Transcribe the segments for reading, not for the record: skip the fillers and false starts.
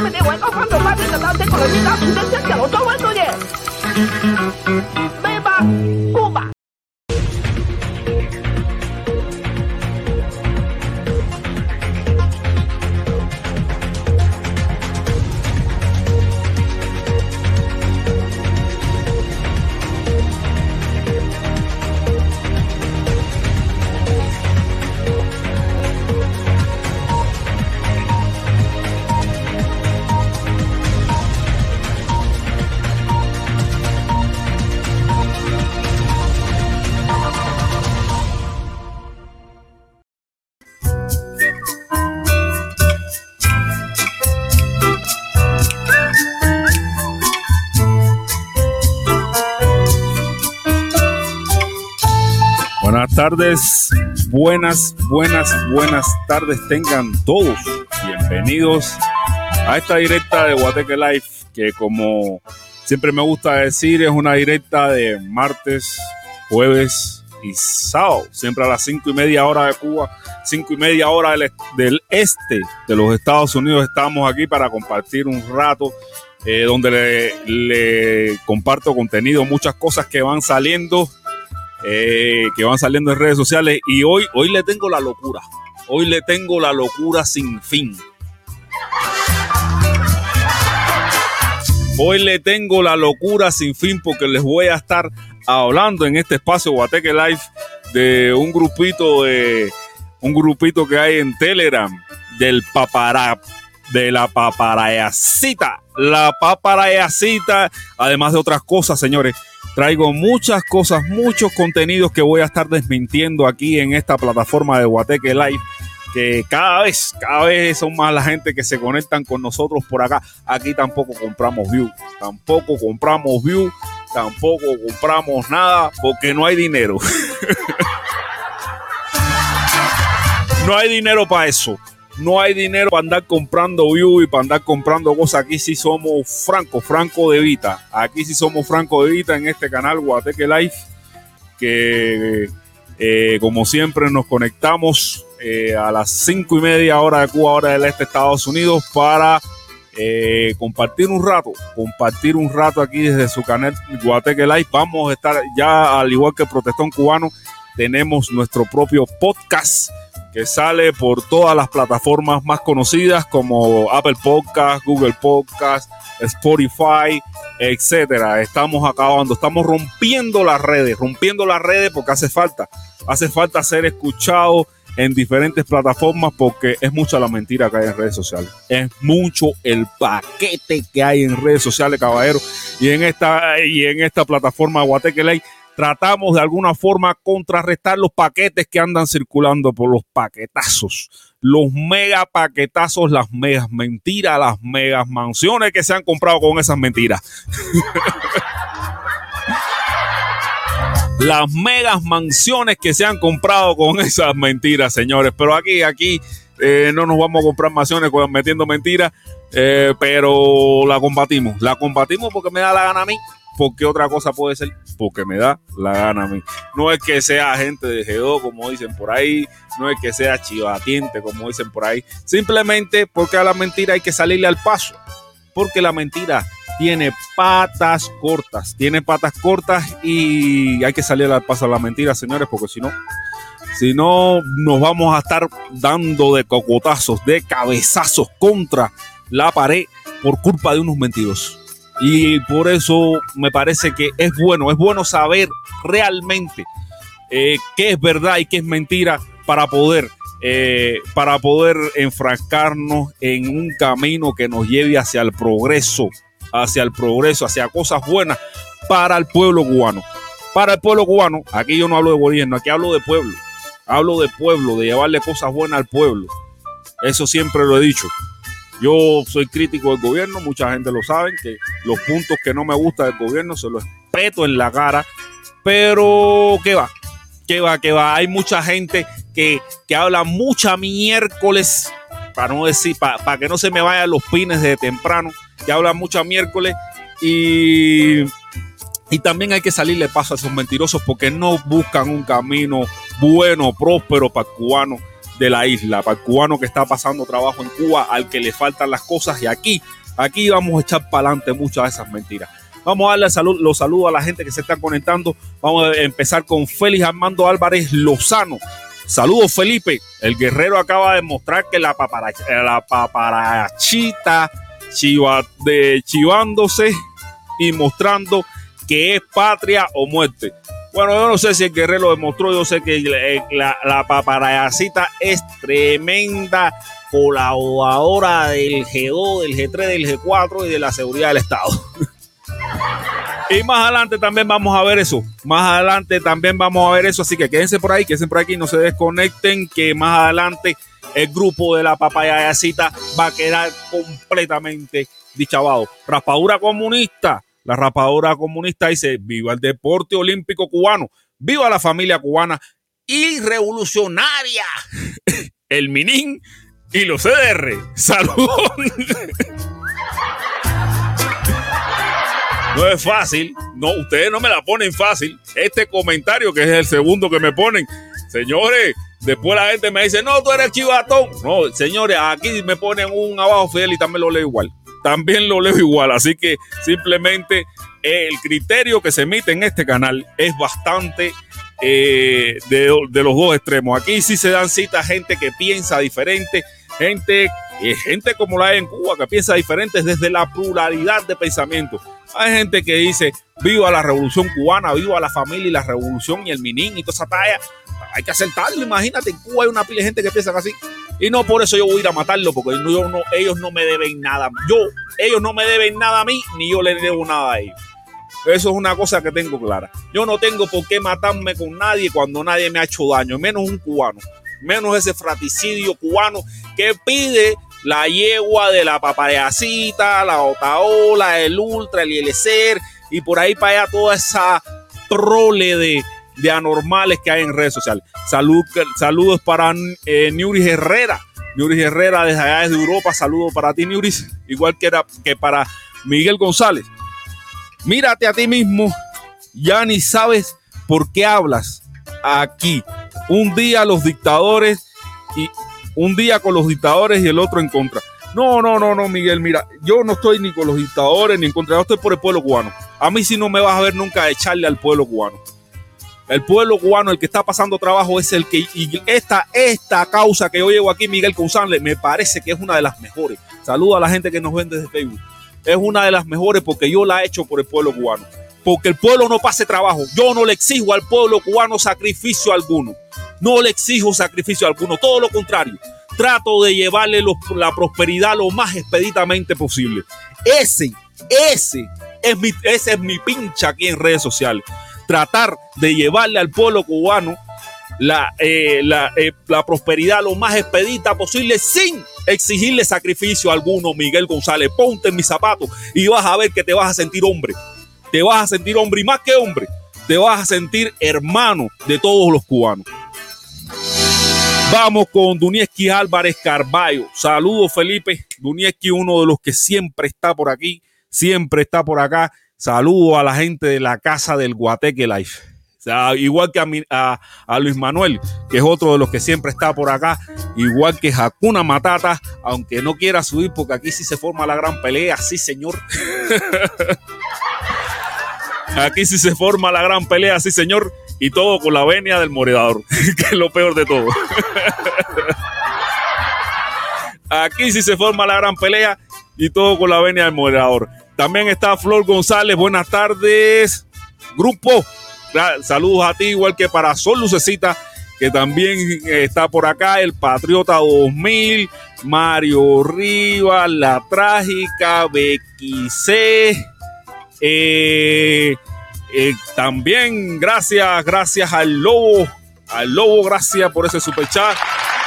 们的外国反动派别的当这个人打出的这条中文作业，没吧，过吧。 Buenas tardes tengan todos. Bienvenidos a esta directa de Guateque Live, que como siempre me gusta decir, es una directa de martes, jueves y sábado, siempre a las 5:30 hora de Cuba, 5:30 hora del este de los Estados Unidos. Estamos aquí para compartir un rato donde le comparto contenido, muchas cosas que van saliendo en redes sociales, y hoy le tengo la locura. Hoy le tengo la locura sin fin. Hoy le tengo la locura sin fin porque les voy a estar hablando en este espacio Guateque Live de un grupito que hay en Telegram de la paparayacita. La paparayacita, además de otras cosas, señores. Traigo muchas cosas, muchos contenidos que voy a estar desmintiendo aquí en esta plataforma de Guateque Live, que cada vez son más la gente que se conectan con nosotros por acá. Aquí tampoco compramos view, tampoco compramos nada, porque no hay dinero. No hay dinero para eso. No hay dinero para andar comprando view y para andar comprando cosas. Aquí sí somos franco de vita. Aquí sí somos franco de vita en este canal Guateque Live, que como siempre nos conectamos a las 5:30 hora de Cuba, hora del este, Estados Unidos, para compartir un rato aquí desde su canal Guateque Live. Vamos a estar ya, al igual que Protestón Cubano, tenemos nuestro propio podcast que sale por todas las plataformas más conocidas como Apple Podcast, Google Podcast, Spotify, etcétera. Estamos rompiendo las redes porque hace falta ser escuchado en diferentes plataformas, porque es mucha la mentira que hay en redes sociales. Es mucho el paquete que hay en redes sociales, caballero. Y en esta plataforma Guateque Live tratamos de alguna forma contrarrestar los paquetes que andan circulando por los paquetazos, los mega paquetazos, las megas mentiras, las megas mansiones que se han comprado con esas mentiras. Las megas mansiones que se han comprado con esas mentiras, señores. Pero aquí no nos vamos a comprar mansiones metiendo mentiras, pero la combatimos porque me da la gana a mí. Porque otra cosa puede ser, porque me da la gana a mí. No es que sea gente de G2, como dicen por ahí, no es que sea chivatiente, como dicen por ahí, simplemente porque a la mentira hay que salirle al paso, porque la mentira tiene patas cortas y hay que salirle al paso a la mentira, señores, porque si no nos vamos a estar dando de cocotazos, de cabezazos contra la pared por culpa de unos mentirosos. Y por eso me parece que es bueno saber realmente qué es verdad y qué es mentira para poder enfrascarnos en un camino que nos lleve hacia el progreso, hacia cosas buenas para el pueblo cubano. Para el pueblo cubano, aquí yo no hablo de gobierno, aquí hablo de pueblo, de llevarle cosas buenas al pueblo. Eso siempre lo he dicho. Yo soy crítico del gobierno, mucha gente lo sabe, que los puntos que no me gustan del gobierno se los espeto en la cara, pero ¿qué va? Hay mucha gente que habla mucha miércoles, para no decir, para que no se me vayan los pines de temprano, que habla mucha miércoles, y también hay que salirle paso a esos mentirosos porque no buscan un camino bueno, próspero para el cubano, de la isla, para el cubano que está pasando trabajo en Cuba, al que le faltan las cosas. Y aquí vamos a echar para adelante muchas de esas mentiras. Vamos a darle los saludos a la gente que se está conectando. Vamos a empezar con Félix Armando Álvarez Lozano. Saludos, Felipe. El guerrero acaba de mostrar que la paparachita chivándose y mostrando que es patria o muerte. Bueno, yo no sé si el guerrero demostró, yo sé que la paparachita es tremenda colaboradora del G2, del G3, del G4 y de la seguridad del Estado. Y más adelante también vamos a ver eso. Así que quédense por aquí, no se desconecten, que más adelante el grupo de la papayacita va a quedar completamente dichavado. Raspadura comunista. La raspadura comunista dice: viva el deporte olímpico cubano, viva la familia cubana y revolucionaria, el Minin y los CDR. Saludos. No es fácil, no, ustedes no me la ponen fácil. Este comentario, que es el segundo que me ponen, señores, después la gente me dice: no, tú eres chivatón. No, señores, aquí me ponen un abajo Fidel y también lo leo igual. Así que simplemente el criterio que se emite en este canal es bastante de los dos extremos. Aquí sí se dan cita a gente que piensa diferente, gente como la hay en Cuba, que piensa diferente desde la pluralidad de pensamientos. Hay gente que dice: viva la revolución cubana, viva la familia y la revolución y el Minin y toda esa talla. Hay que aceptarlo. Imagínate, en Cuba hay una pila de gente que piensa así. Y no por eso yo voy a ir a matarlo, porque ellos no me deben nada. Ellos no me deben nada a mí, ni yo les debo nada a ellos. Eso es una cosa que tengo clara. Yo no tengo por qué matarme con nadie cuando nadie me ha hecho daño, menos un cubano, menos ese fratricidio cubano que pide la yegua de la papayacita, la Otaola, el Ultra, el Eliezer y por ahí para allá toda esa trole de anormales que hay en redes sociales. Saludos para Niuris Herrera. Niuris Herrera desde allá desde Europa. Saludos para ti, Niuris. Igual que para Miguel González. Mírate a ti mismo. Ya ni sabes por qué hablas aquí. Un día con los dictadores y el otro en contra. No, Miguel, mira, yo no estoy ni con los dictadores ni en contra, yo estoy por el pueblo cubano. A mí sí no me vas a ver nunca echarle al pueblo cubano. El pueblo cubano, el que está pasando trabajo, es el que... Y esta causa que yo llevo aquí, Miguel González, me parece que es una de las mejores. Saludo a la gente que nos ven desde Facebook. Es una de las mejores porque yo la he hecho por el pueblo cubano. Porque el pueblo no pase trabajo. Yo no le exijo al pueblo cubano sacrificio alguno. No le exijo sacrificio alguno. Todo lo contrario. Trato de llevarle la prosperidad lo más expeditamente posible. Ese es mi pincha aquí en redes sociales. Tratar de llevarle al pueblo cubano la prosperidad lo más expedita posible sin exigirle sacrificio alguno. Miguel González, ponte en mis zapatos y vas a ver que te vas a sentir hombre. Te vas a sentir hombre y más que hombre, te vas a sentir hermano de todos los cubanos. Vamos con Dunieski Álvarez Carballo. Saludos, Felipe. Dunieski, uno de los que siempre está por aquí, siempre está por acá. Saludos a la gente de la Casa del Guateque Life. O sea, igual que a Luis Manuel, que es otro de los que siempre está por acá. Igual que Hakuna Matata, aunque no quiera subir porque aquí sí se forma la gran pelea. Sí, señor. Aquí sí se forma la gran pelea, sí, señor. Y todo con la venia del moderador, que es lo peor de todo. Aquí sí se forma la gran pelea y todo con la venia del moderador. También está Flor González. Buenas tardes, grupo. Saludos a ti, igual que para Sol Lucecita, que también está por acá. El Patriota 2000, Mario Rivas, La Trágica, Becky C. También gracias al Lobo, gracias por ese superchat.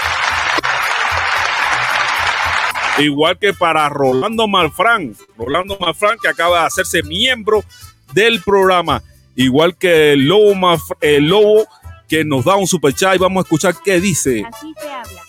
Igual que para Rolando Malfrán, que acaba de hacerse miembro del programa. Igual que el Lobo que nos da un superchat y vamos a escuchar qué dice. Así se habla.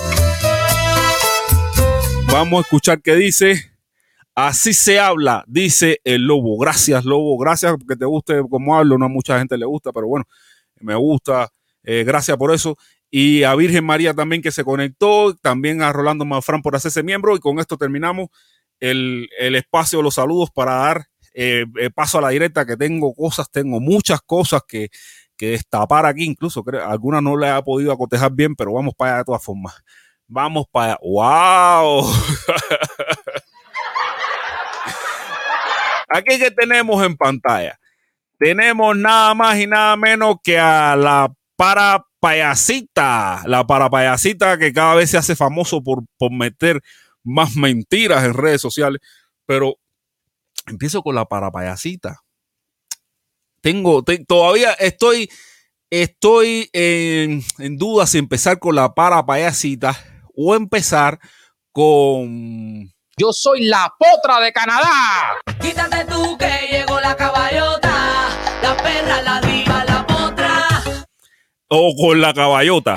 Vamos a escuchar qué dice. Así se habla, dice el Lobo. Gracias, Lobo. Gracias porque te guste cómo hablo. No a mucha gente le gusta, pero bueno, me gusta. Gracias por eso. y a Virgen María también que se conectó, también a Rolando Mafrán por hacerse miembro, y con esto terminamos el espacio de los saludos para dar paso a la directa, que tengo muchas cosas que destapar aquí, incluso algunas no las he podido acotejar bien, pero vamos para allá de todas formas. Vamos para allá. ¡Wow! Aquí que tenemos en pantalla, tenemos nada más y nada menos que a la Parapayasita, que cada vez se hace famoso por meter más mentiras en redes sociales, pero empiezo con la Parapayasita. Todavía estoy en duda si empezar con la Parapayasita o empezar con Yo soy la potra de Canadá. Quítate tú que llegó la caballota, la perra, la diva, la potra. O con la caballota.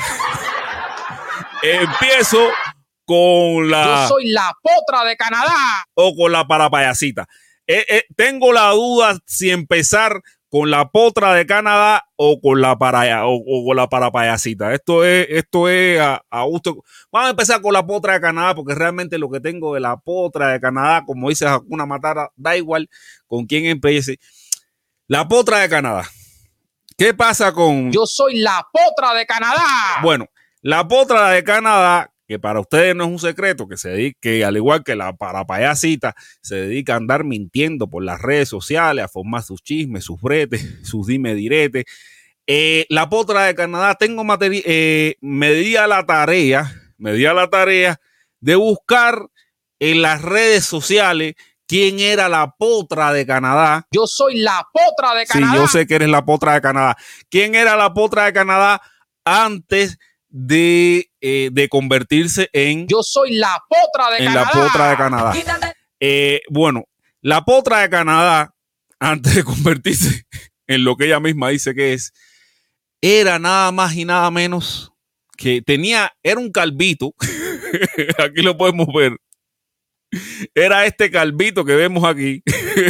Empiezo con la... Yo soy la potra de Canadá. O con la Parapayasita. Tengo la duda si empezar con la potra de Canadá o con la Parapayasita. Esto es a gusto. Vamos a empezar con la potra de Canadá, porque realmente lo que tengo de la potra de Canadá, como dice Hakuna Matata, da igual con quién empiece. La potra de Canadá. ¿Qué pasa con...? Yo soy la potra de Canadá. Bueno, la potra de Canadá, que para ustedes no es un secreto, que al igual que la Parapayasita, se dedica a andar mintiendo por las redes sociales, a formar sus chismes, sus bretes, sus dime diretes. La potra de Canadá, me di a la tarea de buscar en las redes sociales quién era la potra de Canadá. Yo soy la potra de Canadá. Sí, yo sé que eres la potra de Canadá. ¿Quién era la potra de Canadá antes de convertirse en... Yo soy la potra de Canadá. La potra de Canadá. Bueno, la potra de Canadá, antes de convertirse en lo que ella misma dice que es, era nada más y nada menos que era un calvito. Aquí lo podemos ver. Era este calvito que vemos aquí.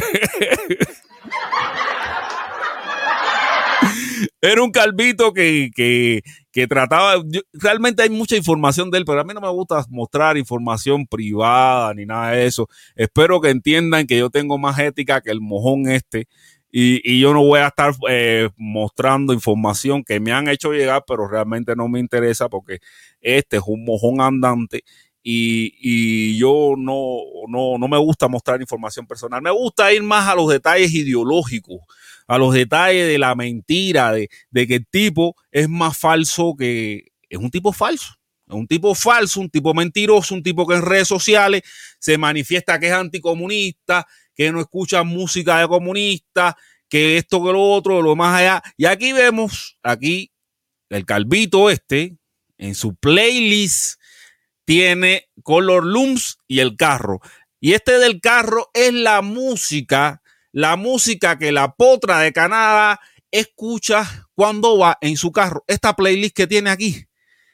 Era un calvito que trataba... Realmente hay mucha información de él, pero a mí no me gusta mostrar información privada ni nada de eso. Espero que entiendan que yo tengo más ética que el mojón este. Y yo no voy a estar mostrando información que me han hecho llegar, pero realmente no me interesa, porque este es un mojón andante. Y yo no me gusta mostrar información personal. Me gusta ir más a los detalles ideológicos, a los detalles de la mentira, de que el tipo es más falso que... Es un tipo falso. Es un tipo falso, un tipo mentiroso, un tipo que en redes sociales se manifiesta que es anticomunista, que no escucha música de comunista, que esto, que lo otro, de lo más allá. Y aquí vemos, el calvito en su playlist, tiene Color Lums y el carro. Y del carro es la música que la potra de Canadá escucha cuando va en su carro. Esta playlist que tiene aquí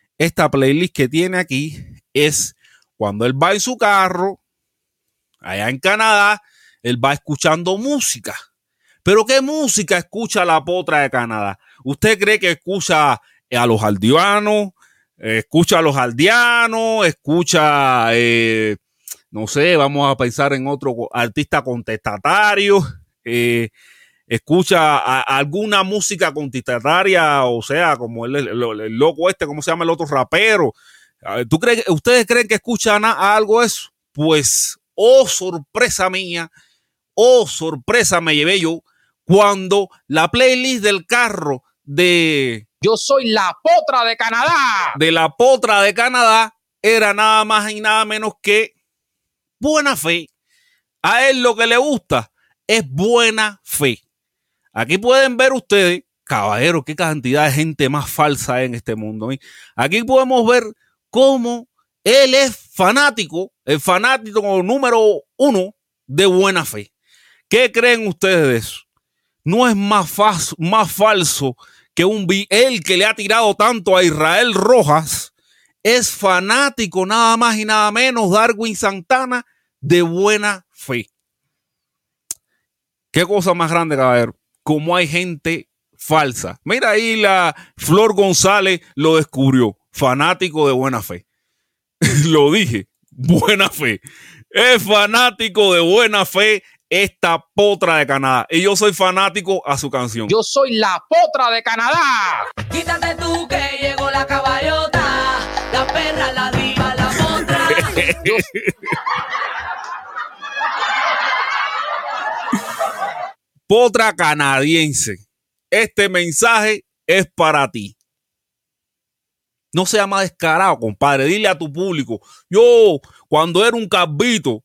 es cuando él va en su carro, allá en Canadá, él va escuchando música. ¿Pero qué música escucha la potra de Canadá? ¿Usted cree que escucha a los aldeanos? Escucha a los aldeanos, escucha, no sé, vamos a pensar en otro artista contestatario, escucha alguna música contestataria, o sea, como el loco ¿cómo se llama el otro rapero? ¿Ustedes creen que escuchan a algo eso? Pues, sorpresa mía, sorpresa me llevé yo cuando la playlist del carro Yo soy la potra de Canadá. De la potra de Canadá era nada más y nada menos que Buena Fe. A él lo que le gusta es Buena Fe. Aquí pueden ver ustedes, caballero, qué cantidad de gente más falsa hay en este mundo. Aquí podemos ver cómo él es el fanático número 1 de Buena Fe. ¿Qué creen ustedes de eso? No es más falso que él que le ha tirado tanto a Israel Rojas, es fanático nada más y nada menos Darwin Santana de Buena Fe. Qué cosa más grande, caballero. Como hay gente falsa. Mira ahí la Flor González lo descubrió. Fanático de buena fe. Lo dije, buena fe. Es fanático de buena fe esta potra de Canadá. Y yo soy fanático a su canción. Yo soy la potra de Canadá. Quítate tú que llegó la caballota, la perra, la diva, la potra. Potra canadiense. Este mensaje es para ti. No sea más descarado, compadre. Dile a tu público. Yo, cuando era un calvito,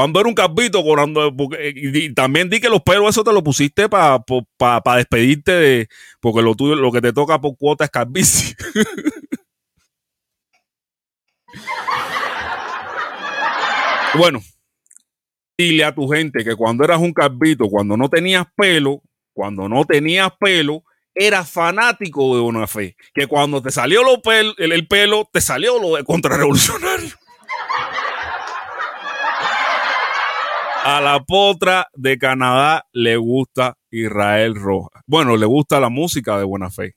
y también di que los pelos eso te lo pusiste para despedirte de, porque lo tuyo, lo que te toca por cuota es calvicie. Bueno, dile a tu gente que cuando eras un calvito, cuando no tenías pelo, eras fanático de buena fe. Que cuando te salió el pelo, te salió lo de contrarrevolucionario. A la potra de Canadá le gusta Israel Rojas. Bueno, le gusta la música de buena fe.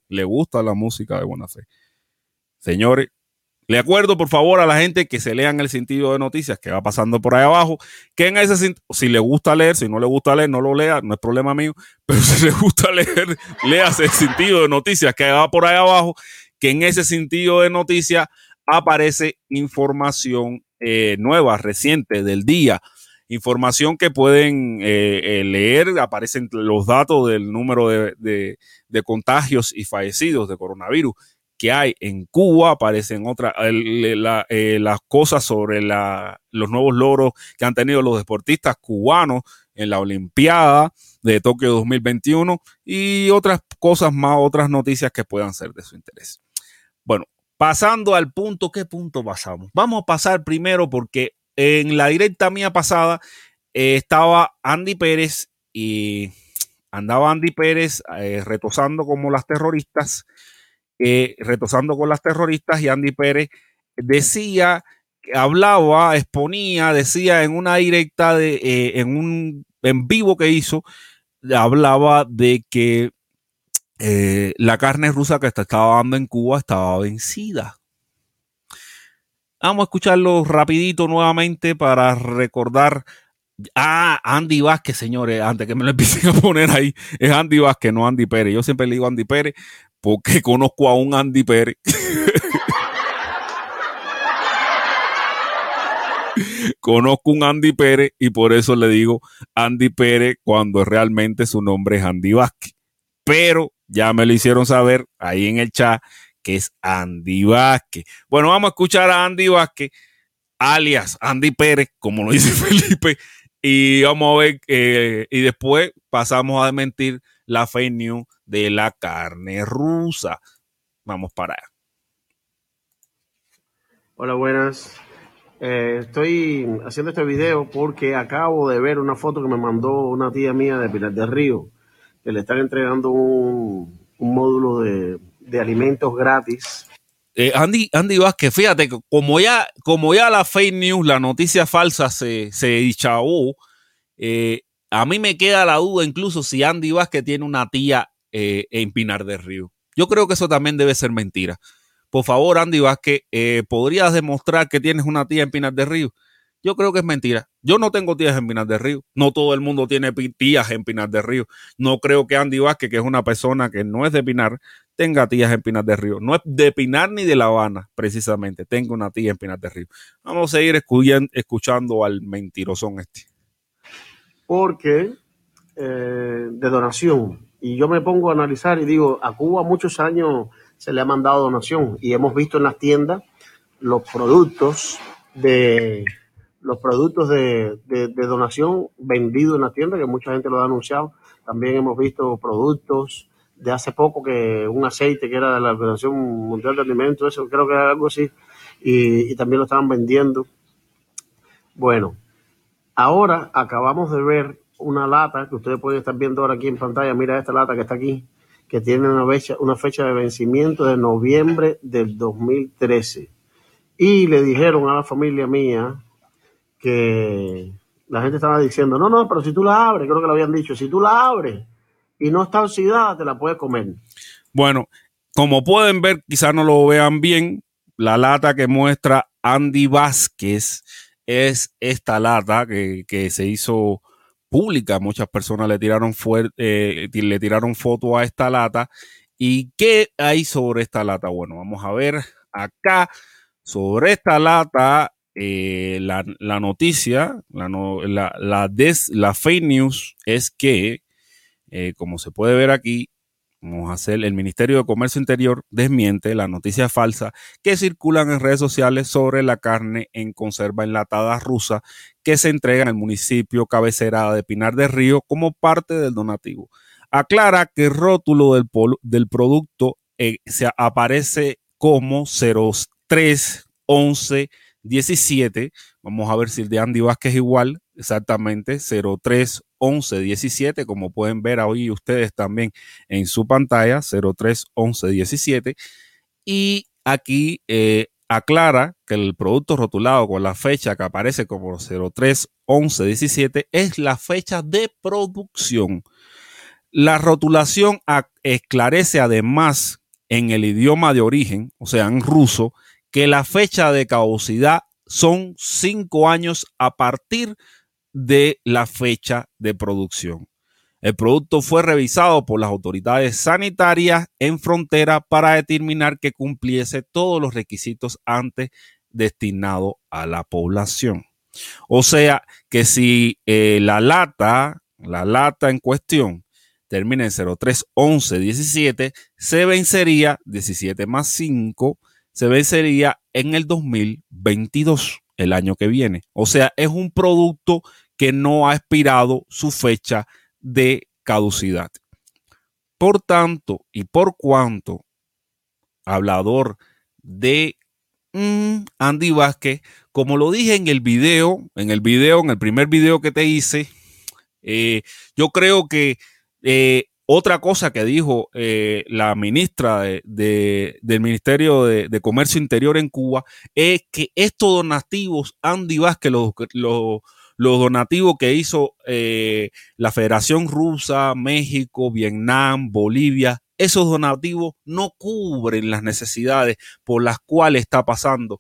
Señores, le acuerdo por favor a la gente que se lean el sentido de noticias que va pasando por ahí abajo, que en ese si le gusta leer, si no le gusta leer, no lo lea, no es problema mío, pero si le gusta leer, léase el sentido de noticias que va por ahí abajo, que en ese sentido de noticias aparece información nueva, reciente, del día. Información que pueden leer, aparecen los datos del número de contagios y fallecidos de coronavirus que hay en Cuba, aparecen las cosas sobre los nuevos logros que han tenido los deportistas cubanos en la Olimpiada de Tokio 2021 y otras cosas más, otras noticias que puedan ser de su interés. Bueno, pasando al punto, ¿qué punto pasamos? Vamos a pasar primero porque en la directa mía pasada estaba Andy Pérez y andaba Andy Pérez retosando como las terroristas, retosando con las terroristas, y Andy Pérez decía, hablaba, exponía, decía en una directa en vivo que hizo, hablaba de que la carne rusa que estaba dando en Cuba estaba vencida. Vamos a escucharlo rapidito nuevamente para recordar. Andy Vázquez, señores, antes que me lo empiecen a poner ahí, es Andy Vázquez, no Andy Pérez. Yo siempre le digo Andy Pérez porque conozco a un Andy Pérez. Conozco un Andy Pérez y por eso le digo Andy Pérez cuando realmente su nombre es Andy Vázquez. Pero ya me lo hicieron saber ahí en el chat que es Andy Vázquez. Bueno, vamos a escuchar a Andy Vázquez, alias Andy Pérez, como lo dice Felipe, y vamos a ver, y después pasamos a desmentir la fake news de la carne rusa. Vamos para allá. Hola, buenas. Estoy haciendo este video porque acabo de ver una foto que me mandó una tía mía de Pinar del Río, que le están entregando un módulo de alimentos gratis. Andy Vázquez, fíjate que como ya la fake news, la noticia falsa se dischavó, a mí me queda la duda incluso si Andy Vázquez tiene una tía en Pinar del Río. Yo creo que eso también debe ser mentira. Por favor, Andy Vázquez, ¿podrías demostrar que tienes una tía en Pinar del Río? Yo creo que es mentira. Yo no tengo tías en Pinar del Río. No todo el mundo tiene tías en Pinar del Río. No creo que Andy Vázquez, que es una persona que no es de Pinar, tenga tías en Pinar del Río. No es de Pinar ni de La Habana, precisamente. Tengo una tía en Pinar del Río. Vamos a seguir escuchando al mentirosón este. Porque de donación. Y yo me pongo a analizar y digo, a Cuba muchos años se le ha mandado donación y hemos visto en las tiendas los productos de donación vendidos en la tienda, que mucha gente lo ha anunciado. También hemos visto productos de hace poco, que un aceite que era de la Organización Mundial de Alimentos, eso creo que era algo así, y también lo estaban vendiendo. Bueno, ahora acabamos de ver una lata que ustedes pueden estar viendo ahora aquí en pantalla. Mira esta lata que está aquí, que tiene una fecha de vencimiento de noviembre del 2013. Y le dijeron a la familia mía que la gente estaba diciendo, no, pero si tú la abres, creo que lo habían dicho, si tú la abres y no está oxidada, te la puedes comer. Bueno, como pueden ver, quizás no lo vean bien, la lata que muestra Andy Vázquez es esta lata que se hizo pública. Muchas personas le tiraron foto a esta lata. ¿Y qué hay sobre esta lata? Bueno, vamos a ver acá sobre esta lata. La noticia, la fake news es que, como se puede ver aquí, vamos a hacer, el Ministerio de Comercio Interior desmiente la noticia falsa que circulan en redes sociales sobre la carne en conserva enlatada rusa que se entrega en el municipio cabecera de Pinar del Río como parte del donativo. Aclara que el rótulo del producto se aparece como 031117. Vamos a ver si el de Andy Vázquez es igual, exactamente 031117, como pueden ver hoy ustedes también en su pantalla, 031117. Y aquí aclara que el producto rotulado con la fecha que aparece como 031117 es la fecha de producción. La rotulación esclarece además en el idioma de origen, o sea, en ruso, que la fecha de caducidad son 5 años a partir de la fecha de producción. El producto fue revisado por las autoridades sanitarias en frontera para determinar que cumpliese todos los requisitos antes destinados a la población. O sea, que si la lata en cuestión termina en 031117, se vencería 17 más 5, se vencería en el 2022, el año que viene. O sea, es un producto que no ha expirado su fecha de caducidad. Por tanto y por cuanto, hablador de Andy Vázquez, como lo dije en el primer video que te hice, yo creo que otra cosa que dijo la ministra del Ministerio de Comercio Interior en Cuba es que estos donativos, Andy Vázquez, los donativos que hizo la Federación Rusa, México, Vietnam, Bolivia, esos donativos no cubren las necesidades por las cuales está pasando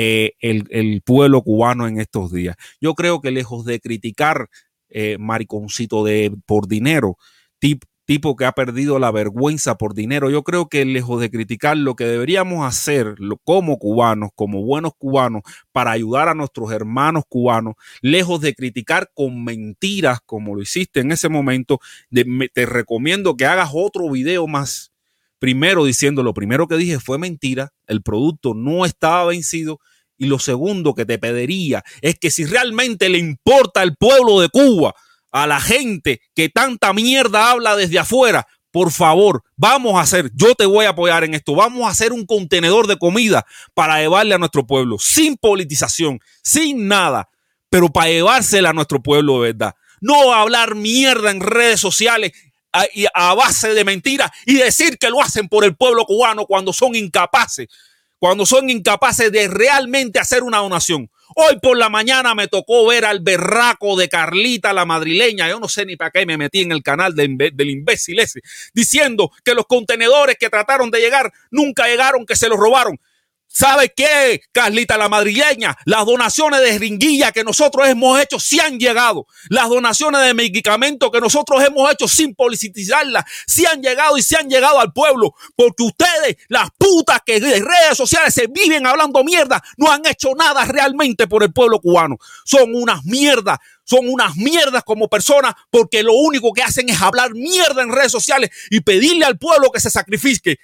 el pueblo cubano en estos días. Yo creo que lejos de criticar mariconcito por dinero, tipo que ha perdido la vergüenza por dinero, yo creo que lejos de criticar, lo que deberíamos hacer como cubanos, como buenos cubanos, para ayudar a nuestros hermanos cubanos, lejos de criticar con mentiras como lo hiciste en ese momento, te recomiendo que hagas otro video más, primero diciendo, lo primero que dije fue mentira, el producto no estaba vencido, y lo segundo que te pediría es que si realmente le importa al pueblo de Cuba, a la gente que tanta mierda habla desde afuera, por favor, yo te voy a apoyar en esto, vamos a hacer un contenedor de comida para llevarle a nuestro pueblo, sin politización, sin nada, pero para llevársela a nuestro pueblo de verdad. No hablar mierda en redes sociales a base de mentiras y decir que lo hacen por el pueblo cubano cuando son incapaces de realmente hacer una donación. Hoy por la mañana me tocó ver al berraco de Carlita, la madrileña. Yo no sé ni para qué me metí en el canal del imbécil ese, diciendo que los contenedores que trataron de llegar nunca llegaron, que se los robaron. ¿Sabe qué, Carlita, la madrileña? Las donaciones de jeringuilla que nosotros hemos hecho sí han llegado. Las donaciones de medicamentos que nosotros hemos hecho sin politizarlas sí han llegado y sí han llegado al pueblo. Porque ustedes, las putas que de redes sociales se viven hablando mierda, no han hecho nada realmente por el pueblo cubano. Son unas mierdas como personas, porque lo único que hacen es hablar mierda en redes sociales y pedirle al pueblo que se sacrifique.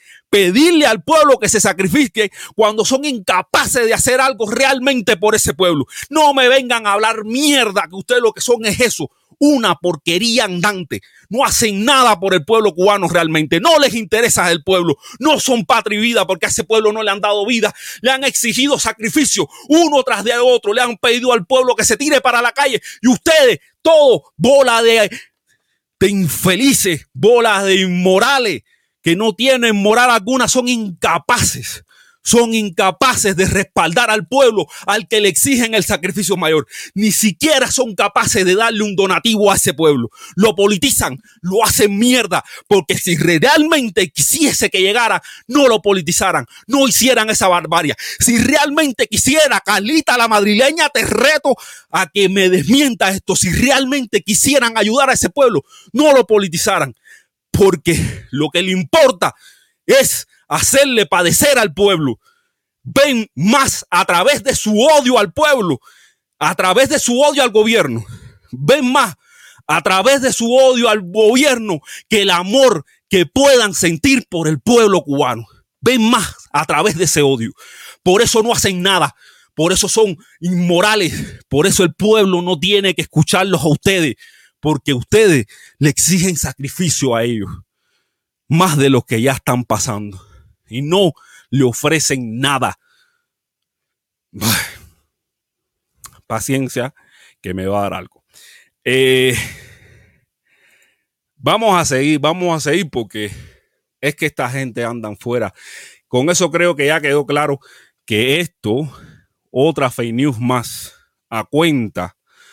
Cuando son incapaces de hacer algo realmente por ese pueblo. No me vengan a hablar mierda, que ustedes lo que son es eso, una porquería andante. No hacen nada por el pueblo cubano realmente. No les interesa el pueblo. No son patria y vida, porque a ese pueblo no le han dado vida. Le han exigido sacrificio uno tras de otro. Le han pedido al pueblo que se tire para la calle. Y ustedes, todos, bola de infelices, bolas de inmorales, que no tienen moral alguna, son incapaces son incapaces de respaldar al pueblo al que le exigen el sacrificio mayor. Ni siquiera son capaces de darle un donativo a ese pueblo. Lo politizan, lo hacen mierda, porque si realmente quisiese que llegara, no lo politizaran, no hicieran esa barbarie. Si realmente quisiera, Carlita la madrileña, te reto a que me desmienta esto. Si realmente quisieran ayudar a ese pueblo, no lo politizaran, porque lo que le importa es hacerle padecer al pueblo. Ven más a través de su odio al pueblo, a través de su odio al gobierno. Ven más a través de su odio al gobierno que el amor que puedan sentir por el pueblo cubano. Ven más a través de ese odio. Por eso no hacen nada. Por eso son inmorales. Por eso el pueblo no tiene que escucharlos a ustedes, porque ustedes le exigen sacrificio a ellos, más de lo que ya están pasando, y no le ofrecen nada. Paciencia, que me va a dar algo. Vamos a seguir porque es que esta gente andan fuera. Con eso creo que ya quedó claro que esto, otra fake news más a cuenta,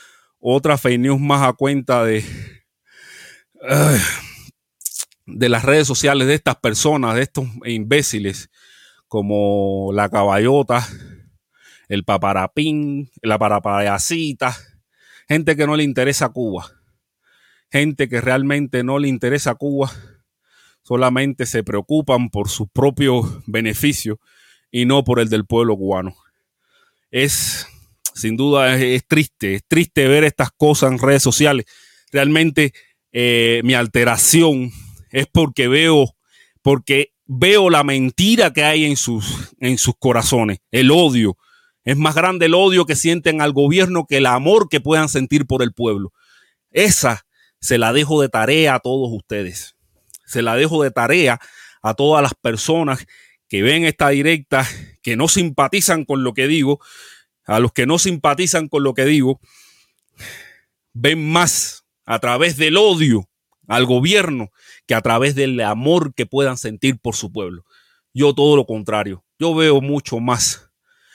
de las redes sociales de estas personas, de estos imbéciles como la caballota, el paparapín, la parapayasita, gente que no le interesa Cuba, gente que realmente no le interesa Cuba, solamente se preocupan por sus propios beneficios y no por el del pueblo cubano. Sin duda es triste ver estas cosas en redes sociales. Realmente mi alteración es porque veo la mentira que hay en sus corazones, el odio. Es más grande el odio que sienten al gobierno que el amor que puedan sentir por el pueblo. Esa se la dejo de tarea a todos ustedes. Se la dejo de tarea a todas las personas que ven esta directa, que no simpatizan con lo que digo. A los que no simpatizan con lo que digo, ven más a través del odio al gobierno que a través del amor que puedan sentir por su pueblo. Yo todo lo contrario. Yo veo mucho más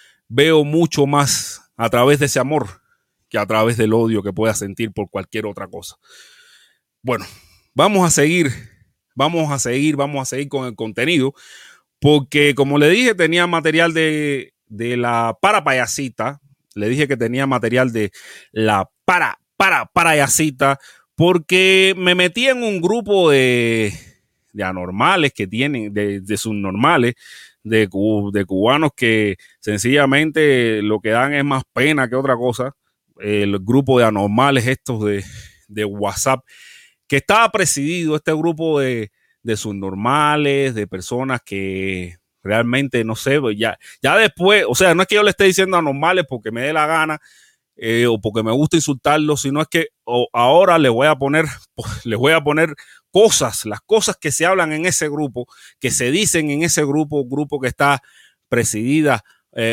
a través de ese amor que a través del odio que pueda sentir por cualquier otra cosa. Bueno, vamos a seguir con el contenido, porque como le dije, tenía material de la parapayasita. Le dije que tenía material de la parapayasita, porque me metí en un grupo de anormales que tienen, de subnormales, de cubanos que sencillamente lo que dan es más pena que otra cosa. El grupo de anormales estos de WhatsApp, que estaba presidido, este grupo de subnormales, de personas que realmente no sé, ya después, o sea, no es que yo le esté diciendo anormales porque me dé la gana o porque me gusta insultarlos, sino es que ahora les voy a poner cosas, las cosas que se hablan en ese grupo, que se dicen en ese grupo que está presidida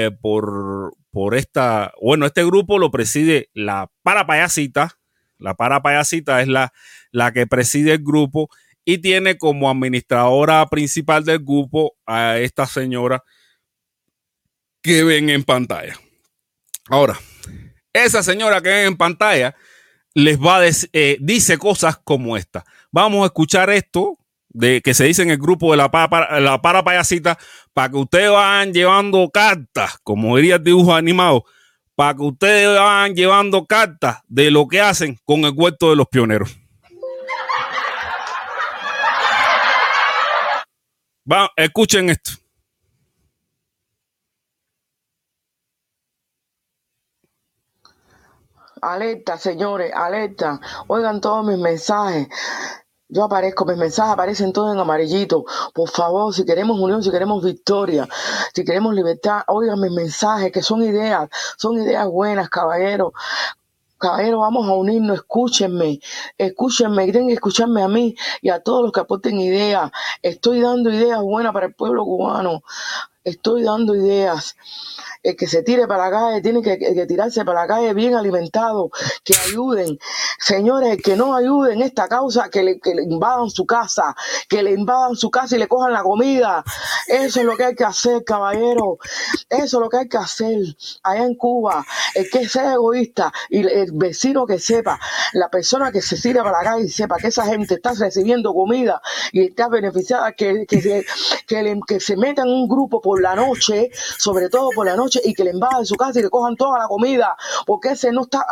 este grupo lo preside la parapayasita. La parapayasita es la que preside el grupo y tiene como administradora principal del grupo a esta señora que ven en pantalla. Ahora, esa señora que ven en pantalla les va a dice cosas como esta. Vamos a escuchar esto de que se dice en el grupo de la parapayasita, para que ustedes vayan llevando cartas, como diría el dibujo animado, para que ustedes vayan llevando cartas de lo que hacen con el huerto de los pioneros. Escuchen esto. Alerta, señores, alerta. Oigan todos mis mensajes. Yo aparezco, mis mensajes aparecen todos en amarillito. Por favor, si queremos unión, si queremos victoria, si queremos libertad, oigan mis mensajes, que son ideas buenas, caballeros. Caballero, vamos a unirnos, escúchenme, tienen que escucharme a mí y a todos los que aporten ideas. Estoy dando ideas buenas para el pueblo cubano. estoy dando ideas. El que se tire para la calle tiene que tirarse para la calle bien alimentado, que ayuden. Señores, el que no ayuden esta causa, que le invadan su casa, y le cojan la comida. Eso es lo que hay que hacer, caballero. Eso es lo que hay que hacer allá en Cuba. El que sea egoísta y el vecino que sepa, la persona que se tire para la calle y sepa que esa gente está recibiendo comida y está beneficiada, que se meta en un grupo por la noche, sobre todo por la noche, y que le invadan su casa y le cojan toda la comida, porque ese no está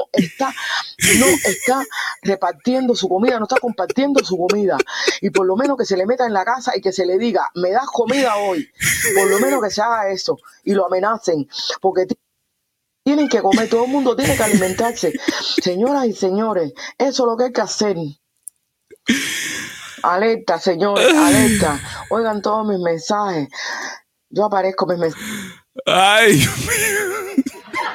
repartiendo su comida, no está compartiendo su comida. Y por lo menos que se le meta en la casa y que se le diga, me das comida hoy. Por lo menos que se haga eso y lo amenacen, porque tienen que comer, todo el mundo tiene que alimentarse. Señoras y señores, eso es lo que hay que hacer. Alerta, señores, alerta. Oigan todos mis mensajes. Yo aparezco mis mensajes. Ay, Dios mío.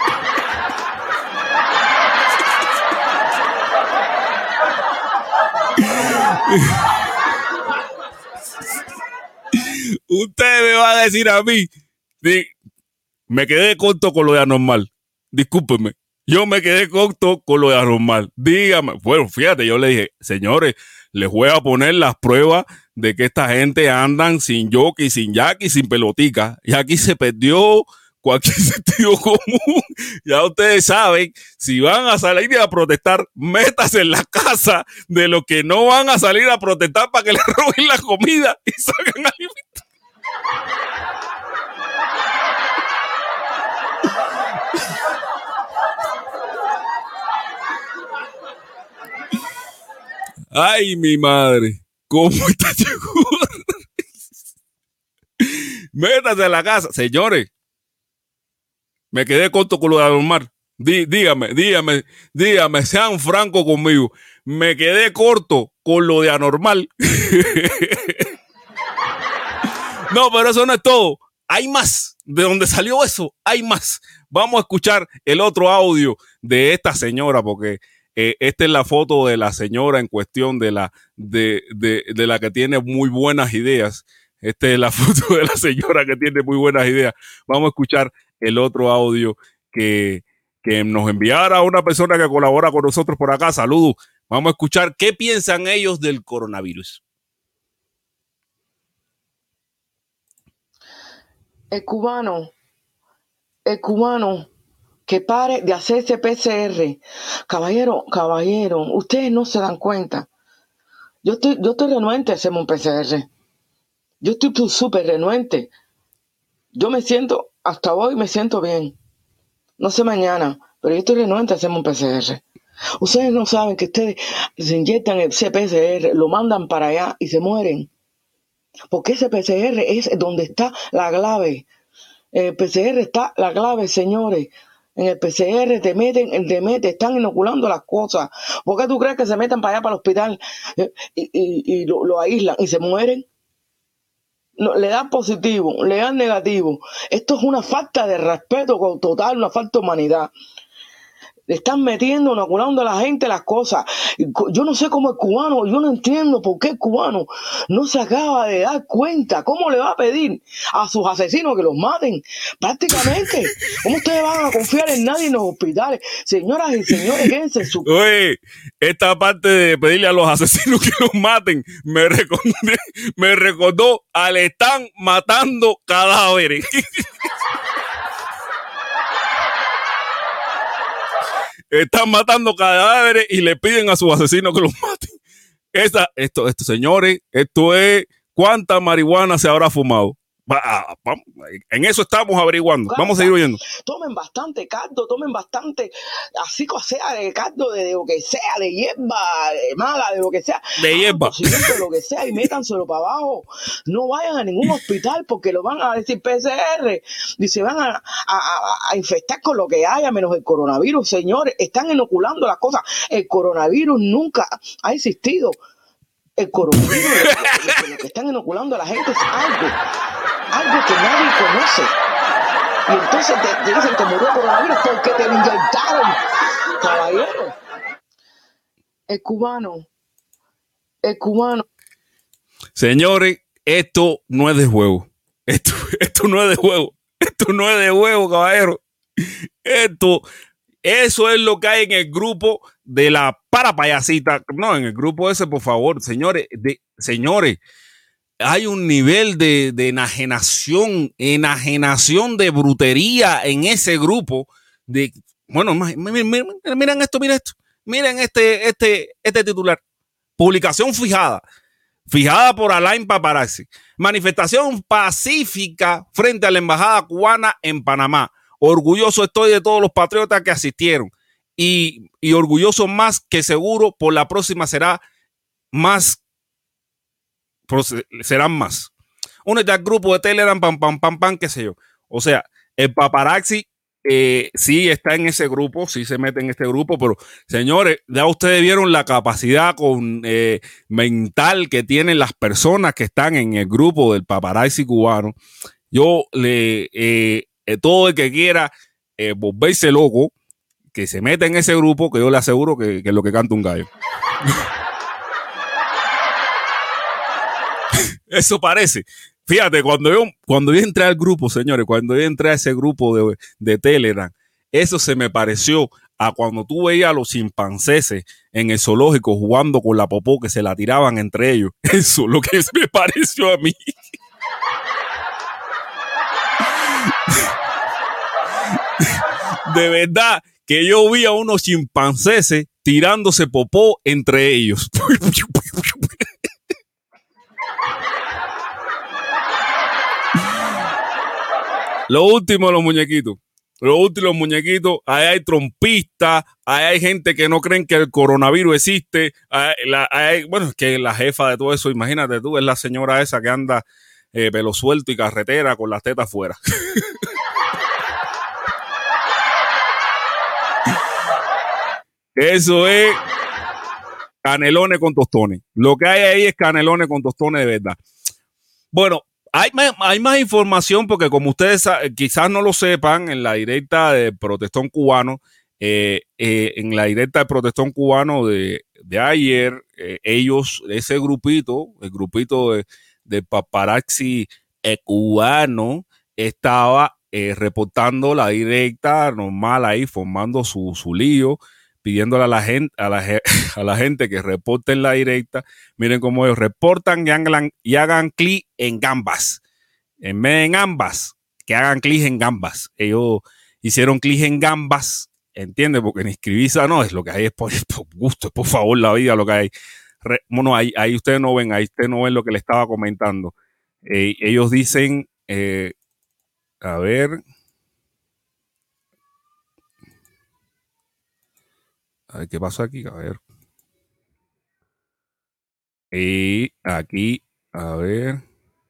Ustedes me van a decir a mí, me quedé corto con lo de anormal. Discúlpenme, yo me quedé corto con lo de anormal. Dígame, bueno, fíjate, yo le dije, señores, les voy a poner las pruebas de que esta gente andan sin jockey, sin jackie, sin pelotica. Y aquí se perdió cualquier sentido común. Ya ustedes saben, si van a salir a protestar, métase en la casa de los que no van a salir a protestar para que les roben la comida y salgan a alimentar. Ay, mi madre, ¿cómo está llegando? Métase en la casa, señores. Me quedé corto con lo de anormal. Dígame, sean francos conmigo. Me quedé corto con lo de anormal. No, pero eso no es todo. Hay más. De donde salió eso, hay más. Vamos a escuchar el otro audio de esta señora, porque esta es la foto de la señora en cuestión, de la que tiene muy buenas ideas. Esta es la foto de la señora que tiene muy buenas ideas. Vamos a escuchar el otro audio que nos enviara una persona que colabora con nosotros por acá. Saludos. Vamos a escuchar qué piensan ellos del coronavirus. El cubano que pare de hacerse PCR. Caballero, ustedes no se dan cuenta. Yo estoy renuente a hacerme un PCR. Yo estoy súper renuente. Yo hasta hoy me siento bien. No sé mañana, pero yo estoy renuente a hacerme un PCR. Ustedes no saben que ustedes se inyectan el PCR, lo mandan para allá y se mueren. Porque ese PCR es donde está la clave. En el PCR está la clave, señores. En el PCR te están inoculando las cosas. ¿Por qué tú crees que se metan para allá, para el hospital, y lo aíslan y se mueren? No, le dan positivo, le dan negativo. Esto es una falta de respeto total, una falta de humanidad. Le están metiendo, inoculando a la gente las cosas. Yo no sé cómo el cubano, yo no entiendo por qué el cubano no se acaba de dar cuenta. ¿Cómo le va a pedir a sus asesinos que los maten? Prácticamente. ¿Cómo ustedes van a confiar en nadie en los hospitales? Señoras y señores, quédense en su... Oye, esta parte de pedirle a los asesinos que los maten me recordó al están matando cadáveres. Están matando cadáveres y le piden a sus asesinos que los maten. Esto, señores, esto es cuánta marihuana se habrá fumado. En eso estamos averiguando. Vamos a seguir oyendo. Tomen bastante caldo, así sea de caldo de lo que sea, de hierba mala, de lo que sea. De hierba. De lo que sea, y métanselo para abajo. No vayan a ningún hospital porque lo van a decir PCR y se van a infectar con lo que haya, menos el coronavirus, señores. Están inoculando las cosas. El coronavirus nunca ha existido. El coronavirus, lo que están inoculando a la gente es algo que nadie conoce. Y entonces te dicen que murió coronavirus porque te lo inyectaron, caballero. El cubano. Señores, esto no es de juego. Esto no es de juego. Esto no es de juego, caballero. Eso es lo que hay en el grupo de la parapayasita. No, en el grupo ese, por favor, señores, señores, hay un nivel de enajenación de brutería en ese grupo. Bueno, miren esto. Miren este titular. Publicación fijada por Alain Paparazzi. Manifestación pacífica frente a la embajada cubana en Panamá. Orgulloso estoy de todos los patriotas que asistieron y orgulloso más que seguro por la próxima serán más. Únete al grupo de Telegram, qué sé yo. O sea, el paparazzi sí está en ese grupo, sí se mete en este grupo, pero señores, ya ustedes vieron la capacidad mental que tienen las personas que están en el grupo del paparazzi cubano. Todo el que quiera volverse loco, que se meta en ese grupo, que yo le aseguro que es lo que canta un gallo. Eso parece. Fíjate, cuando yo entré al grupo, señores, cuando yo entré a ese grupo de Telegram, eso se me pareció a cuando tú veías a los chimpancés en el zoológico jugando con la popó que se la tiraban entre ellos. Eso es lo que me pareció a mí. De verdad que yo vi a unos chimpancés tirándose popó entre ellos. Lo último de los muñequitos. Ahí hay trompistas, ahí hay gente que no creen que el coronavirus existe. Bueno, es que la jefa de todo eso, imagínate tú, es la señora esa que anda pelo suelto y carretera con las tetas fuera. Eso es canelones con tostones. Lo que hay ahí es canelones con tostones de verdad. Bueno, hay más información porque como ustedes quizás no lo sepan, en la directa de Protestón Cubano, en la directa de Protestón Cubano de ayer, ellos, ese grupito, el grupito de paparazzi cubano, estaba reportando la directa normal ahí, formando su lío, pidiéndole a la gente que reporten la directa. Miren cómo ellos reportan y hagan clic en gambas. En vez de en ambas, que hagan clic en gambas. Ellos hicieron clic en gambas, ¿entiendes? Porque en inscribirse no es lo que hay, es por gusto, es por favor la vida lo que hay. Bueno, ahí ustedes no ven, lo que le estaba comentando. Ellos dicen, a ver, ¿qué pasó aquí? A ver. Y aquí, a ver,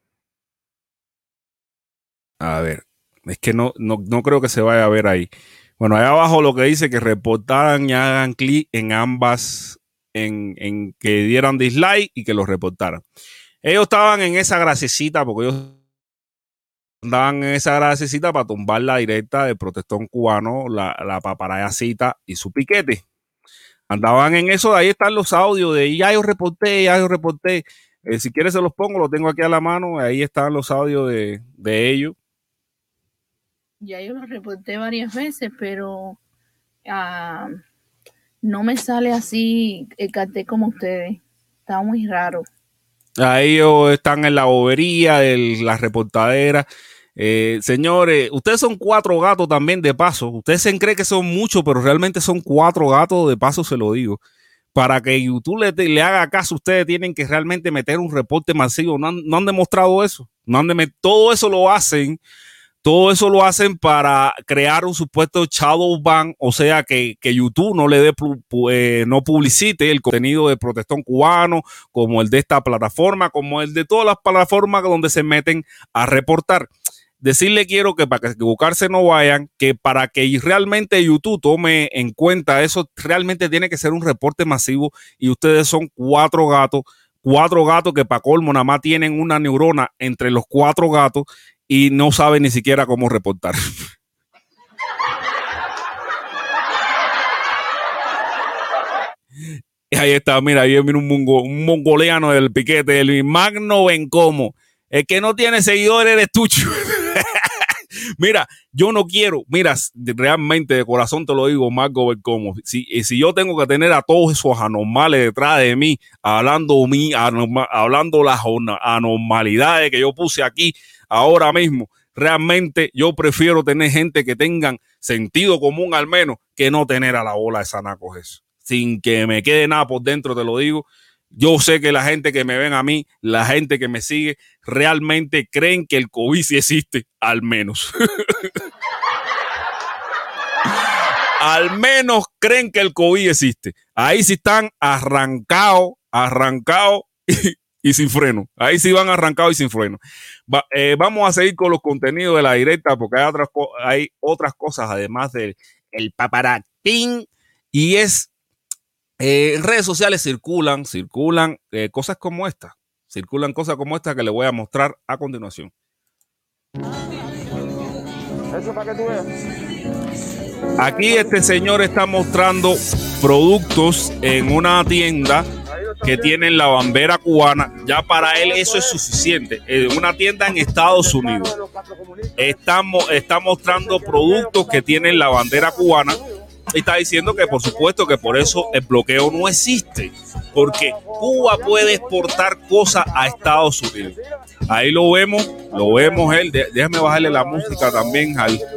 es que no creo que se vaya a ver ahí. Bueno, ahí abajo lo que dice que reportaran y hagan clic en ambas, en que dieran dislike y que los reportaran. Ellos estaban en esa gracecita porque ellos andaban en esa gracecita para tumbar la directa de Protestón Cubano, la paparayacita y su piquete. Andaban en eso, de ahí están los audios de ya yo reporté. Si quieres se los pongo, los tengo aquí a la mano, ahí están los audios de ellos. Ya yo los reporté varias veces, pero no me sale así el cartel como ustedes. Está muy raro. Ahí ellos están en la bobería de la reportadera. Señores, ustedes son 4 gatos también de paso. Ustedes se creen que son muchos, pero realmente son 4 gatos de paso, se lo digo. Para que YouTube le haga caso, ustedes tienen que realmente meter un reporte masivo. No han demostrado eso. Todo eso lo hacen para crear un supuesto shadow ban, o sea que YouTube no le dé no publicite el contenido de Protestón Cubano, como el de esta plataforma, como el de todas las plataformas donde se meten a reportar. Decirle quiero que para que equivocarse no vayan, que para que realmente YouTube tome en cuenta eso, realmente tiene que ser un reporte masivo y ustedes son 4 gatos que para colmo nada más tienen una neurona entre los 4 gatos y no saben ni siquiera cómo reportar. Ahí está, mira, ahí viene un mongoleano del piquete, el Magno Bencomo. El que no tiene seguidores eres tú, Chuy. Mira, yo no quiero, mira, realmente de corazón te lo digo, Marco Belcomo, si yo tengo que tener a todos esos anormales detrás de mí, hablando las anormalidades que yo puse aquí ahora mismo, realmente yo prefiero tener gente que tengan sentido común al menos, que no tener a la bola de sanacos eso. Sin que me quede nada por dentro, te lo digo. Yo sé que la gente que me ven a mí, la gente que me sigue, realmente creen que el COVID sí existe, al menos. Al menos creen que el COVID existe. Ahí sí están arrancados y sin freno. Ahí sí van arrancados y sin freno. Vamos a seguir con los contenidos de la directa porque hay otras cosas además del paparatín, y es en redes sociales circulan cosas como esta. Circulan cosas como esta que les voy a mostrar a continuación. Eso para que tú veas. Aquí este señor está mostrando productos en una tienda que tienen la bandera cubana. Ya para él eso es suficiente. Una tienda en Estados Unidos. Está mostrando productos que tienen la bandera cubana. Y está diciendo que por supuesto que por eso el bloqueo no existe, porque Cuba puede exportar cosas a Estados Unidos. Ahí lo vemos él. Déjame bajarle la música también.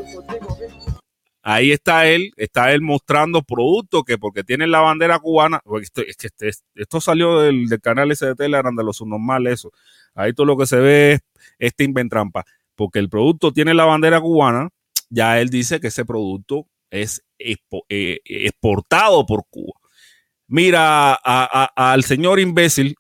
Ahí está él mostrando productos que porque tienen la bandera cubana. Esto salió del canal ese de Telegram de los subnormales, eso. Ahí todo lo que se ve es trampa, porque el producto tiene la bandera cubana. Ya él dice que ese producto es exportado por Cuba. Mira al señor imbécil.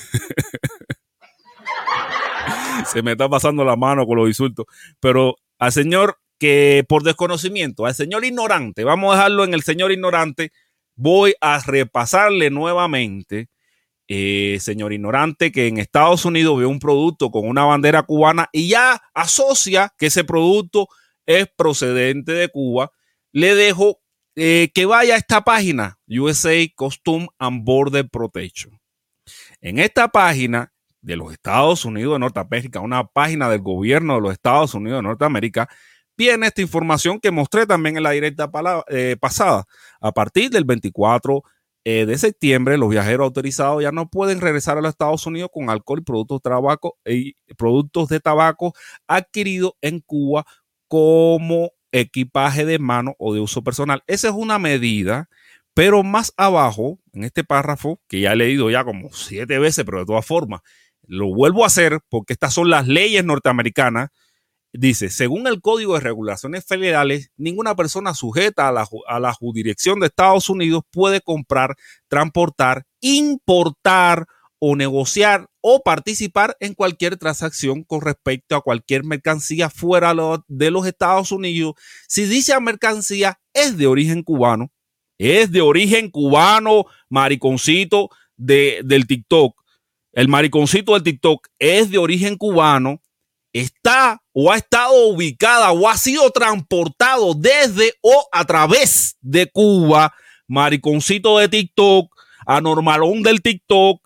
Se me está pasando la mano con los insultos, pero al señor que por desconocimiento, al señor ignorante, vamos a dejarlo en el señor ignorante, voy a repasarle nuevamente, señor ignorante, que en Estados Unidos ve un producto con una bandera cubana y ya asocia que ese producto es procedente de Cuba. Le dejo que vaya a esta página, USA Customs and Border Protection. En esta página de los Estados Unidos de Norteamérica, una página del gobierno de los Estados Unidos de Norteamérica, viene esta información que mostré también en la directa pasada. A partir del 24 de septiembre, los viajeros autorizados ya no pueden regresar a los Estados Unidos con alcohol y productos de tabaco adquiridos en Cuba como equipaje de mano o de uso personal. Esa es una medida, pero más abajo, en este párrafo, que ya he leído ya como 7 veces, pero de todas formas, lo vuelvo a hacer porque estas son las leyes norteamericanas. Dice, según el Código de Regulaciones Federales, ninguna persona sujeta a la jurisdicción de Estados Unidos puede comprar, transportar, importar o negociar o participar en cualquier transacción con respecto a cualquier mercancía fuera de los Estados Unidos si dicha mercancía es de origen cubano. Es de origen cubano, mariconcito del TikTok. El mariconcito del TikTok es de origen cubano. Está o ha estado ubicada o ha sido transportado desde o a través de Cuba. Mariconcito de TikTok, anormalón del TikTok.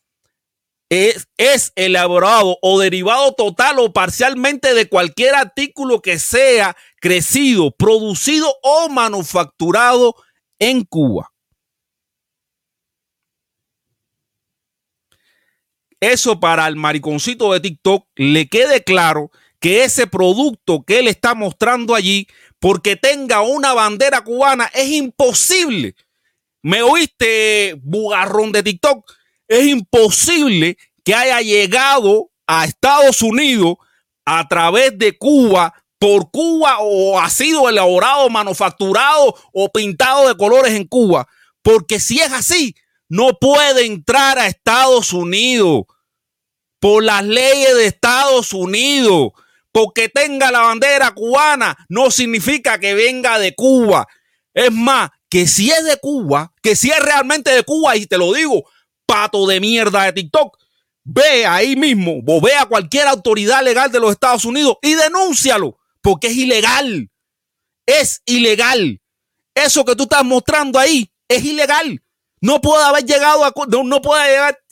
Es elaborado o derivado total o parcialmente de cualquier artículo que sea crecido, producido o manufacturado en Cuba. Eso para el mariconcito de TikTok le quede claro que ese producto que él está mostrando allí, porque tenga una bandera cubana, es imposible. ¿Me oíste, bugarrón de TikTok? Es imposible que haya llegado a Estados Unidos a través de Cuba, por Cuba, o ha sido elaborado, manufacturado o pintado de colores en Cuba. Porque si es así, no puede entrar a Estados Unidos por las leyes de Estados Unidos. Porque tenga la bandera cubana no significa que venga de Cuba. Es más, que si es de Cuba, que si es realmente de Cuba, y te lo digo, pato de mierda de TikTok, ve ahí mismo, o ve a cualquier autoridad legal de los Estados Unidos y denúncialo, porque es ilegal. Es ilegal. Eso que tú estás mostrando ahí es ilegal. No puede haber llegado no puede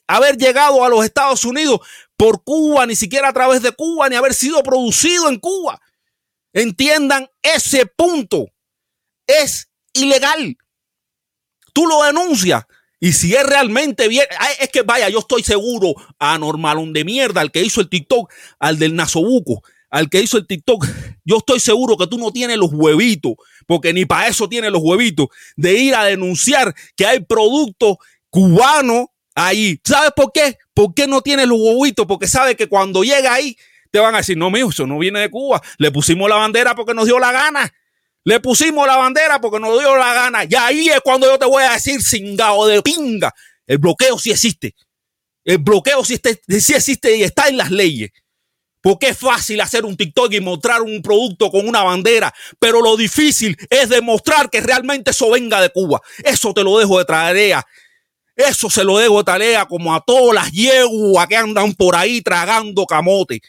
haber llegado a los Estados Unidos por Cuba, ni siquiera a través de Cuba, ni haber sido producido en Cuba. Entiendan ese punto. Es ilegal. Tú lo denuncias. Y si es realmente bien, es que vaya, yo estoy seguro, anormalón de mierda, al que hizo el TikTok, al del Nasobuco, al que hizo el TikTok, yo estoy seguro que tú no tienes los huevitos, porque ni para eso tienes los huevitos, de ir a denunciar que hay productos cubanos ahí. ¿Sabes por qué? ¿Por qué no tienes los huevitos? Porque sabes que cuando llega ahí, te van a decir, no, mijo, eso no viene de Cuba. Le pusimos la bandera porque nos dio la gana. Le pusimos la bandera porque nos dio la gana. Y ahí es cuando yo te voy a decir, cingado de pinga, el bloqueo sí existe. El bloqueo sí existe y está en las leyes. Porque es fácil hacer un TikTok y mostrar un producto con una bandera, pero lo difícil es demostrar que realmente eso venga de Cuba. Eso te lo dejo de tarea. Eso se lo dejo de tarea como a todas las yeguas que andan por ahí tragando camote.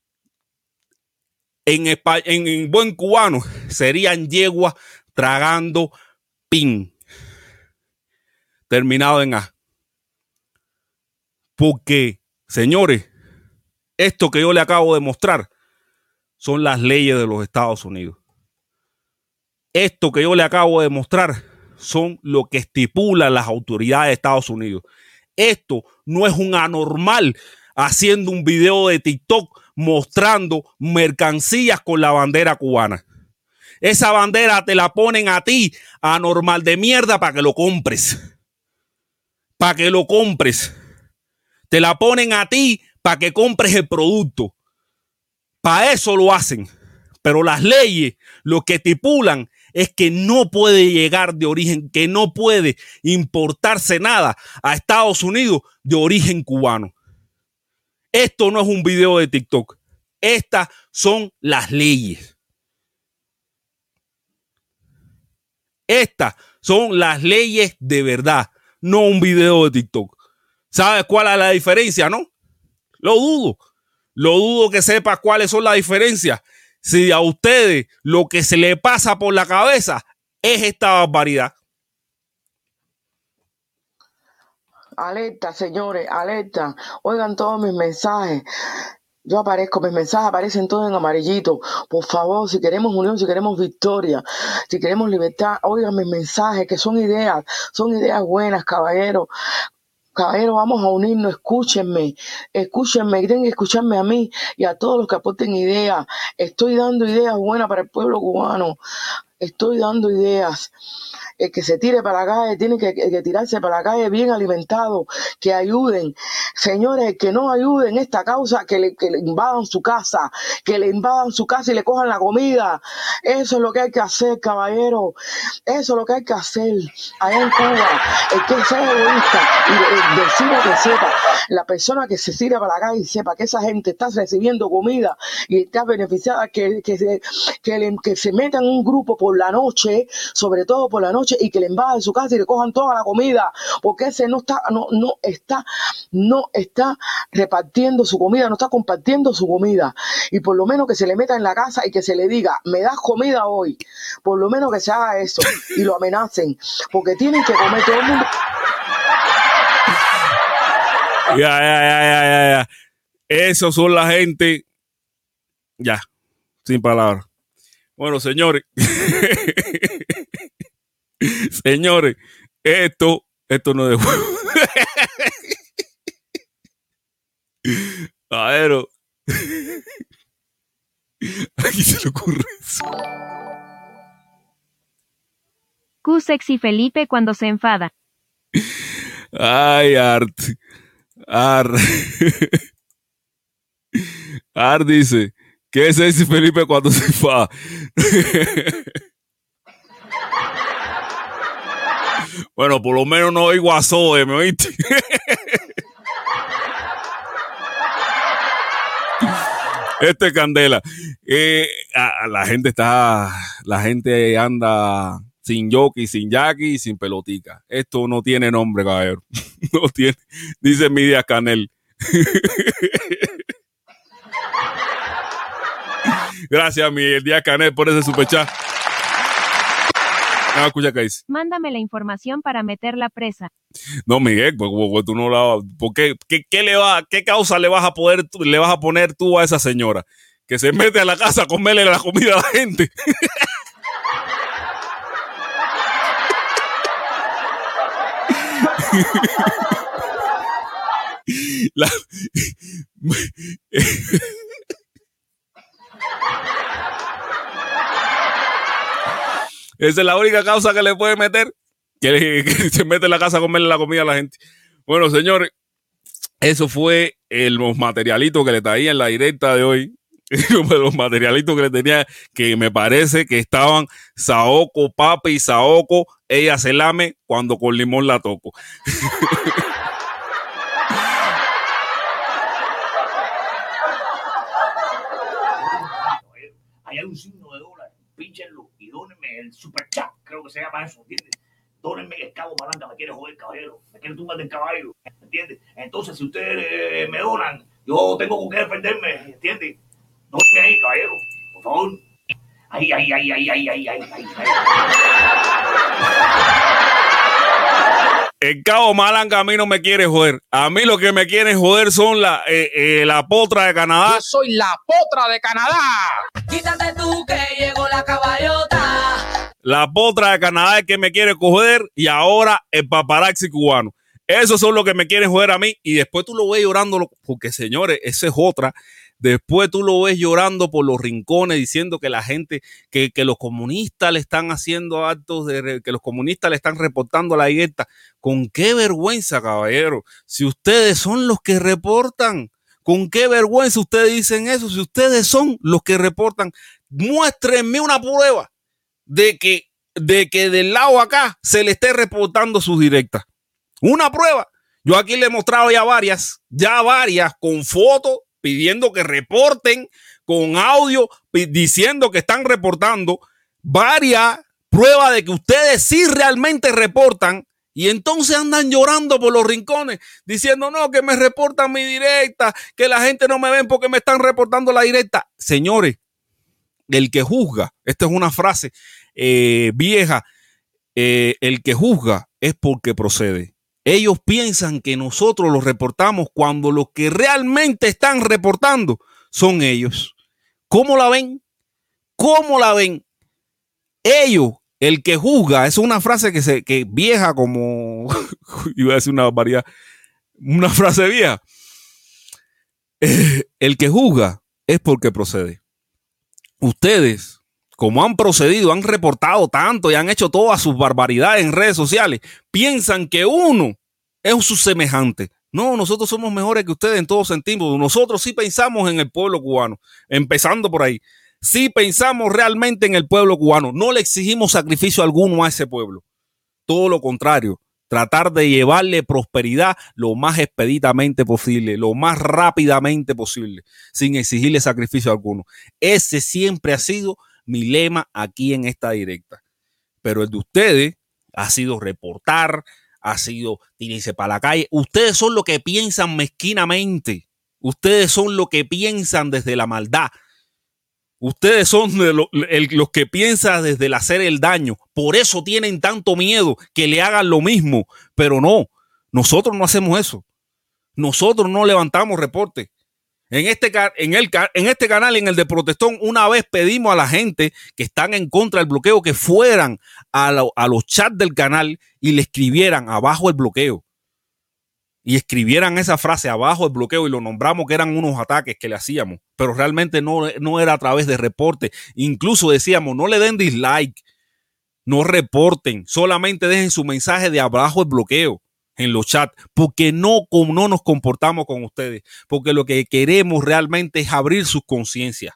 En buen cubano serían yeguas tragando pin. Terminado en A. Porque, señores, esto que yo le acabo de mostrar son las leyes de los Estados Unidos. Esto que yo le acabo de mostrar son lo que estipulan las autoridades de Estados Unidos. Esto no es un anormal haciendo un video de TikTok mostrando mercancías con la bandera cubana. Esa bandera te la ponen a ti, anormal de mierda, para que lo compres. Para que lo compres. Te la ponen a ti para que compres el producto. Para eso lo hacen. Pero las leyes lo que estipulan es que no puede llegar de origen, que no puede importarse nada a Estados Unidos de origen cubano. Esto no es un video de TikTok. Estas son las leyes. Estas son las leyes de verdad, no un video de TikTok. ¿Sabes cuál es la diferencia, no? Lo dudo que sepas cuáles son las diferencias. Si a ustedes lo que se les pasa por la cabeza es esta barbaridad. Alerta, señores, alerta. Oigan todos mis mensajes. Yo aparezco, mis mensajes aparecen todos en amarillito. Por favor, si queremos unión, si queremos victoria, si queremos libertad, oigan mis mensajes, que son ideas buenas, caballeros. Caballero, vamos a unirnos, escúchenme, tienen que escucharme a mí y a todos los que aporten ideas. Estoy dando ideas buenas para el pueblo cubano, estoy dando ideas. El que se tire para la calle tiene que tirarse para la calle bien alimentado, que ayuden. Señores, que no ayuden esta causa, que le invadan su casa, y le cojan la comida. Eso es lo que hay que hacer, caballero. Eso es lo que hay que hacer allá en Cuba. El que sea egoísta y decida que sepa, la persona que se tira para la calle y sepa que esa gente está recibiendo comida y está beneficiada, que se metan en un grupo por la noche, sobre todo por la noche, y que le invadan su casa y le cojan toda la comida, porque ese no está repartiendo su comida, no está compartiendo su comida, y por lo menos que se le meta en la casa y que se le diga, me das comida hoy, por lo menos que se haga eso y lo amenacen, porque tienen que comer todo el mundo. Ya. Esos son la gente. Ya, sin palabras. Bueno, señores. Señores, esto no es de juego. A ver, aquí se le ocurre eso. Q sexy Felipe cuando se enfada. Ay, Art dice, ¿qué es sexy Felipe cuando se enfada? Bueno, por lo menos no oigo a Zoe, ¿me oíste? Candela. La gente anda sin jockey, sin Jackie y sin pelotica. Esto no tiene nombre, caballero. No tiene. Dice mi Díaz Canel. Gracias, Miguel Díaz Canel, por ese superchat. No, escucha qué dice. Mándame la información para meterla presa. No, Miguel, pues tú no la... ¿Por qué? ¿Qué causa le vas a poner tú a esa señora? Que se mete a la casa a comerle la comida a la gente. Esa es la única causa que le puede meter, que se mete en la casa a comerle la comida a la gente. Bueno, señores, eso fue los materialitos que le traía en la directa de hoy. Los materialitos que le tenía, que me parece que estaban Saoko, papi y Saoko, ella se lame cuando con limón la toco. Ahí hay un signo de dólar, pínchenlo y dónenme el super chat, creo que se llama eso, ¿entiendes? Dónenme el cabo Malanga, me quiere joder, caballero, me quiere tumbar del caballo, ¿entiendes? Entonces, si ustedes me donan, yo tengo con qué defenderme, ¿entiendes? Dónenme ahí, caballero, por favor. Ahí. El cabo Malanga a mí no me quiere joder. A mí lo que me quieren joder son la potra de Canadá. Yo soy la potra de Canadá. Quítate tú que llegó la caballota. La potra de Canadá es que me quiere coger y ahora el paparazzi cubano. Esos son los que me quieren joder a mí y después tú lo ves llorando, porque señores, esa es otra. Después tú lo ves llorando por los rincones diciendo que la gente, que los comunistas le están haciendo actos que los comunistas le están reportando a la directa. ¿Con qué vergüenza, caballero? Si ustedes son los que reportan, ¿con qué vergüenza ustedes dicen eso? Si ustedes son los que reportan, muéstrenme una prueba de que del lado acá se le esté reportando sus directas. Una prueba. Yo aquí le he mostrado ya varias con fotos, pidiendo que reporten, con audio, diciendo que están reportando, varias pruebas de que ustedes sí realmente reportan, y entonces andan llorando por los rincones, diciendo, no, que me reportan mi directa, que la gente no me ven porque me están reportando la directa. Señores, el que juzga, esta es una frase vieja, el que juzga es porque procede. Ellos piensan que nosotros los reportamos cuando los que realmente están reportando son ellos. ¿Cómo la ven? ¿Cómo la ven? Ellos, el que juzga, es una frase que vieja como, iba a decir una barbaridad, una frase vieja. El que juzga es porque procede. Ustedes, como han procedido, han reportado tanto y han hecho todas sus barbaridades en redes sociales, piensan que uno es su semejante. No, nosotros somos mejores que ustedes en todos sentidos. Nosotros sí pensamos en el pueblo cubano, empezando por ahí. Sí pensamos realmente en el pueblo cubano. No le exigimos sacrificio alguno a ese pueblo. Todo lo contrario, tratar de llevarle prosperidad lo más expeditamente posible, lo más rápidamente posible, sin exigirle sacrificio alguno. Ese siempre ha sido mi lema aquí en esta directa. Pero el de ustedes ha sido reportar, ha sido tirarse para la calle. Ustedes son los que piensan mezquinamente. Ustedes son los que piensan desde la maldad. Ustedes son los que piensan desde el hacer el daño. Por eso tienen tanto miedo que le hagan lo mismo. Pero no, nosotros no hacemos eso. Nosotros no levantamos reportes. En este canal, en el de Protestón, una vez pedimos a la gente que están en contra del bloqueo que fueran a los chats del canal y le escribieran abajo el bloqueo. Y escribieran esa frase abajo el bloqueo y lo nombramos que eran unos ataques que le hacíamos. Pero realmente no era a través de reporte. Incluso decíamos, no le den dislike, no reporten, solamente dejen su mensaje de abajo el bloqueo en los chats, porque no nos comportamos con ustedes, porque lo que queremos realmente es abrir sus conciencias,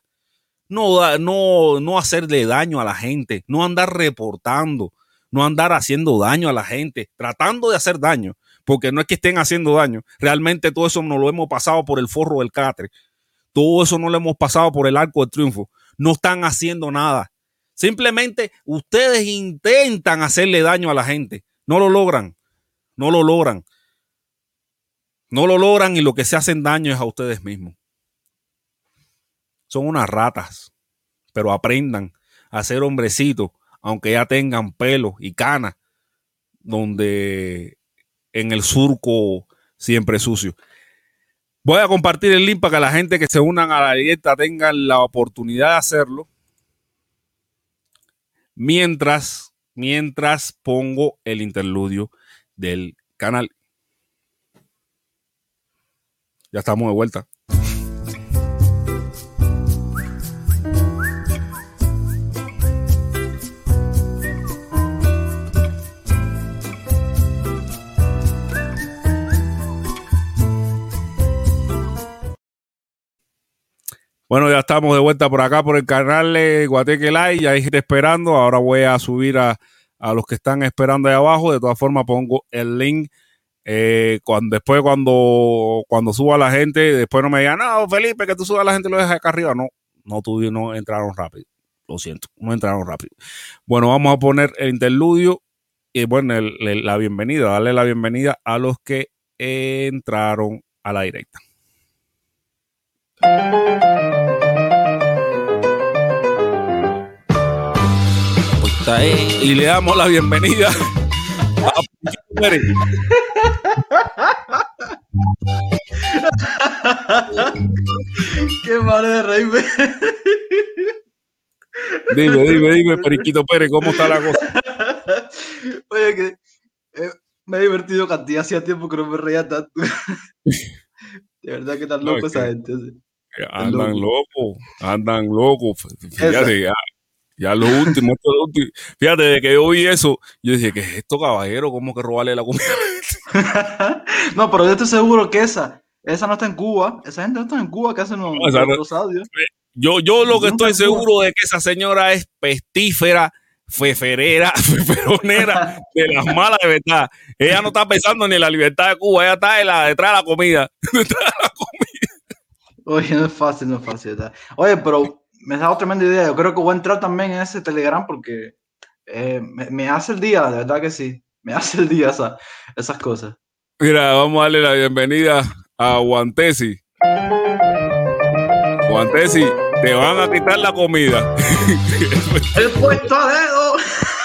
no hacerle daño a la gente, no andar reportando, no andar haciendo daño a la gente, tratando de hacer daño, porque no es que estén haciendo daño, realmente todo eso nos lo hemos pasado por el forro del catre, todo eso no lo hemos pasado por el arco del triunfo, no están haciendo nada, simplemente ustedes intentan hacerle daño a la gente, no lo logran. No lo logran y lo que se hacen daño es a ustedes mismos. Son unas ratas, pero aprendan a ser hombrecitos, aunque ya tengan pelo y canas, donde en el surco siempre sucio. Voy a compartir el link para que la gente que se unan a la dieta tengan la oportunidad de hacerlo. Mientras pongo el interludio del canal. Ya estamos de vuelta. Bueno, ya estamos de vuelta por acá por el canal de Guateque Live. Ya hay gente esperando. Ahora voy a subir a los que están esperando ahí abajo. De todas formas, pongo el link. Después cuando suba la gente, después no me digan, no, Felipe, que tú subas a la gente y lo dejas acá arriba. No entraron rápido. Lo siento, no entraron rápido. Bueno, vamos a poner el interludio y bueno, la bienvenida. Darle la bienvenida a los que entraron a la directa. Y le damos la bienvenida a Pérez. Qué manera de reírme. Dime, Periquito Pérez, ¿cómo está la cosa? Oye, que me he divertido cantidad, hacía tiempo que no me reía tanto. De verdad que tan loco esa gente. Andan locos. Fíjate, ya lo último. Fíjate, de que yo vi eso, yo dije, ¿qué es esto, caballero? ¿Cómo que robarle la comida? No, pero yo estoy seguro que esa no está en Cuba. Esa gente no está en Cuba, que hacen los audios. Yo lo que estoy seguro de que esa señora es pestífera, feferonera, de las malas de verdad. Ella no está pensando ni en la libertad de Cuba, ella está detrás de la comida. Oye, no es fácil, ¿verdad? Oye, pero me ha dado tremenda idea. Yo creo que voy a entrar también en ese Telegram porque me hace el día, de verdad que sí. Me hace el día esas cosas. Mira, vamos a darle la bienvenida a Guantesi. Guantesi, te van a quitar la comida. ¡El puesto a dedo!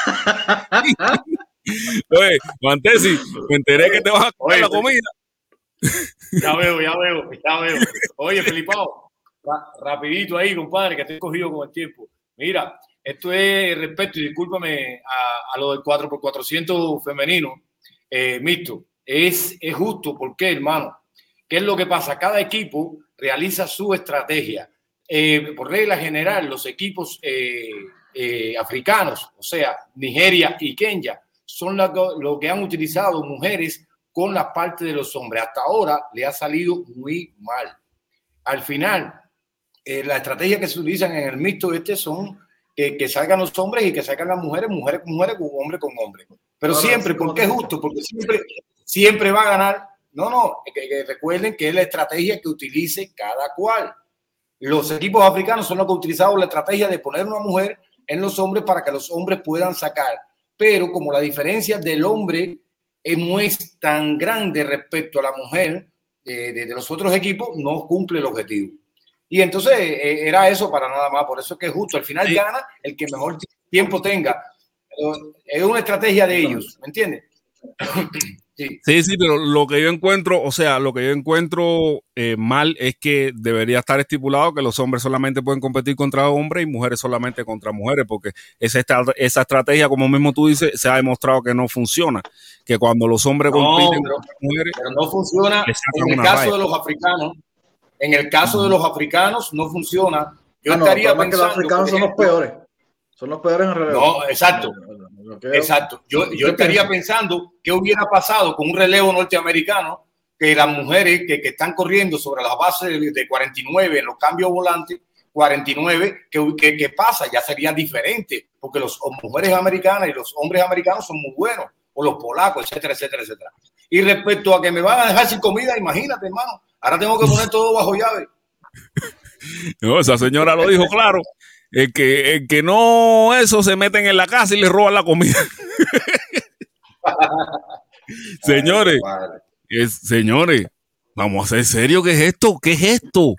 Oye, Guantesi, me enteré que te vas a quitar la comida. Ya veo. Oye, Felipao, rapidito ahí, compadre, que te he cogido con el tiempo. Mira, esto es respecto, y discúlpame, a lo del 4x400 femenino mixto. Es justo, ¿por qué, hermano? ¿Qué es lo que pasa? Cada equipo realiza su estrategia. Por regla general, los equipos africanos, o sea, Nigeria y Kenia, son lo que han utilizado mujeres con la parte de los hombres. Hasta ahora le ha salido muy mal. Al final, la estrategia que se utilizan en el mixto son que salgan los hombres y que salgan las mujeres, mujeres con mujeres, hombre con hombre. Pero ahora, siempre, porque es justo, porque siempre va a ganar. No, que recuerden que es la estrategia que utilice cada cual. Los equipos africanos son los que han utilizado la estrategia de poner una mujer en los hombres para que los hombres puedan sacar. Pero como la diferencia del hombre no es tan grande respecto a la mujer de los otros equipos, no cumple el objetivo. Y entonces era eso para nada más. Por eso es que es justo. Al final gana el que mejor tiempo tenga. Es una estrategia de ellos, ¿me entiendes? Sí, pero lo que yo encuentro, mal es que debería estar estipulado que los hombres solamente pueden competir contra hombres y mujeres solamente contra mujeres, porque esa estrategia, como mismo tú dices, se ha demostrado que no funciona, que cuando los hombres compiten contra mujeres, pero no funciona en el caso de los africanos. En el caso de los africanos no funciona. Yo estaría pensando que los africanos son los peores. Son los peores en relevo. No, exacto. Exacto. Yo estaría pensando qué hubiera pasado con un relevo norteamericano, que las mujeres que están corriendo sobre las bases de 49 en los cambios volantes, 49, ¿qué pasa? Ya sería diferente, porque las mujeres americanas y los hombres americanos son muy buenos, o los polacos, etcétera, etcétera, etcétera. Y respecto a que me van a dejar sin comida, imagínate, hermano, ahora tengo que poner todo bajo llave. No, esa señora lo dijo claro. El que no se meten en la casa y le roban la comida. Señores, vamos a ser serios. ¿Qué es esto?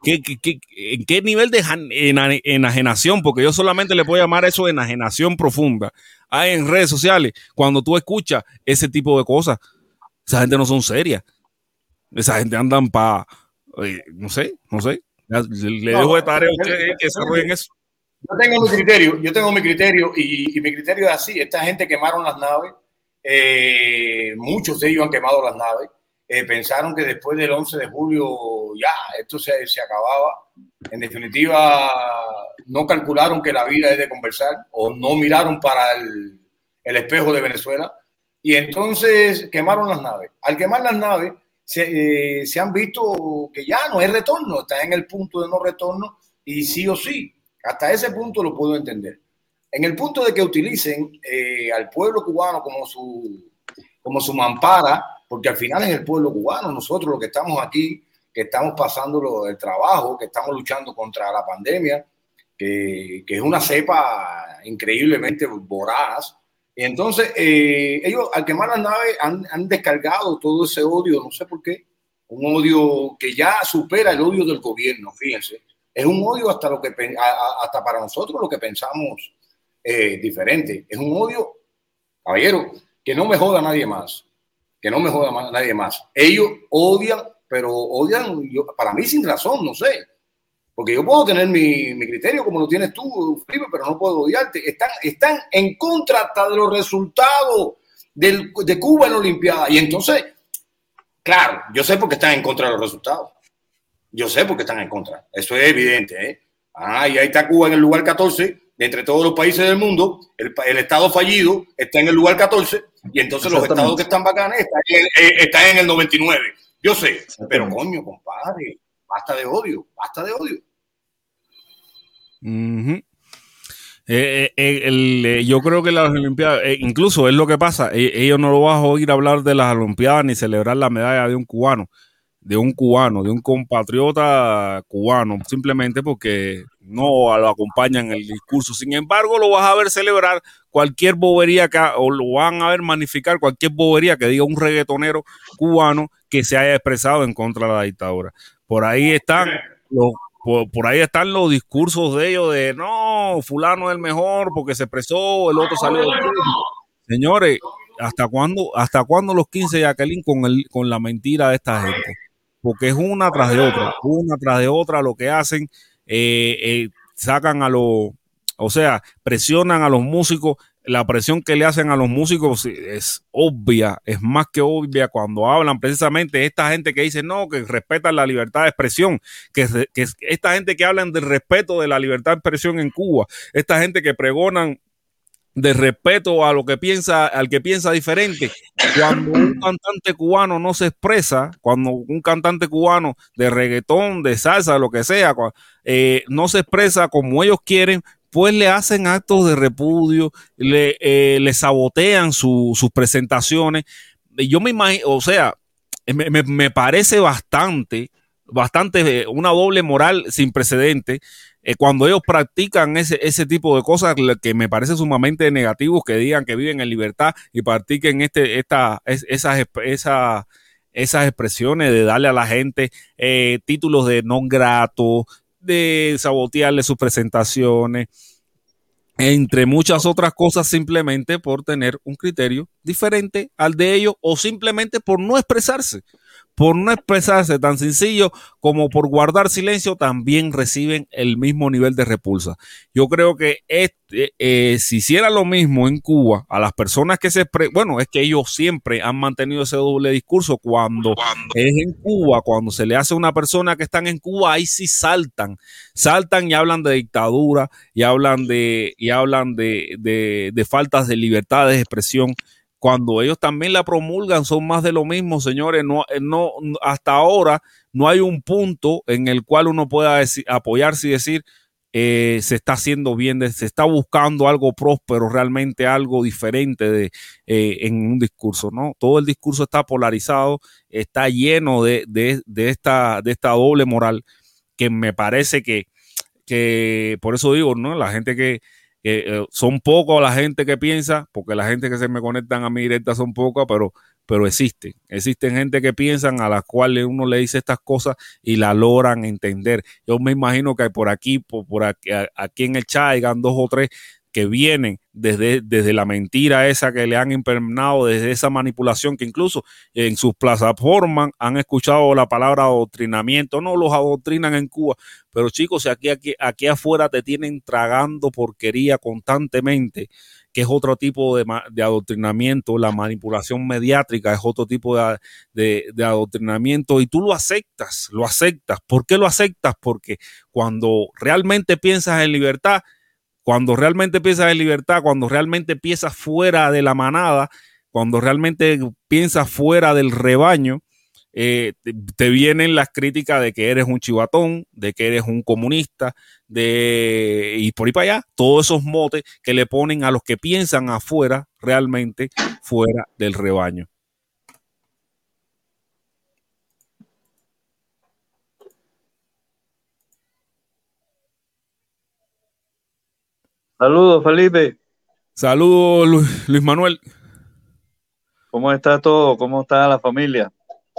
¿En qué nivel de enajenación? Porque yo solamente le puedo llamar eso de enajenación profunda. Hay en redes sociales, cuando tú escuchas ese tipo de cosas, esa gente no son serias. Esa gente andan no sé. Le dejo de tarea a ustedes que desarrollen eso. Yo tengo mi criterio y mi criterio es así. Esta gente quemaron las naves, muchos de ellos han quemado las naves, pensaron que después del 11 de julio ya esto se acababa. En definitiva, no calcularon que la vida es de conversar o no miraron para el espejo de Venezuela y entonces quemaron las naves. Al quemar las naves se han visto que ya no hay retorno, está en el punto de no retorno y sí o sí. Hasta ese punto lo puedo entender. En el punto de que utilicen al pueblo cubano como su mampara, porque al final es el pueblo cubano, nosotros los que estamos aquí, que estamos pasando el trabajo, que estamos luchando contra la pandemia, que es una cepa increíblemente voraz. Y entonces ellos al quemar las naves han descargado todo ese odio, no sé por qué, un odio que ya supera el odio del gobierno, fíjense. Es un odio hasta para nosotros lo que pensamos diferente. Es un odio, caballero, que no me joda nadie más. Que no me joda nadie más. Ellos odian, pero odian para mí sin razón, no sé. Porque yo puedo tener mi criterio como lo tienes tú, Felipe, pero no puedo odiarte. Están en contra hasta de los resultados de Cuba en la Olimpiada. Y entonces, claro, yo sé por qué están en contra de los resultados. Yo sé por qué están en contra. Eso es evidente, ¿eh? Y ahí está Cuba en el lugar 14, de entre todos los países del mundo. El estado fallido está en el lugar 14, y entonces los estados que están bacanes están en el 99. Yo sé, pero coño, compadre, basta de odio. Uh-huh. Yo creo que las Olimpiadas, incluso es lo que pasa, ellos no lo van a oír hablar de las Olimpiadas ni celebrar la medalla de un cubano, de un compatriota cubano, simplemente porque no lo acompañan en el discurso. Sin embargo, lo vas a ver celebrar cualquier bobería o lo van a ver magnificar cualquier bobería que diga un reggaetonero cubano que se haya expresado en contra de la dictadura. Por ahí están los discursos de ellos de no, fulano es el mejor porque se expresó, el otro salió del club. Señores, ¿hasta cuándo los 15 de Jacqueline con la mentira de esta gente? Porque es una tras de otra lo que hacen, sacan presionan a los músicos. La presión que le hacen a los músicos es obvia, es más que obvia cuando hablan precisamente esta gente que dice no, que respetan la libertad de expresión, que esta gente que hablan del respeto de la libertad de expresión en Cuba, esta gente que pregonan de respeto a lo que piensa, al que piensa diferente. Cuando un cantante cubano no se expresa, cuando un cantante cubano de reggaetón, de salsa, lo que sea, no se expresa como ellos quieren, pues le hacen actos de repudio, le sabotean sus presentaciones. Yo me imagino, me parece bastante una doble moral sin precedente cuando ellos practican ese tipo de cosas que me parece sumamente negativo, que digan que viven en libertad y practiquen esas expresiones de darle a la gente títulos de non grato, de sabotearle sus presentaciones, entre muchas otras cosas, simplemente por tener un criterio diferente al de ellos o simplemente por no expresarse. Por no expresarse, tan sencillo como por guardar silencio, también reciben el mismo nivel de repulsa. Yo creo que si hiciera lo mismo en Cuba, a las personas que es que ellos siempre han mantenido ese doble discurso. Cuando es en Cuba, cuando se le hace a una persona que están en Cuba, ahí sí saltan y hablan de dictadura y hablan de faltas de libertad de expresión. Cuando ellos también la promulgan, son más de lo mismo, señores. No, hasta ahora no hay un punto en el cual uno pueda apoyarse y decir se está haciendo bien, se está buscando algo próspero, realmente algo diferente en un discurso, ¿no? Todo el discurso está polarizado, está lleno de esta doble moral que me parece que por eso digo, ¿no? La gente que Son pocos la gente que piensa, porque la gente que se me conectan a mi directa son pocas, pero existen gente que piensan, a las cuales uno le dice estas cosas y la logran entender. Yo me imagino que por aquí, aquí en el chat hayan 2 o 3 que vienen desde la mentira esa que le han impregnado, desde esa manipulación que incluso en sus plataformas han escuchado la palabra adoctrinamiento. No los adoctrinan en Cuba, pero chicos, si aquí afuera te tienen tragando porquería constantemente, que es otro tipo de adoctrinamiento. La manipulación mediática es otro tipo de adoctrinamiento, y tú lo aceptas. ¿Por qué lo aceptas? Porque cuando realmente piensas en libertad, cuando realmente piensas fuera de la manada, cuando realmente piensas fuera del rebaño, te vienen las críticas de que eres un chivatón, de que eres un comunista, y por ahí para allá, todos esos motes que le ponen a los que piensan afuera, realmente fuera del rebaño. Saludos, Felipe. Saludos, Luis Manuel. ¿Cómo está todo? ¿Cómo está la familia?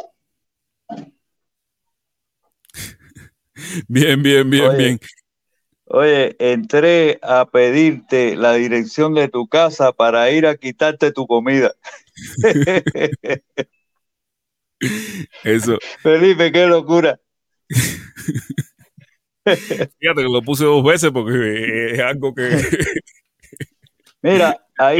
Bien, bien. Oye, entré a pedirte la dirección de tu casa para ir a quitarte tu comida. Eso. Felipe, qué locura. Fíjate que lo puse 2 veces porque es algo que... Mira, ahí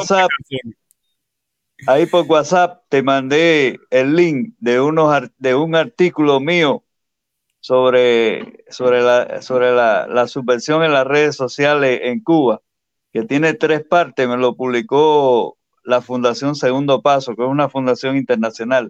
por WhatsApp te mandé el link de un artículo mío sobre la subversión en las redes sociales en Cuba, que tiene 3 partes. Me lo publicó la Fundación Segundo Paso, que es una fundación internacional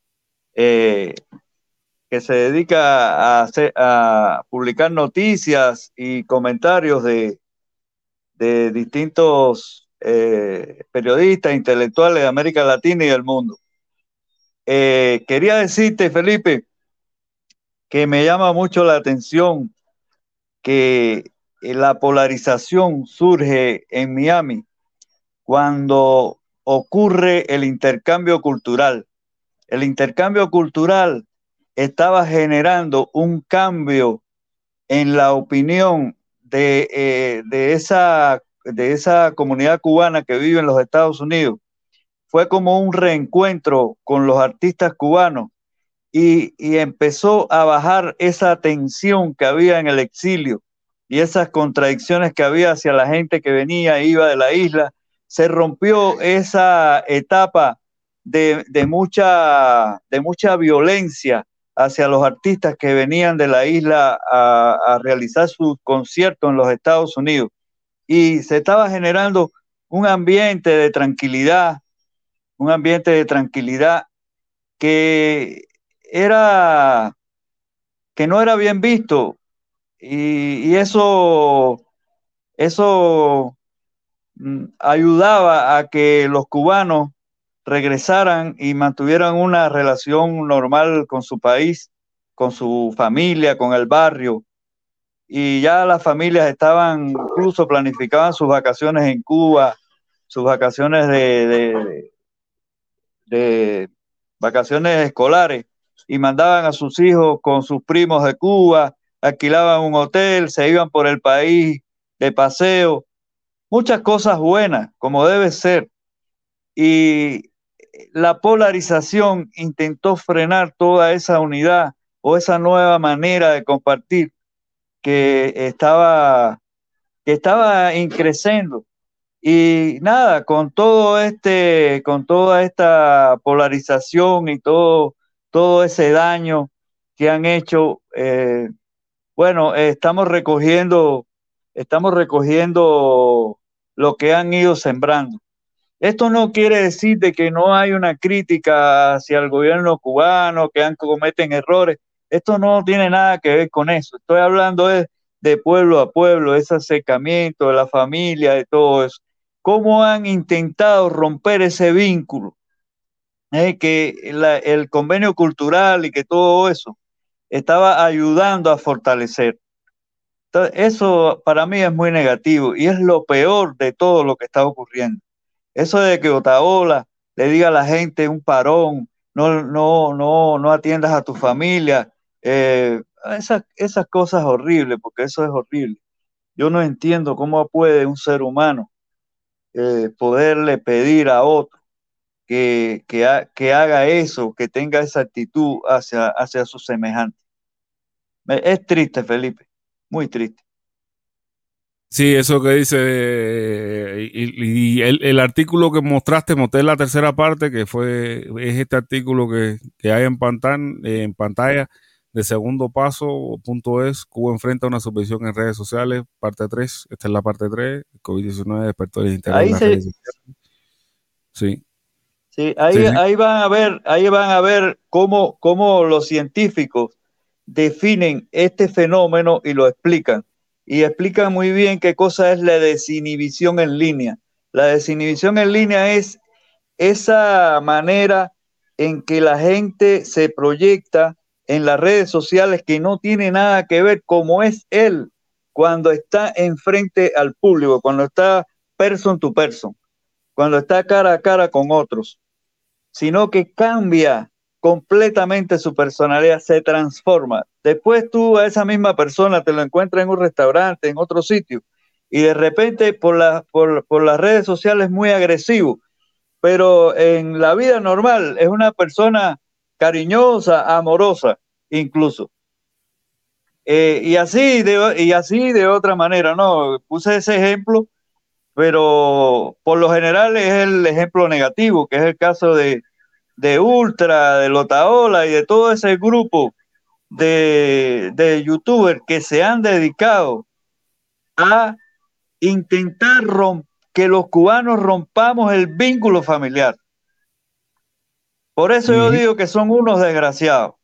que se dedica a publicar noticias y comentarios de distintos periodistas, intelectuales de América Latina y del mundo. Quería decirte, Felipe, que me llama mucho la atención que la polarización surge en Miami cuando ocurre el intercambio cultural. El intercambio cultural estaba generando un cambio en la opinión de esa comunidad cubana que vive en los Estados Unidos. Fue como un reencuentro con los artistas cubanos y empezó a bajar esa tensión que había en el exilio y esas contradicciones que había hacia la gente que venía e iba de la isla. Se rompió esa etapa de mucha violencia hacia los artistas que venían de la isla a realizar sus conciertos en los Estados Unidos, y se estaba generando un ambiente de tranquilidad que no era bien visto, y eso ayudaba a que los cubanos regresaran y mantuvieran una relación normal con su país, con su familia, con el barrio. Y ya las familias incluso planificaban sus vacaciones en Cuba, sus vacaciones de vacaciones escolares, y mandaban a sus hijos con sus primos de Cuba, alquilaban un hotel, se iban por el país de paseo. Muchas cosas buenas, como debe ser. Y la polarización intentó frenar toda esa unidad o esa nueva manera de compartir que estaba increciendo. Y nada, con toda esta polarización y todo ese daño que han hecho, estamos recogiendo lo que han ido sembrando. Esto no quiere decir de que no hay una crítica hacia el gobierno cubano, que cometen errores. Esto no tiene nada que ver con eso. Estoy hablando de pueblo a pueblo, ese acercamiento de la familia, de todo eso. ¿Cómo han intentado romper ese vínculo? Que el convenio cultural y que todo eso estaba ayudando a fortalecer. Entonces, eso para mí es muy negativo y es lo peor de todo lo que está ocurriendo. Eso de que Otaola le diga a la gente un parón, no atiendas a tu familia, esas cosas horribles, porque eso es horrible. Yo no entiendo cómo puede un ser humano poderle pedir a otro que haga eso, que tenga esa actitud hacia su semejante. Es triste, Felipe, muy triste. Sí, eso que dice, y el artículo que mostré la tercera parte, es este artículo que hay en pantalla de segundopaso.es, Cuba enfrenta una subversión en redes sociales, parte 3, esta es la parte 3, COVID-19 despertó el interés en las redes sociales. Sí. Sí, ahí van a ver cómo los científicos definen este fenómeno y lo explican. Y explican muy bien qué cosa es la desinhibición en línea. La desinhibición en línea es esa manera en que la gente se proyecta en las redes sociales que no tiene nada que ver como es él cuando está enfrente al público, cuando está person to person, cuando está cara a cara con otros, sino que cambia completamente su personalidad, se transforma. Después tú a esa misma persona te lo encuentras en un restaurante, en otro sitio, y de repente por las redes sociales es muy agresivo, pero en la vida normal es una persona cariñosa, amorosa, incluso. Y así de otra manera, ¿no? Puse ese ejemplo, pero por lo general es el ejemplo negativo, que es el caso de Ultra, de Otaola y de todo ese grupo de youtubers que se han dedicado a intentar que los cubanos rompamos el vínculo familiar. Por eso yo digo que son unos desgraciados.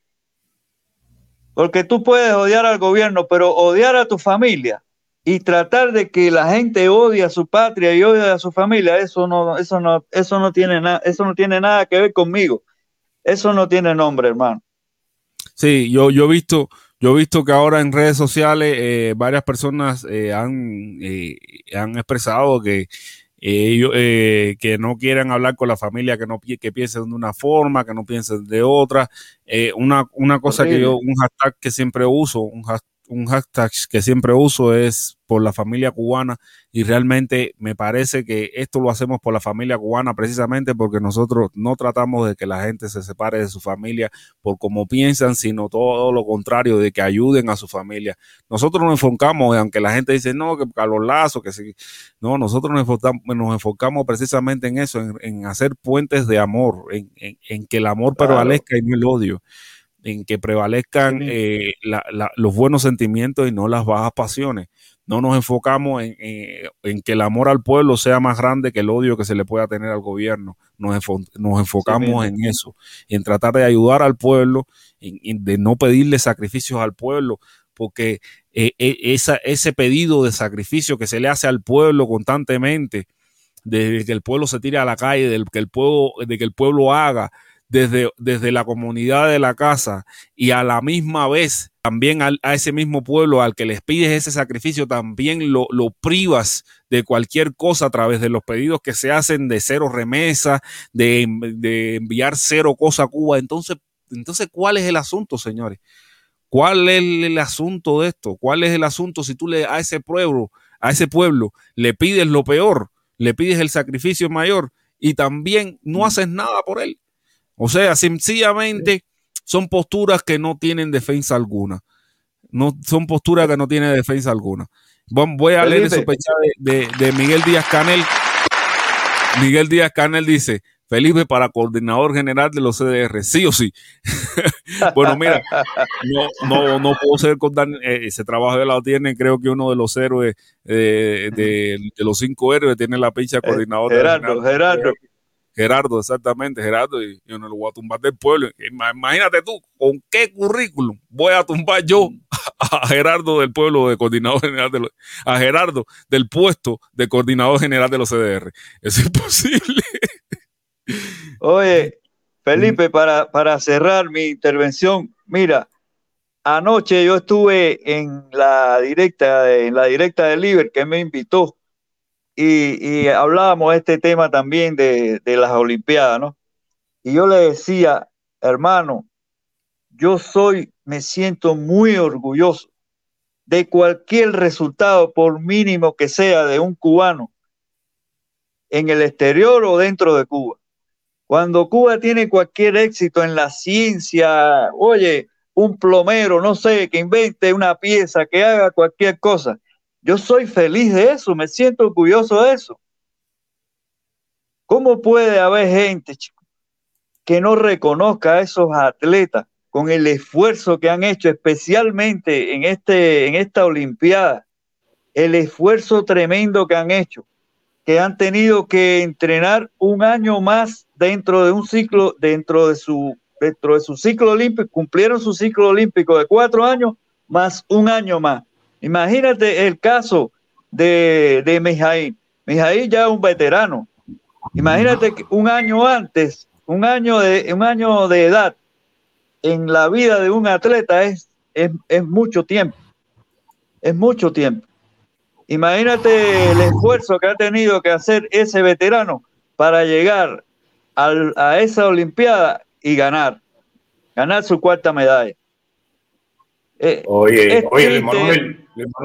Porque tú puedes odiar al gobierno, pero odiar a tu familia y tratar de que la gente odie a su patria y odie a su familia, eso no tiene nada que ver conmigo. Eso no tiene nombre, hermano. Sí, yo he visto que ahora en redes sociales varias personas han expresado que ellos que no quieren hablar con la familia, que piensen de una forma, que no piensen de otra. Una cosa un hashtag que siempre uso, un hashtag que siempre uso es por la familia cubana, y realmente me parece que esto lo hacemos por la familia cubana precisamente porque nosotros no tratamos de que la gente se separe de su familia por cómo piensan, sino todo lo contrario, de que ayuden a su familia. Nosotros nos enfocamos, aunque la gente dice no, que Carlos Lazo, que sí, no, nosotros nos enfocamos precisamente en eso, en hacer puentes de amor, en que el amor prevalezca y no el odio, en que prevalezcan los buenos sentimientos y no las bajas pasiones. No nos enfocamos en que el amor al pueblo sea más grande que el odio que se le pueda tener al gobierno. Nos enfocamos en eso, en tratar de ayudar al pueblo, de no pedirle sacrificios al pueblo, porque ese pedido de sacrificio que se le hace al pueblo constantemente, de que el pueblo se tire a la calle, de que el pueblo haga, desde la comunidad de la casa, y a la misma vez también a ese mismo pueblo al que les pides ese sacrificio, también lo privas de cualquier cosa a través de los pedidos que se hacen de cero remesa, de enviar cero cosa a Cuba. Entonces, ¿cuál es el asunto, señores? ¿Cuál es el asunto de esto? ¿Cuál es el asunto si tú a ese pueblo le pides lo peor, le pides el sacrificio mayor y también no haces nada por él? O sea, sencillamente son posturas que no tienen defensa alguna. No son posturas que no tienen defensa alguna. Voy a leer el superchat de Miguel Díaz Canel. Miguel Díaz Canel dice: Felipe para coordinador general de los CDR, sí o sí. Bueno, mira, no puedo ser ese trabajo de la tiene, creo que uno de los héroes de los 5 héroes tiene la pincha coordinador. Gerardo, exactamente, Gerardo, y yo no lo voy a tumbar del pueblo. Imagínate tú, ¿con qué currículum voy a tumbar yo a Gerardo del pueblo de coordinador general a Gerardo del puesto de coordinador general de los CDR? Es imposible. Oye, Felipe, para cerrar mi intervención, mira, anoche yo estuve en la directa de Liber, que me invitó, y hablábamos de este tema también de las Olimpiadas, ¿no? Y yo le decía, hermano, me siento muy orgulloso de cualquier resultado, por mínimo que sea, de un cubano en el exterior o dentro de Cuba. Cuando Cuba tiene cualquier éxito en la ciencia, oye, un plomero, no sé, que invente una pieza, que haga cualquier cosa, yo soy feliz de eso, me siento orgulloso de eso. ¿Cómo puede haber gente, chico, que no reconozca a esos atletas con el esfuerzo que han hecho, especialmente en esta Olimpiada, el esfuerzo tremendo que han hecho, que han tenido que entrenar un año más dentro de su ciclo olímpico, cumplieron su ciclo olímpico de 4 años más un año más? Imagínate el caso de Mijaíl. Mijaíl ya es un veterano. Imagínate que un año antes, un año de edad en la vida de un atleta es mucho tiempo. Es mucho tiempo. Imagínate el esfuerzo que ha tenido que hacer ese veterano para llegar a esa Olimpiada y ganar su 4ª medalla. Oye, Luis Manuel,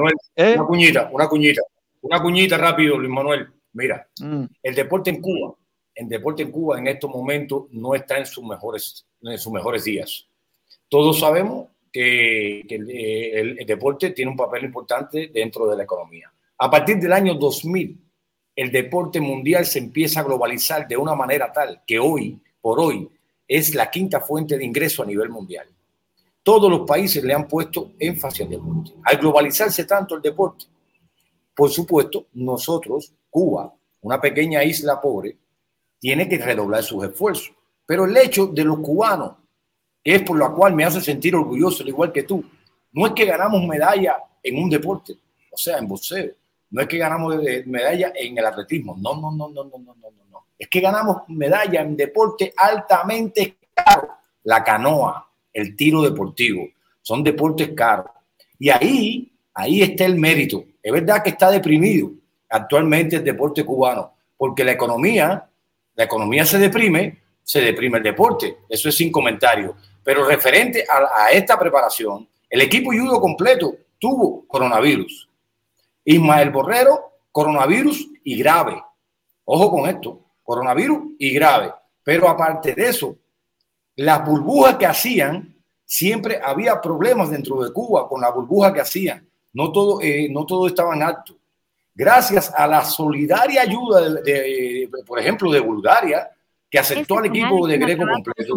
una cuñita rápido, Luis Manuel. Mira, el deporte en Cuba en estos momentos no está en sus mejores días. Todos sabemos que el deporte tiene un papel importante dentro de la economía. A partir del año 2000, el deporte mundial se empieza a globalizar de una manera tal que hoy por hoy es la 5ª fuente de ingreso a nivel mundial. Todos los países le han puesto énfasis al deporte. Al globalizarse tanto el deporte, por supuesto, nosotros, Cuba, una pequeña isla pobre, tiene que redoblar sus esfuerzos. Pero el hecho de los cubanos, que es por lo cual me hace sentir orgulloso, al igual que tú, no es que ganamos medalla en un deporte, o sea, en boxeo. No es que ganamos medalla en el atletismo. No. Es que ganamos medalla en deporte altamente caro. La canoa, el tiro deportivo, son deportes caros. Y ahí está el mérito. Es verdad que está deprimido actualmente el deporte cubano, porque la economía se deprime el deporte. Eso es sin comentario. Pero referente a esta preparación, el equipo judo completo tuvo coronavirus. Ismael Borrero, coronavirus y grave. Ojo con esto, coronavirus y grave. Pero aparte de eso, las burbujas que hacían, siempre había problemas dentro de Cuba con las burbujas que hacían. No todo estaba en alto. Gracias a la solidaria ayuda, por ejemplo, de Bulgaria, que aceptó al equipo de Greco completo.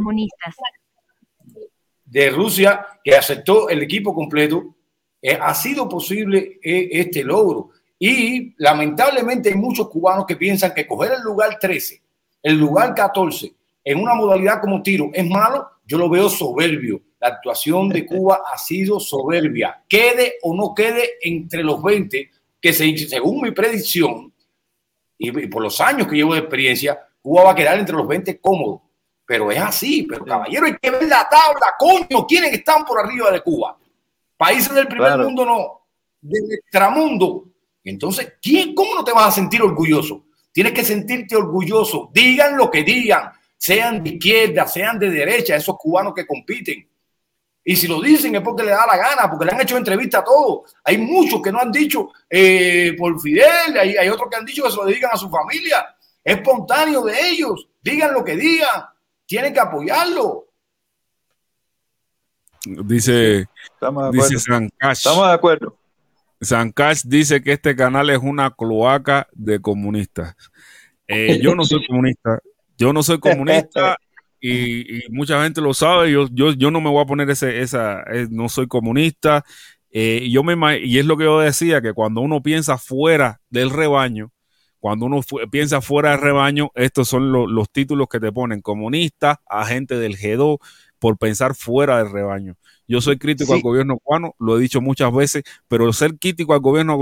De Rusia, que aceptó el equipo completo. Ha sido posible este logro. Y lamentablemente hay muchos cubanos que piensan que coger el lugar 13, el lugar 14 en una modalidad como tiro es malo. Yo lo veo soberbio. La actuación de Cuba ha sido soberbia. Quede o no quede entre los 20, que según mi predicción y por los años que llevo de experiencia, Cuba va a quedar entre los 20 cómodo. Pero es así. Pero caballero, hay que ver la tabla. Coño, ¿quiénes están por arriba de Cuba? Países del primer mundo no, del extramundo. Entonces, ¿cómo no te vas a sentir orgulloso? Tienes que sentirte orgulloso. Digan lo que digan, sean de izquierda, sean de derecha, esos cubanos que compiten. Y si lo dicen es porque le da la gana, porque le han hecho entrevista a todos. Hay muchos que no han dicho por Fidel, hay otros que han dicho que se lo dedican a su familia. Es espontáneo de ellos. Digan lo que digan. Tienen que apoyarlo. Dice Sancash. Estamos de acuerdo. Sancash dice que este canal es una cloaca de comunistas. Yo no soy comunista. y mucha gente lo sabe. Yo no me voy a poner no soy comunista. Y es lo que yo decía, que cuando uno piensa fuera del rebaño, estos son los títulos que te ponen: comunista, agente del G2, por pensar fuera del rebaño. Yo soy crítico al Sí. gobierno cubano, lo he dicho muchas veces, pero ser crítico al gobierno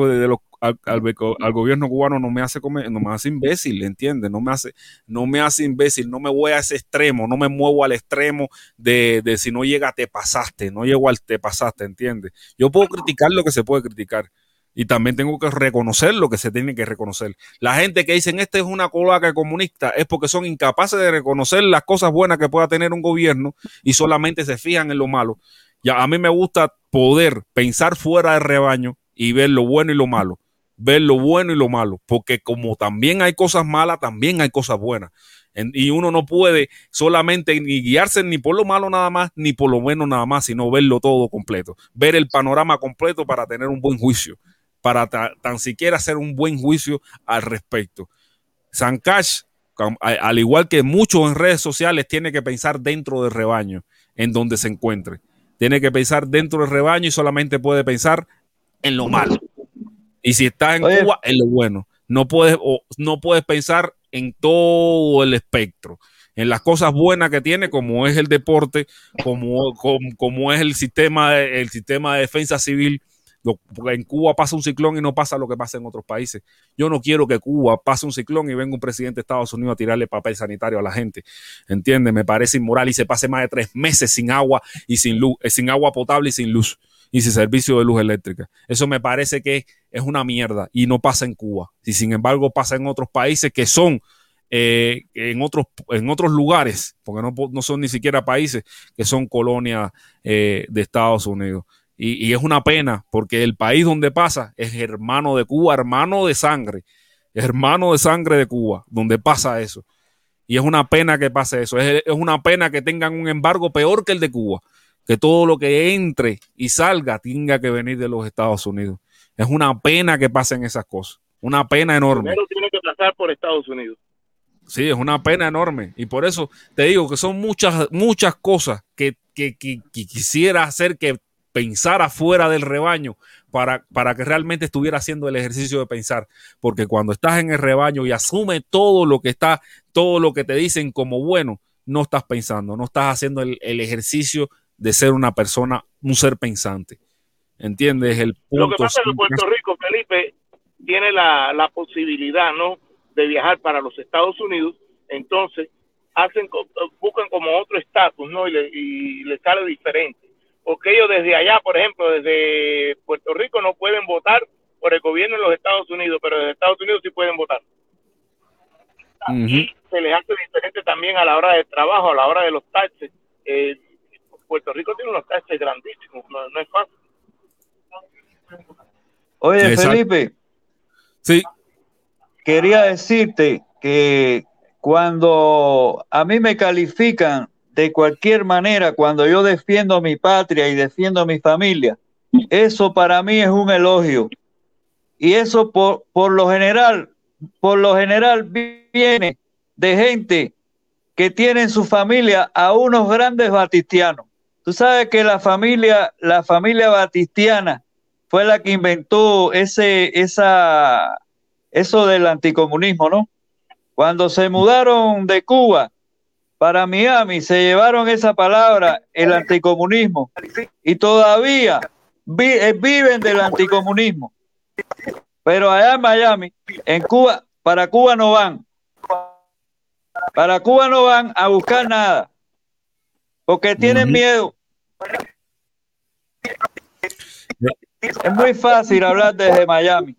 al gobierno cubano no me hace no me hace imbécil, ¿entiendes? No me hace imbécil, no me voy a ese extremo, no me muevo al extremo de si no llega te pasaste, no llego al te pasaste, ¿entiendes? Yo puedo criticar lo que se puede criticar. Y también tengo que reconocer lo que se tiene que reconocer. La gente que dicen esta es una cloaca comunista es porque son incapaces de reconocer las cosas buenas que pueda tener un gobierno y solamente se fijan en lo malo. Ya a mí me gusta poder pensar fuera del rebaño y ver lo bueno y lo malo. Ver lo bueno y lo malo. Porque como también hay cosas malas, también hay cosas buenas. Y uno no puede solamente ni guiarse ni por lo malo nada más, ni por lo bueno nada más, sino verlo todo completo. Ver el panorama completo para tener un buen juicio. Para tan siquiera hacer un buen juicio al respecto. Sancash, al igual que muchos en redes sociales, tiene que pensar dentro del rebaño, en donde se encuentre. Tiene que pensar dentro del rebaño y solamente puede pensar en lo malo. Y si estás en Cuba, en lo bueno. No puedes pensar en todo el espectro. En las cosas buenas que tiene, como es el deporte, como es el sistema de defensa civil. Porque en Cuba pasa un ciclón y no pasa lo que pasa en otros países. Yo no quiero que Cuba pase un ciclón y venga un presidente de Estados Unidos a tirarle papel sanitario a la gente. ¿Entiendes? Me parece inmoral y se pase más de 3 meses sin agua y sin luz, sin agua potable y sin luz y sin servicio de luz eléctrica. Eso me parece que es una mierda y no pasa en Cuba. Y sin embargo pasa en otros países que son en otros lugares, porque no son ni siquiera países, que son colonias de Estados Unidos. Y es una pena porque el país donde pasa es hermano de Cuba, hermano de sangre de Cuba, donde pasa eso. Y es una pena que pase eso. Es una pena que tengan un embargo peor que el de Cuba, que todo lo que entre y salga tenga que venir de los Estados Unidos. Es una pena que pasen esas cosas. Una pena enorme. Primero tiene que pasar por Estados Unidos. Sí, es una pena enorme. Y por eso te digo que son muchas cosas que quisiera hacer que pensara fuera del rebaño para que realmente estuviera haciendo el ejercicio de pensar, porque cuando estás en el rebaño y asume todo lo que te dicen como bueno, no estás pensando, no estás haciendo el ejercicio de ser una persona, un ser pensante. ¿Entiendes? El punto. Lo que pasa es que Puerto Rico, Felipe, tiene la posibilidad, ¿no?, de viajar para los Estados Unidos, entonces buscan como otro estatus, ¿no?, y le sale diferente. Porque ellos desde allá, por ejemplo, desde Puerto Rico no pueden votar por el gobierno de los Estados Unidos, pero desde Estados Unidos sí pueden votar. Y se les hace diferente también a la hora del trabajo, a la hora de los taxes. Puerto Rico tiene unos taxes grandísimos, no es fácil. Oye, Exacto. Felipe. Sí. Quería decirte que cuando a mí me califican de cualquier manera, cuando yo defiendo mi patria y defiendo mi familia, eso para mí es un elogio. Y eso por lo general viene de gente que tiene en su familia a unos grandes batistianos. Tú sabes que la familia batistiana fue la que inventó eso del anticomunismo, ¿no? Cuando se mudaron de Cuba para Miami, se llevaron esa palabra, el anticomunismo, y todavía viven del anticomunismo. Pero allá en Miami, en Cuba, para Cuba no van. Para Cuba no van a buscar nada, porque tienen miedo. Es muy fácil hablar desde Miami.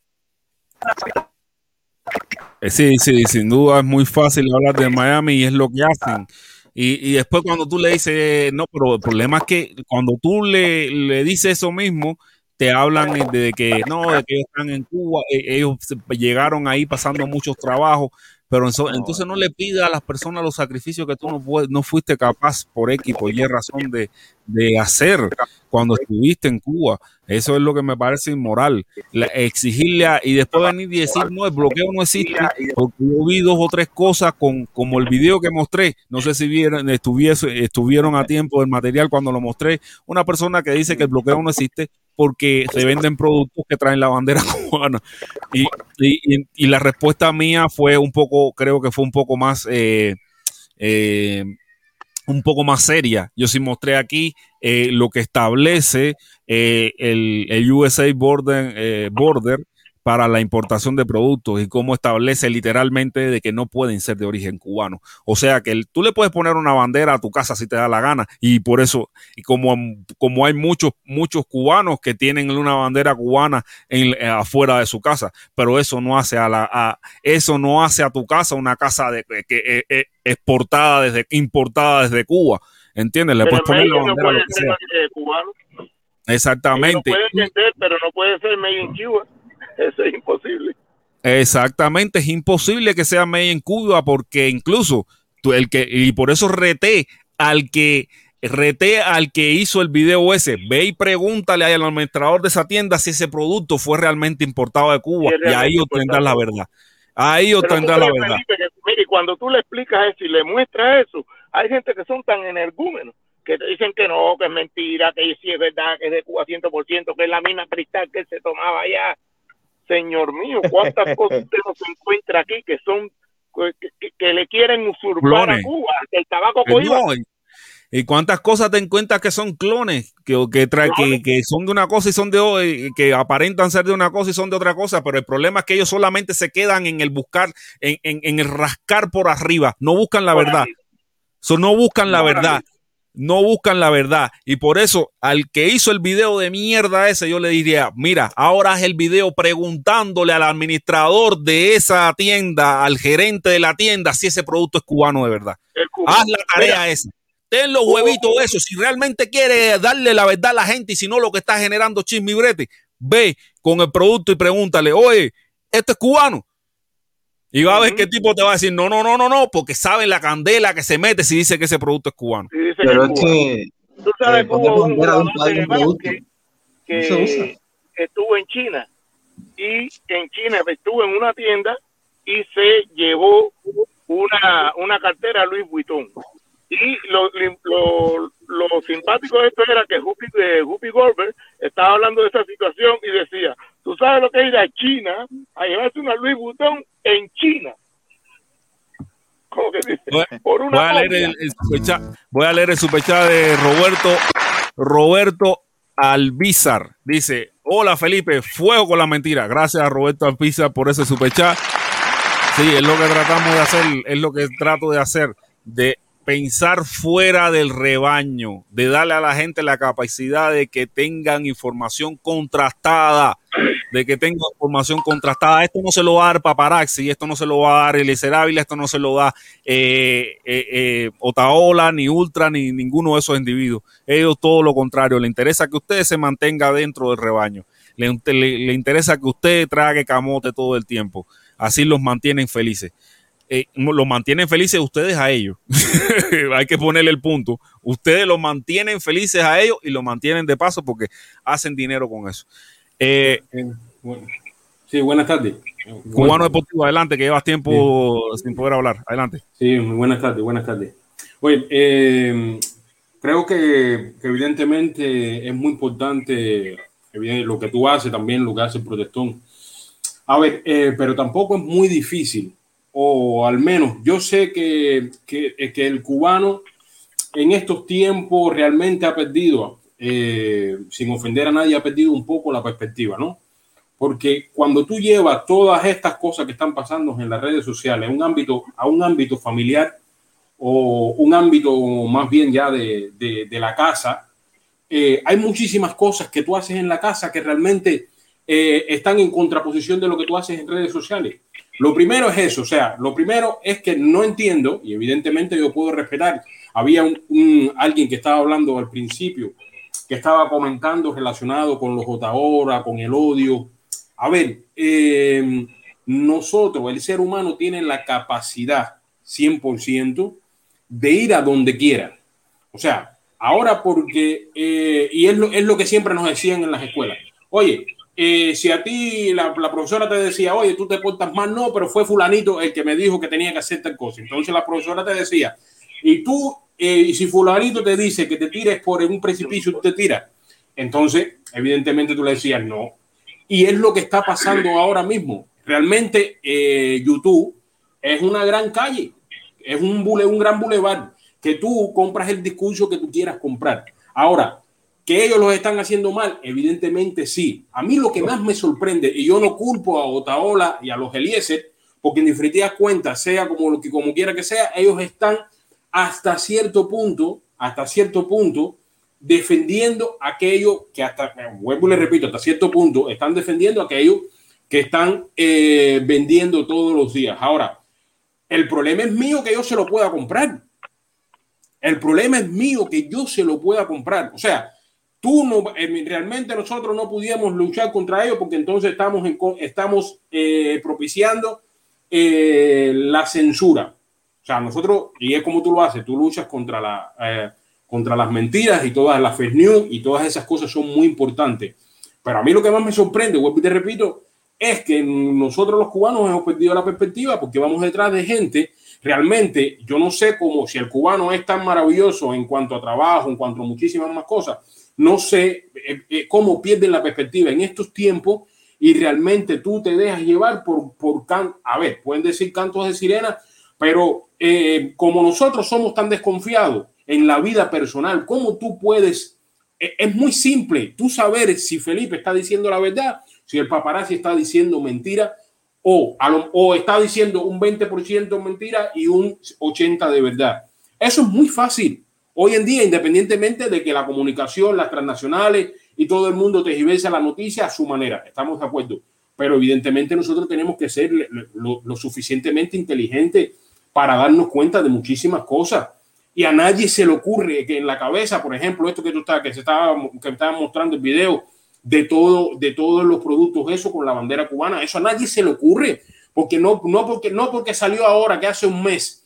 Sí, sin duda es muy fácil hablar de Miami y es lo que hacen. Y después cuando tú le dices, no, pero el problema es que cuando tú le dices eso mismo, te hablan de que no, de que ellos están en Cuba, ellos llegaron ahí pasando muchos trabajos, pero entonces no le pida a las personas los sacrificios que tú no fuiste capaz por X, por Y razón de hacer cuando estuviste en Cuba. Eso es lo que me parece inmoral. Exigirle y después venir y decir, no, el bloqueo no existe, porque yo vi 2 o 3 cosas como el video que mostré. No sé si estuvieron a tiempo del material cuando lo mostré. Una persona que dice que el bloqueo no existe porque se venden productos que traen la bandera cubana. Y la respuesta mía fue creo que fue un poco más un poco más seria. Yo sí mostré aquí lo que establece el USA Border para la importación de productos y cómo establece literalmente de que no pueden ser de origen cubano. O sea que tú le puedes poner una bandera a tu casa si te da la gana, y por eso, y como hay muchos cubanos que tienen una bandera cubana afuera de su casa, pero eso no hace eso no hace a tu casa una casa que importada desde Cuba. ¿Entiendes? Le puedes poner la bandera a lo que sea. Cubano. Exactamente. Lo puede entender, pero no puede ser made in Cuba. Eso es imposible. Exactamente, es imposible que sea made in Cuba, porque incluso y por eso reté al que hizo el video ese. Ve y pregúntale al administrador de esa tienda si ese producto fue realmente importado de Cuba, y ahí obtendrás la verdad. Ahí obtendrás la verdad. Felipe, y cuando tú le explicas eso y le muestras eso, hay gente que son tan energúmenos que te dicen que no, que es mentira, que sí es verdad, que es de Cuba 100%, que es la mina cristal que él se tomaba allá. Señor mío, ¿cuántas cosas usted no se encuentra aquí que son que le quieren usurpar a Cuba? El tabaco cohiba. ¿Y cuántas cosas te encuentras que son clones? Que son de una cosa y son de otra, que aparentan ser de una cosa y son de otra cosa, pero el problema es que ellos solamente se quedan en el buscar, en el rascar por arriba, no buscan la verdad. No buscan la verdad. No buscan la verdad, y por eso al que hizo el video de mierda ese, yo le diría, mira, ahora haz el video preguntándole al administrador de esa tienda, al gerente de la tienda, si ese producto es cubano de verdad. Haz la tarea esa. Ten los huevitos esos. Si realmente quiere darle la verdad a la gente, y si no, lo que está generando chisme y brete, ve con el producto y pregúntale, oye, ¿esto es cubano? Y va a ver qué tipo te va a decir, no, porque saben la candela que se mete si dice que ese producto es cubano. Pero es que tú sabes que hubo un bandera de un país, un producto, que estuvo en China, y en China estuvo en una tienda y se llevó una cartera Louis Vuitton. Y lo simpático de esto era que Whoopi Goldberg estaba hablando de esa situación y decía, ¿tú sabes lo que es ir a China a llevarse una Louis Vuitton en China? ¿Cómo que dice? Voy a leer el superchat de Roberto Albizar. Dice, hola Felipe, fuego con la mentira. Gracias a Roberto Albizar por ese superchat. Sí, es lo que tratamos de hacer, es lo que trato de hacer, de pensar fuera del rebaño, de darle a la gente la capacidad de que tengan información contrastada, Esto no se lo va a dar Paparazzi, esto no se lo va a dar Eliezer Ávila, esto no se lo da Otaola, ni Ultra, ni ninguno de esos individuos. Ellos todo lo contrario, le interesa que usted se mantenga dentro del rebaño, le interesa que usted trague camote todo el tiempo, así los mantienen felices. Los mantienen felices ustedes a ellos. Hay que ponerle el punto. Ustedes los mantienen felices a ellos y los mantienen de paso porque hacen dinero con eso. Sí, buenas tardes. Cubano Deportivo, adelante, que llevas tiempo sin poder hablar. Adelante. Sí, buenas tardes. Oye, creo que evidentemente es muy importante lo que tú haces, también lo que hace el Protestón. A ver, pero tampoco es muy difícil. O al menos yo sé que el cubano en estos tiempos realmente ha perdido, sin ofender a nadie, ha perdido un poco la perspectiva, ¿no? Porque cuando tú llevas todas estas cosas que están pasando en las redes sociales a un ámbito familiar o un ámbito más bien ya de la casa, hay muchísimas cosas que tú haces en la casa que realmente están en contraposición de lo que tú haces en redes sociales. Lo primero es eso, o sea, lo primero es que no entiendo, y evidentemente yo puedo respetar, había alguien que estaba hablando al principio, que estaba comentando relacionado con los Otaola, con el odio. A ver, nosotros, el ser humano, tiene la capacidad 100% de ir a donde quiera. O sea, ahora porque, y es lo que siempre nos decían en las escuelas, oye, si a ti la profesora te decía, oye, tú te portas mal, no, pero fue fulanito el que me dijo que tenía que hacer tal cosa. Entonces la profesora te decía, y tú, y si fulanito te dice que te tires por un precipicio, tú te tiras. Entonces, evidentemente tú le decías no. Y es lo que está pasando ahora mismo. Realmente YouTube es una gran calle, es un gran bulevar. que tú compras el discurso que tú quieras comprar. Ahora, que ellos los están haciendo mal, evidentemente sí. A mí lo que más me sorprende, y yo no culpo a Otaola y a los Eliezer, porque en definitiva cuenta, sea como quiera que sea, ellos están hasta cierto punto, defendiendo aquello que vuelvo y le repito, hasta cierto punto están defendiendo aquello que están vendiendo todos los días. Ahora, el problema es mío que yo se lo pueda comprar. El problema es mío que yo se lo pueda comprar. O sea, realmente nosotros no pudiéramos luchar contra ellos porque entonces estamos propiciando la censura. O sea, nosotros, y es como tú lo haces, tú luchas contra las mentiras y todas las fake news y todas esas cosas son muy importantes. Pero a mí lo que más me sorprende, vuelvo y te repito, es que nosotros los cubanos hemos perdido la perspectiva porque vamos detrás de gente. Realmente, yo no sé cómo, si el cubano es tan maravilloso en cuanto a trabajo, en cuanto a muchísimas más cosas, no sé cómo pierden la perspectiva en estos tiempos y realmente tú te dejas llevar a ver, pueden decir cantos de sirena, pero como nosotros somos tan desconfiados en la vida personal, ¿cómo tú puedes? Es muy simple tú saber si Felipe está diciendo la verdad, si el paparazzi está diciendo mentira o está diciendo un 20% mentira y un 80% de verdad. Eso es muy fácil. Hoy en día, independientemente de que la comunicación, las transnacionales y todo el mundo tergiversa la noticia a su manera, estamos de acuerdo. Pero evidentemente nosotros tenemos que ser lo suficientemente inteligentes para darnos cuenta de muchísimas cosas. Y a nadie se le ocurre que en la cabeza, por ejemplo, esto que estaba mostrando el video de todos los productos, eso con la bandera cubana, eso a nadie se le ocurre, porque no porque salió ahora que hace un mes,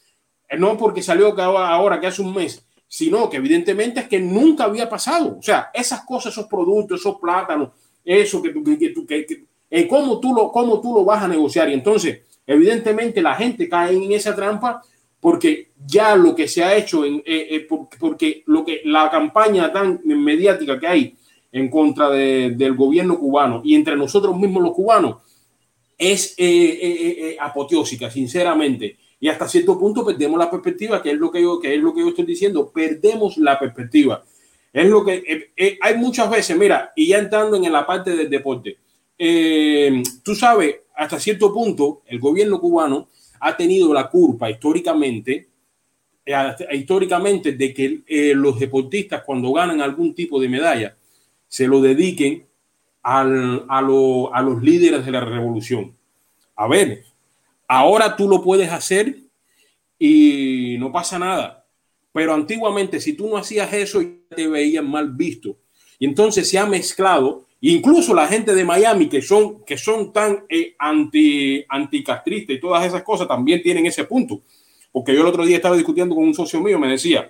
sino que evidentemente es que nunca había pasado. O sea, esas cosas, esos productos, esos plátanos, eso cómo tú lo vas a negociar. Y entonces, evidentemente, la gente cae en esa trampa porque ya lo que se ha hecho, porque la campaña tan mediática que hay en contra del gobierno cubano y entre nosotros mismos los cubanos es apoteósica, sinceramente. Y hasta cierto punto perdemos la perspectiva, que es lo que yo estoy diciendo, perdemos la perspectiva. Es lo que hay muchas veces, mira, y ya entrando en la parte del deporte, tú sabes, hasta cierto punto el gobierno cubano ha tenido la culpa históricamente de que los deportistas cuando ganan algún tipo de medalla se lo dediquen a los líderes de la revolución. A ver, ahora tú lo puedes hacer y no pasa nada. Pero antiguamente, si tú no hacías eso, te veían mal visto. Y entonces se ha mezclado, incluso la gente de Miami, que son tan anticastristas y todas esas cosas, también tienen ese punto. Porque yo el otro día estaba discutiendo con un socio mío, me decía,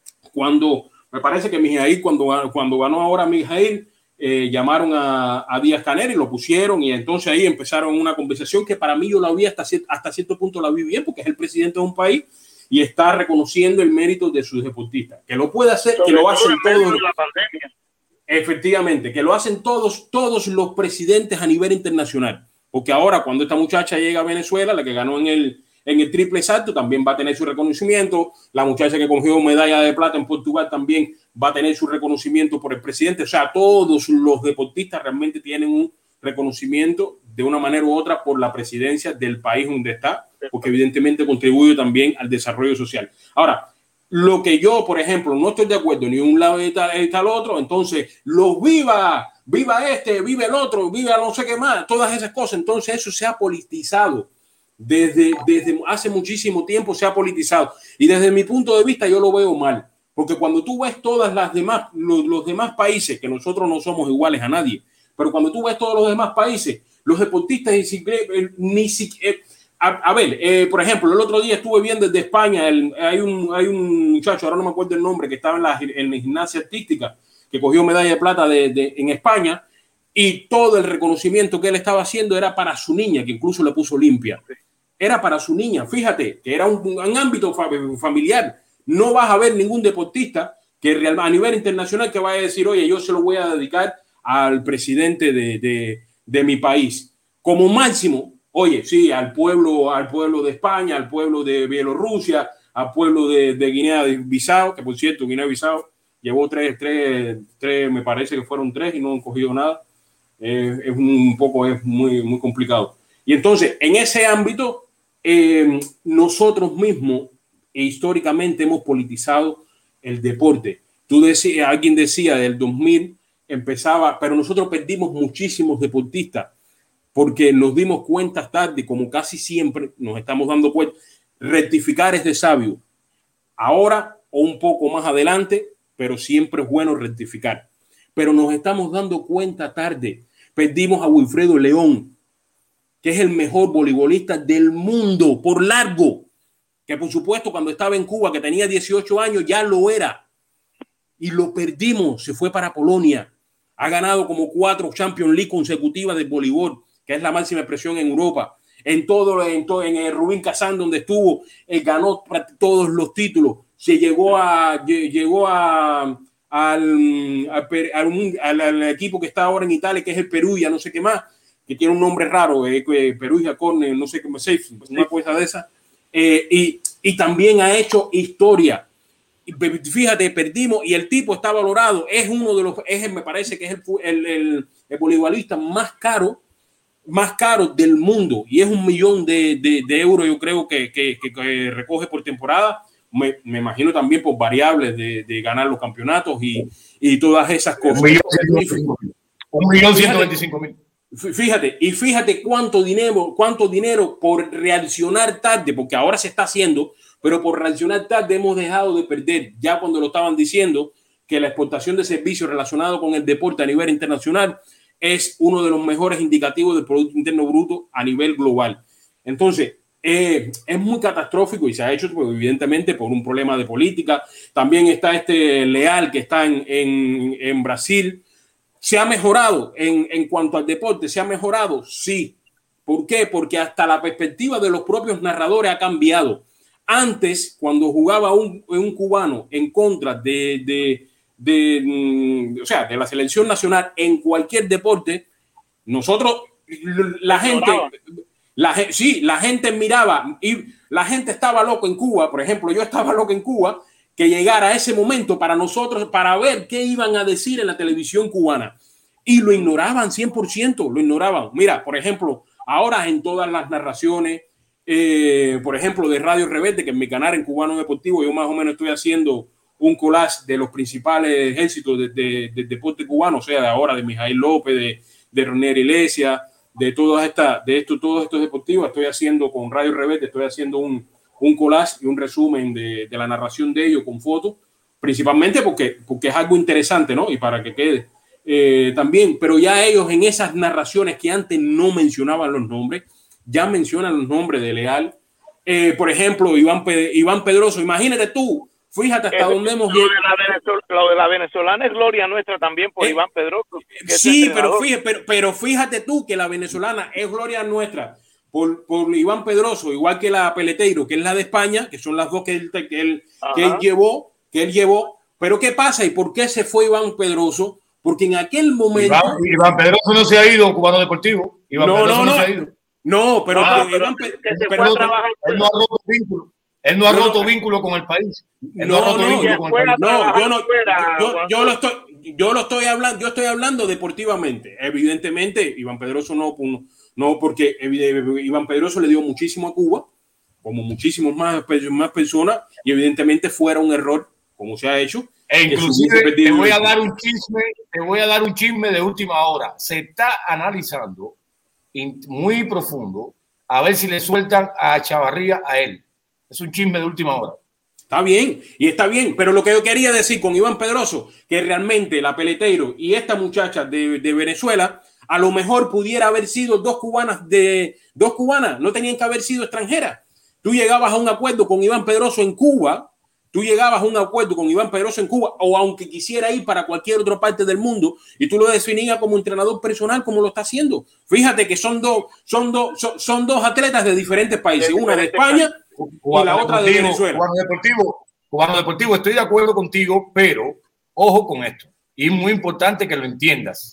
me parece que Mijail, cuando ganó ahora Mijail, llamaron a Díaz Canel y lo pusieron, y entonces ahí empezaron una conversación que para mí yo la vi hasta cierto punto la vi bien, porque es el presidente de un país y está reconociendo el mérito de sus deportistas. Que lo puede hacer, que lo hacen todos. Efectivamente, que lo hacen todos los presidentes a nivel internacional. Porque ahora, cuando esta muchacha llega a Venezuela, la que ganó en el triple salto, también va a tener su reconocimiento. La muchacha que cogió medalla de plata en Portugal también va a tener su reconocimiento por el presidente. O sea, todos los deportistas realmente tienen un reconocimiento de una manera u otra por la presidencia del país donde está, porque evidentemente contribuye también al desarrollo social. Ahora, lo que yo, por ejemplo, no estoy de acuerdo ni un lado ni tal otro, entonces los viva este, viva el otro, viva no sé qué más, todas esas cosas. Entonces eso se ha politizado. Desde hace muchísimo tiempo se ha politizado. Y desde mi punto de vista yo lo veo mal. Porque cuando tú ves todas las demás, los demás países, que nosotros no somos iguales a nadie, pero cuando tú ves todos los demás países, los deportistas ni siquiera... A ver, por ejemplo, el otro día estuve viendo desde España, hay un muchacho, ahora no me acuerdo el nombre, que estaba en la gimnasia artística, que cogió medalla de plata en España, y todo el reconocimiento que él estaba haciendo era para su niña, que incluso le puso Olimpia. Era para su niña, fíjate, que era un ámbito familiar. No vas a ver ningún deportista que a nivel internacional que vaya a decir, oye, yo se lo voy a dedicar al presidente de mi país. Como máximo, oye, sí, al pueblo de España, al pueblo de Bielorrusia, al pueblo de Guinea-Bissau, que por cierto, Guinea-Bissau llevó tres, me parece que fueron 3 y no han cogido nada. Es muy complicado. Y entonces, en ese ámbito, nosotros mismos históricamente hemos politizado el deporte. Alguien decía del 2000 empezaba, pero nosotros perdimos muchísimos deportistas porque nos dimos cuenta tarde, como casi siempre nos estamos dando cuenta. Rectificar es de sabio. Ahora o un poco más adelante, pero siempre es bueno rectificar. Pero nos estamos dando cuenta tarde. Perdimos a Wilfredo León, que es el mejor voleibolista del mundo por largo, que por supuesto cuando estaba en Cuba, que tenía 18 años, ya lo era. Y lo perdimos, se fue para Polonia. Ha ganado como 4 Champions League consecutivas de voleibol, que es la máxima expresión en Europa. En el Rubin Kazán, donde estuvo, ganó todos los títulos. Se llegó al equipo que está ahora en Italia, que es el Perugia, no sé qué más, que tiene un nombre raro, Perugia Corner, no sé qué más, una cosa de esa. Y también ha hecho historia. Fíjate, perdimos y el tipo está valorado. Es uno de los, me parece que es el voleibolista más caro del mundo y es $1 millón de euros, yo creo que recoge por temporada. Me imagino también por variables de ganar los campeonatos y todas esas cosas. 1.125.000. Fíjate cuánto dinero por reaccionar tarde, porque ahora se está haciendo, pero por reaccionar tarde hemos dejado de perder. Ya cuando lo estaban diciendo que la exportación de servicios relacionados con el deporte a nivel internacional es uno de los mejores indicativos del Producto Interno Bruto a nivel global. Entonces, es muy catastrófico y se ha hecho, pues, evidentemente, por un problema de política. También está Leal, que está en Brasil. ¿Se ha mejorado en cuanto al deporte? ¿Se ha mejorado? Sí. ¿Por qué? Porque hasta la perspectiva de los propios narradores ha cambiado. Antes, cuando jugaba un cubano en contra de la selección nacional en cualquier deporte, nosotros, la gente miraba y la gente estaba loco en Cuba. Por ejemplo, yo estaba loco en Cuba que llegara ese momento para nosotros, para ver qué iban a decir en la televisión cubana. Y lo ignoraban 100%, lo ignoraban. Mira, por ejemplo, ahora en todas las narraciones, por ejemplo, de Radio Rebelde, que en mi canal en Cubano Deportivo, yo más o menos estoy haciendo un collage de los principales éxitos del deporte cubano, o sea, de ahora de Mijail López, de René Iglesias, de todos estos deportivos. Estoy haciendo con Radio Rebelde, estoy haciendo un collage y un resumen de la narración de ellos con fotos, principalmente porque es algo interesante, ¿no? Y para que quede también, pero ya ellos en esas narraciones que antes no mencionaban los nombres, ya mencionan los nombres de Leal. Por ejemplo, Iván Pedroso, imagínate tú, fíjate hasta dónde hemos llegado. Lo de la venezolana es gloria nuestra también por Iván Pedroso. Sí, pero fíjate tú que la venezolana es gloria nuestra por Iván Pedroso, igual que la Peleteiro, que es la de España, que son las dos que él llevó. Pero ¿qué pasa y por qué se fue Iván Pedroso? Porque en aquel momento Iván Pedroso no se ha ido, Cubano Deportivo. No se ha ido. No, pero él no ha roto vínculo. Él no ha roto vínculo con el país. Yo lo estoy hablando. Yo estoy hablando deportivamente. Evidentemente, Iván Pedroso no, porque Iván Pedroso le dio muchísimo a Cuba, como muchísimos más personas, y evidentemente fuera un error, como se ha hecho. E inclusive te voy a dar un chisme de última hora. Se está analizando muy profundo a ver si le sueltan a Chavarría a él. Es un chisme de última hora. Está bien, pero lo que yo quería decir con Iván Pedroso, que realmente la Peleteiro y esta muchacha de Venezuela, a lo mejor pudiera haber sido dos cubanas, no tenían que haber sido extranjeras. Tú llegabas a un acuerdo con Iván Pedroso en Cuba, o aunque quisiera ir para cualquier otra parte del mundo, y tú lo definías como entrenador personal, como lo está haciendo. Fíjate que son dos atletas de diferentes países, una de España y la otra de Venezuela. Cubano Deportivo, estoy de acuerdo contigo, pero ojo con esto. Y es muy importante que lo entiendas.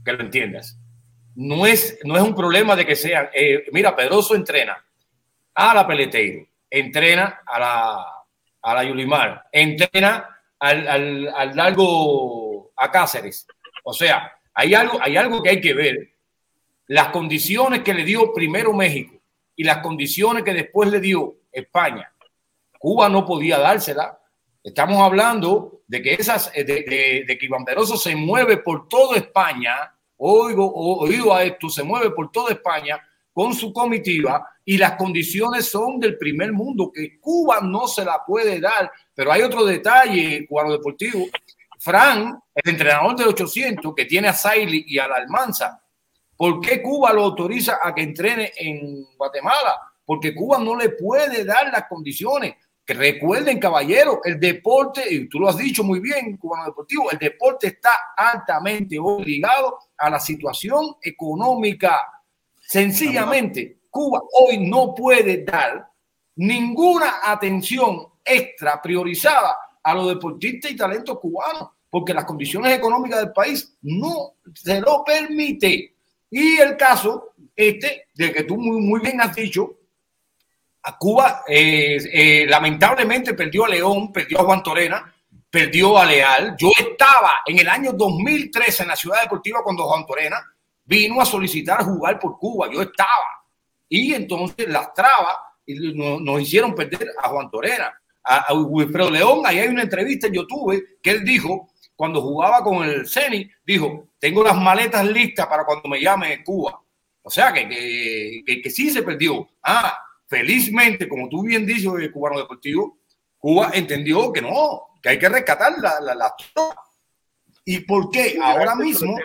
No es un problema de que sean. Mira, Pedroso entrena a la Peleteiro, entrena a a la Yulimar, entrena al largo a Cáceres. O sea, hay algo que hay que ver. Las condiciones que le dio primero México y las condiciones que después le dio España, Cuba no podía dársela. Estamos hablando de que de que Iván Peroso se mueve por toda España, oído a esto, se mueve por toda España con su comitiva y las condiciones son del primer mundo, que Cuba no se la puede dar. Pero hay otro detalle, Cubano Deportivo. Fran, el entrenador del 800, que tiene a Saili y a la Almanza, ¿por qué Cuba lo autoriza a que entrene en Guatemala? Porque Cuba no le puede dar las condiciones. Que recuerden, caballeros, el deporte, y tú lo has dicho muy bien, Cubano Deportivo, el deporte está altamente obligado a la situación económica. Sencillamente, Cuba hoy no puede dar ninguna atención extra priorizada a los deportistas y talentos cubanos, porque las condiciones económicas del país no se lo permite. Y el caso de que tú muy bien has dicho, a Cuba lamentablemente perdió a León, perdió a Juan Torena, perdió a Leal. Yo estaba en el año 2013 en la Ciudad Deportiva cuando Juan Torena vino a solicitar jugar por Cuba. Yo estaba. Y entonces las trabas nos hicieron perder a Juan Torena. A Wilfredo León, ahí hay una entrevista en YouTube que él dijo, cuando jugaba con el CENI, dijo, tengo las maletas listas para cuando me llame Cuba. O sea que sí se perdió. Felizmente, como tú bien dices, Cubano Deportivo, Cuba entendió que no, que hay que rescatar la tropa. ¿Y por qué? Ahora mismo,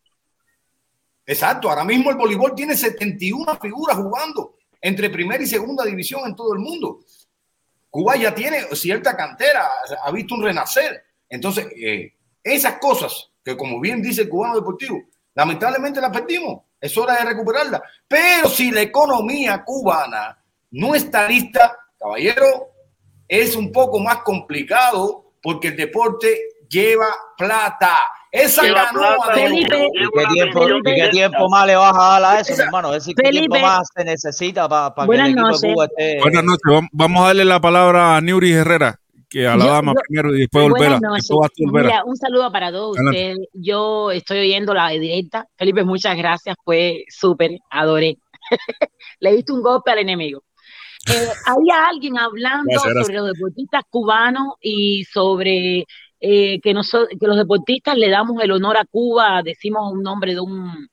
exacto, ahora mismo el voleibol tiene 71 figuras jugando entre primera y segunda división en todo el mundo. Cuba ya tiene cierta cantera, ha visto un renacer. Entonces, esas cosas que, como bien dice el Cubano Deportivo, lamentablemente las perdimos. Es hora de recuperarla. Pero si la economía cubana no está lista, caballero, es un poco más complicado porque el deporte lleva plata. Esa canoa de Felipe, ¿qué tiempo más le vas a dar a eso, mi hermano? Es decir, ¿qué tiempo más se necesita para que el equipo de Cuba esté? Buenas noches. Vamos a darle la palabra a Niuri Herrera, que a la dama primero y después Olvera. Mira, un saludo para todos ustedes. Yo estoy oyendo la directa. Felipe, muchas gracias. Fue súper, adoré. Le diste un golpe al enemigo. Había alguien hablando sobre los deportistas cubanos y sobre que los deportistas le damos el honor a Cuba, decimos un nombre de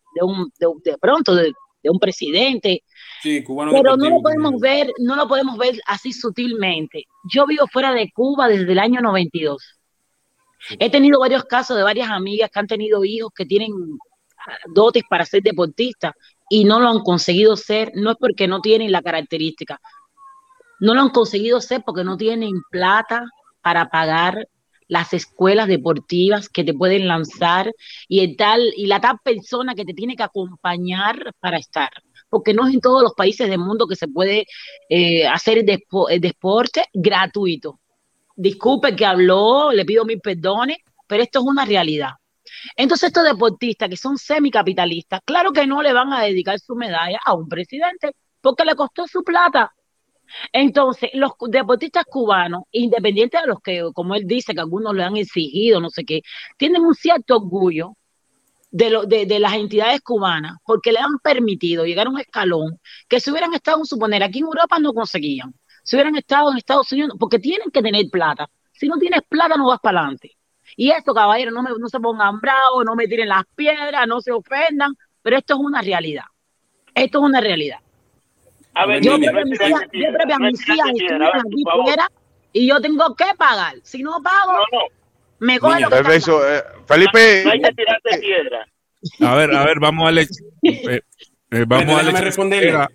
un presidente. Sí, cubano. Pero no lo podemos ver así sutilmente. Yo vivo fuera de Cuba desde el año 92. Sí. He tenido varios casos de varias amigas que han tenido hijos que tienen dotes para ser deportistas y no lo han conseguido ser. No es porque no tienen la característica. No lo han conseguido ser porque no tienen plata para pagar las escuelas deportivas que te pueden lanzar y la tal persona que te tiene que acompañar para estar. Porque no es en todos los países del mundo que se puede hacer deporte gratuito. Disculpe que habló, le pido mil perdones, pero esto es una realidad. Entonces estos deportistas que son semicapitalistas, claro que no le van a dedicar su medalla a un presidente porque le costó su plata. Entonces los deportistas cubanos, independientes de los que, como él dice, que algunos le han exigido, no sé qué, tienen un cierto orgullo de las entidades cubanas, porque le han permitido llegar a un escalón que si hubieran estado, suponer, aquí en Europa no conseguían, si hubieran estado en Estados Unidos, porque tienen que tener plata. Si no tienes plata no vas para adelante. Y esto, caballeros, no se pongan bravos, no me tiren las piedras, no se ofendan, pero esto es una realidad. Esto es una realidad. A ver, yo creo que a mis hijas estudian aquí fuera y yo tengo que pagar. Si no pago, me coge lo que permiso, Felipe. No hay que tirarte piedra. A ver, vamos a darle. Vamos a darle. Responder.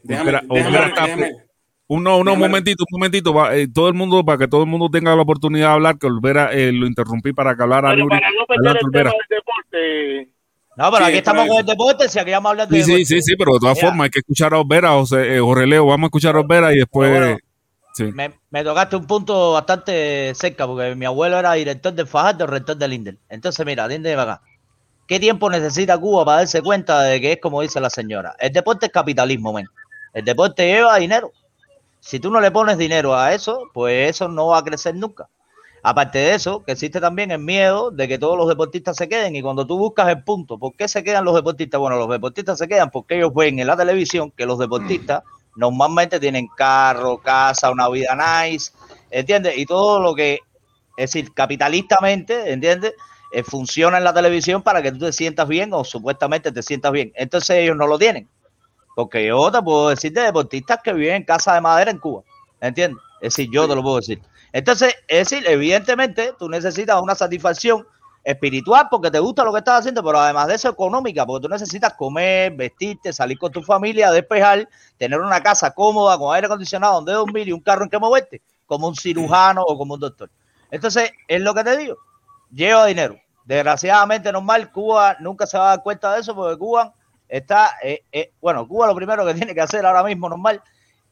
Un momentito. Todo el mundo, para que todo el mundo tenga la oportunidad de hablar, que Olvera lo interrumpí para que hablara. Pero para no perder el tema del deporte. No, pero aquí estamos con el deporte, si aquí vamos a hablar de deporte. Sí, pero de todas formas hay que escuchar a Olvera, Jorge Leo, vamos a escuchar a Olvera y después... Sí. Me tocaste un punto bastante cerca, porque mi abuelo era director del Fajardo, rector del INDER. Entonces, mira, atiende para acá. ¿Qué tiempo necesita Cuba para darse cuenta de que es como dice la señora? El deporte es capitalismo, men. El deporte lleva dinero. Si tú no le pones dinero a eso, pues eso no va a crecer nunca. Aparte de eso, que existe también el miedo de que todos los deportistas se queden, y cuando tú buscas el punto, ¿por qué se quedan los deportistas? Bueno, los deportistas se quedan porque ellos ven en la televisión que los deportistas normalmente tienen carro, casa, una vida nice, ¿entiendes? Y todo lo que, es decir, capitalistamente, ¿entiendes? Funciona en la televisión para que tú te sientas bien o supuestamente te sientas bien. Entonces ellos no lo tienen. Porque yo te puedo decir de deportistas que viven en casa de madera en Cuba, ¿entiendes? Es decir, yo te lo puedo decir. Entonces, es decir, evidentemente tú necesitas una satisfacción espiritual porque te gusta lo que estás haciendo, pero además de eso económica, porque tú necesitas comer, vestirte, salir con tu familia, despejar, tener una casa cómoda, con aire acondicionado, donde dormir y un carro en que moverte, como un cirujano o como un doctor. Entonces, es lo que te digo, lleva dinero. Desgraciadamente, normal, Cuba nunca se va a dar cuenta de eso porque Cuba está, bueno, Cuba lo primero que tiene que hacer ahora mismo, normal,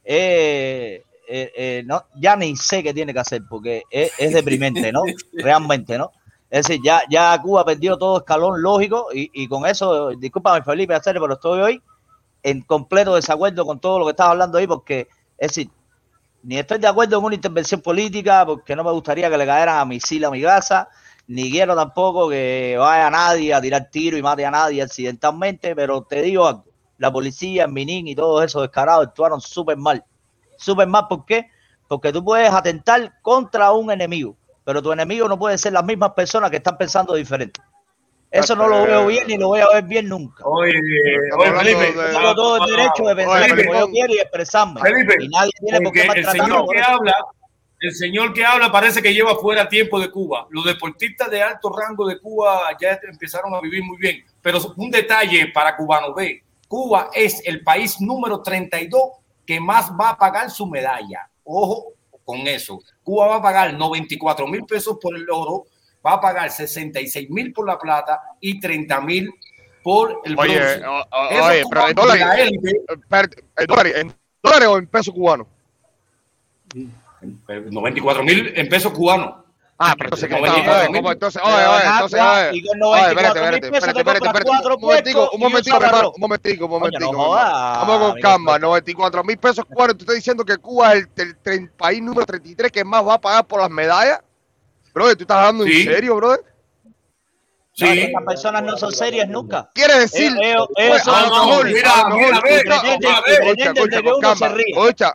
no, ya ni sé qué tiene que hacer porque es deprimente, ¿no? Realmente, ¿no? Es decir, ya Cuba perdió todo escalón lógico y con eso, discúlpame Felipe, hacerlo, pero estoy hoy en completo desacuerdo con todo lo que estás hablando ahí porque, es decir, ni estoy de acuerdo en una intervención política porque no me gustaría que le cayeran a misil a mi casa, ni quiero tampoco que vaya nadie a tirar tiro y mate a nadie accidentalmente, pero te digo algo, la policía, el Minin y todos esos descarados actuaron súper mal. Súper mal, ¿por qué? Porque tú puedes atentar contra un enemigo, pero tu enemigo no puede ser las mismas personas que están pensando diferente. Eso no lo veo bien ni lo voy a ver bien nunca. Oye, Felipe, tengo todo el derecho de pensar como yo quiero y expresarme. Felipe, y nadie tiene por qué maltratarme. El señor que habla parece que lleva fuera tiempo de Cuba. Los deportistas de alto rango de Cuba ya empezaron a vivir muy bien. Pero un detalle para cubanos, ve, Cuba es el país número 32 que más va a pagar su medalla. Ojo con eso. Cuba va a pagar 94,000 pesos por el oro, va a pagar 66,000 por la plata y 30,000 por el bronce. Oye, pero ¿en dólares o en pesos cubanos? 94,000 en pesos cubanos. Ah, pero entonces, oye, un momentico. Vamos con calma, 94,000 pesos cubanos. ¿Tú estás diciendo que Cuba es el país número 33 que más va a pagar por las medallas? Brother, ¿tú estás hablando en serio, brother? Sí. No, estas personas no son serias nunca. ¿Quiere decir? Ellos son a lo mejor, escucha.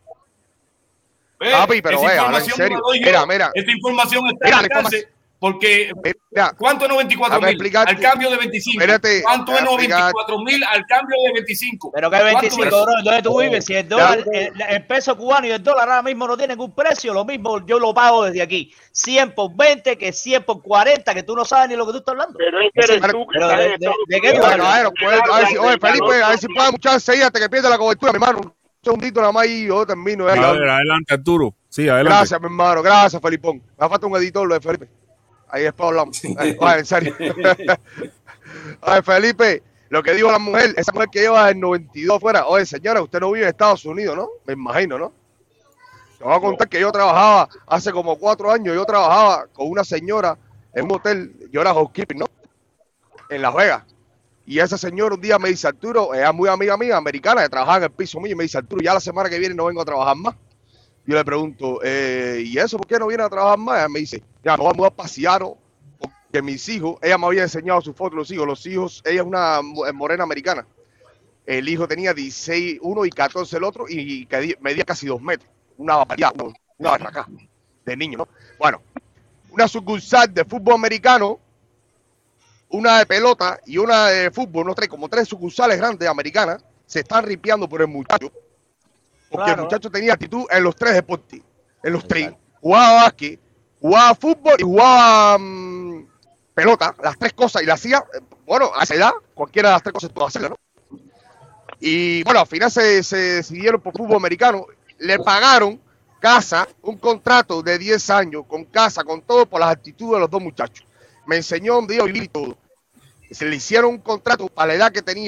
Papi, pero habla en serio. Mira. Esta información está en alcance porque ¿cuánto es 94,000 al cambio de 25? ¿Cuánto es 94,000 al cambio de 25? Pero que 25, bro, ¿dónde tú vives? Si el dólar, el peso cubano y el dólar ahora mismo no tienen un precio, lo mismo yo lo pago desde aquí. 100 por 20, que 100 por 40, que tú no sabes ni lo que tú estás hablando. Pero es que eres tú que ¿de qué tú hablas? Oye, Felipe, a ver si puedes muchas veces hasta que pierde la cobertura, mi hermano. Un segundito nada más y yo termino. A ver, adelante, Arturo. Sí, adelante. Gracias, mi hermano. Gracias, Felipón. Me falta un editor, lo de Felipe. Ahí después hablamos. Oye, en serio. Oye, Felipe, lo que dijo la mujer, esa mujer que lleva el 92 afuera. Oye, señora, usted no vive en Estados Unidos, ¿no? Me imagino, ¿no? Te voy a contar que yo trabajaba hace como 4 años. Yo trabajaba con una señora en un hotel. Yo era housekeeping, ¿no? En Las Vegas. Y esa señora un día me dice, Arturo, ella es muy amiga mía, americana, que trabajaba en el piso mío, y me dice, Arturo, ya la semana que viene no vengo a trabajar más. Yo le pregunto, ¿y eso por qué no viene a trabajar más? Ella me dice, ya, no vamos a pasear, porque mis hijos, ella me había enseñado sus fotos de los hijos, ella es una morena americana. El hijo tenía 16, uno y 14 el otro, y medía casi 2 metros. Una barbaridad, una barraca de niño, ¿no? Bueno, una sucursal de fútbol americano, una de pelota y una de fútbol, como 3 sucursales grandes americanas, se están ripiando por el muchacho, porque el muchacho tenía actitud en los 3 deportes, en los 3, jugaba básquet, jugaba fútbol y jugaba pelota, las 3 cosas, y la hacía, bueno, a esa edad, cualquiera de las 3 cosas puede hacerla, ¿no? Y bueno, al final se decidieron por fútbol americano, le pagaron casa, un contrato de 10 años, con casa, con todo, por las actitudes de los 2 muchachos. Me enseñó un día a vivir y todo. Se le hicieron un contrato para la edad que tenían,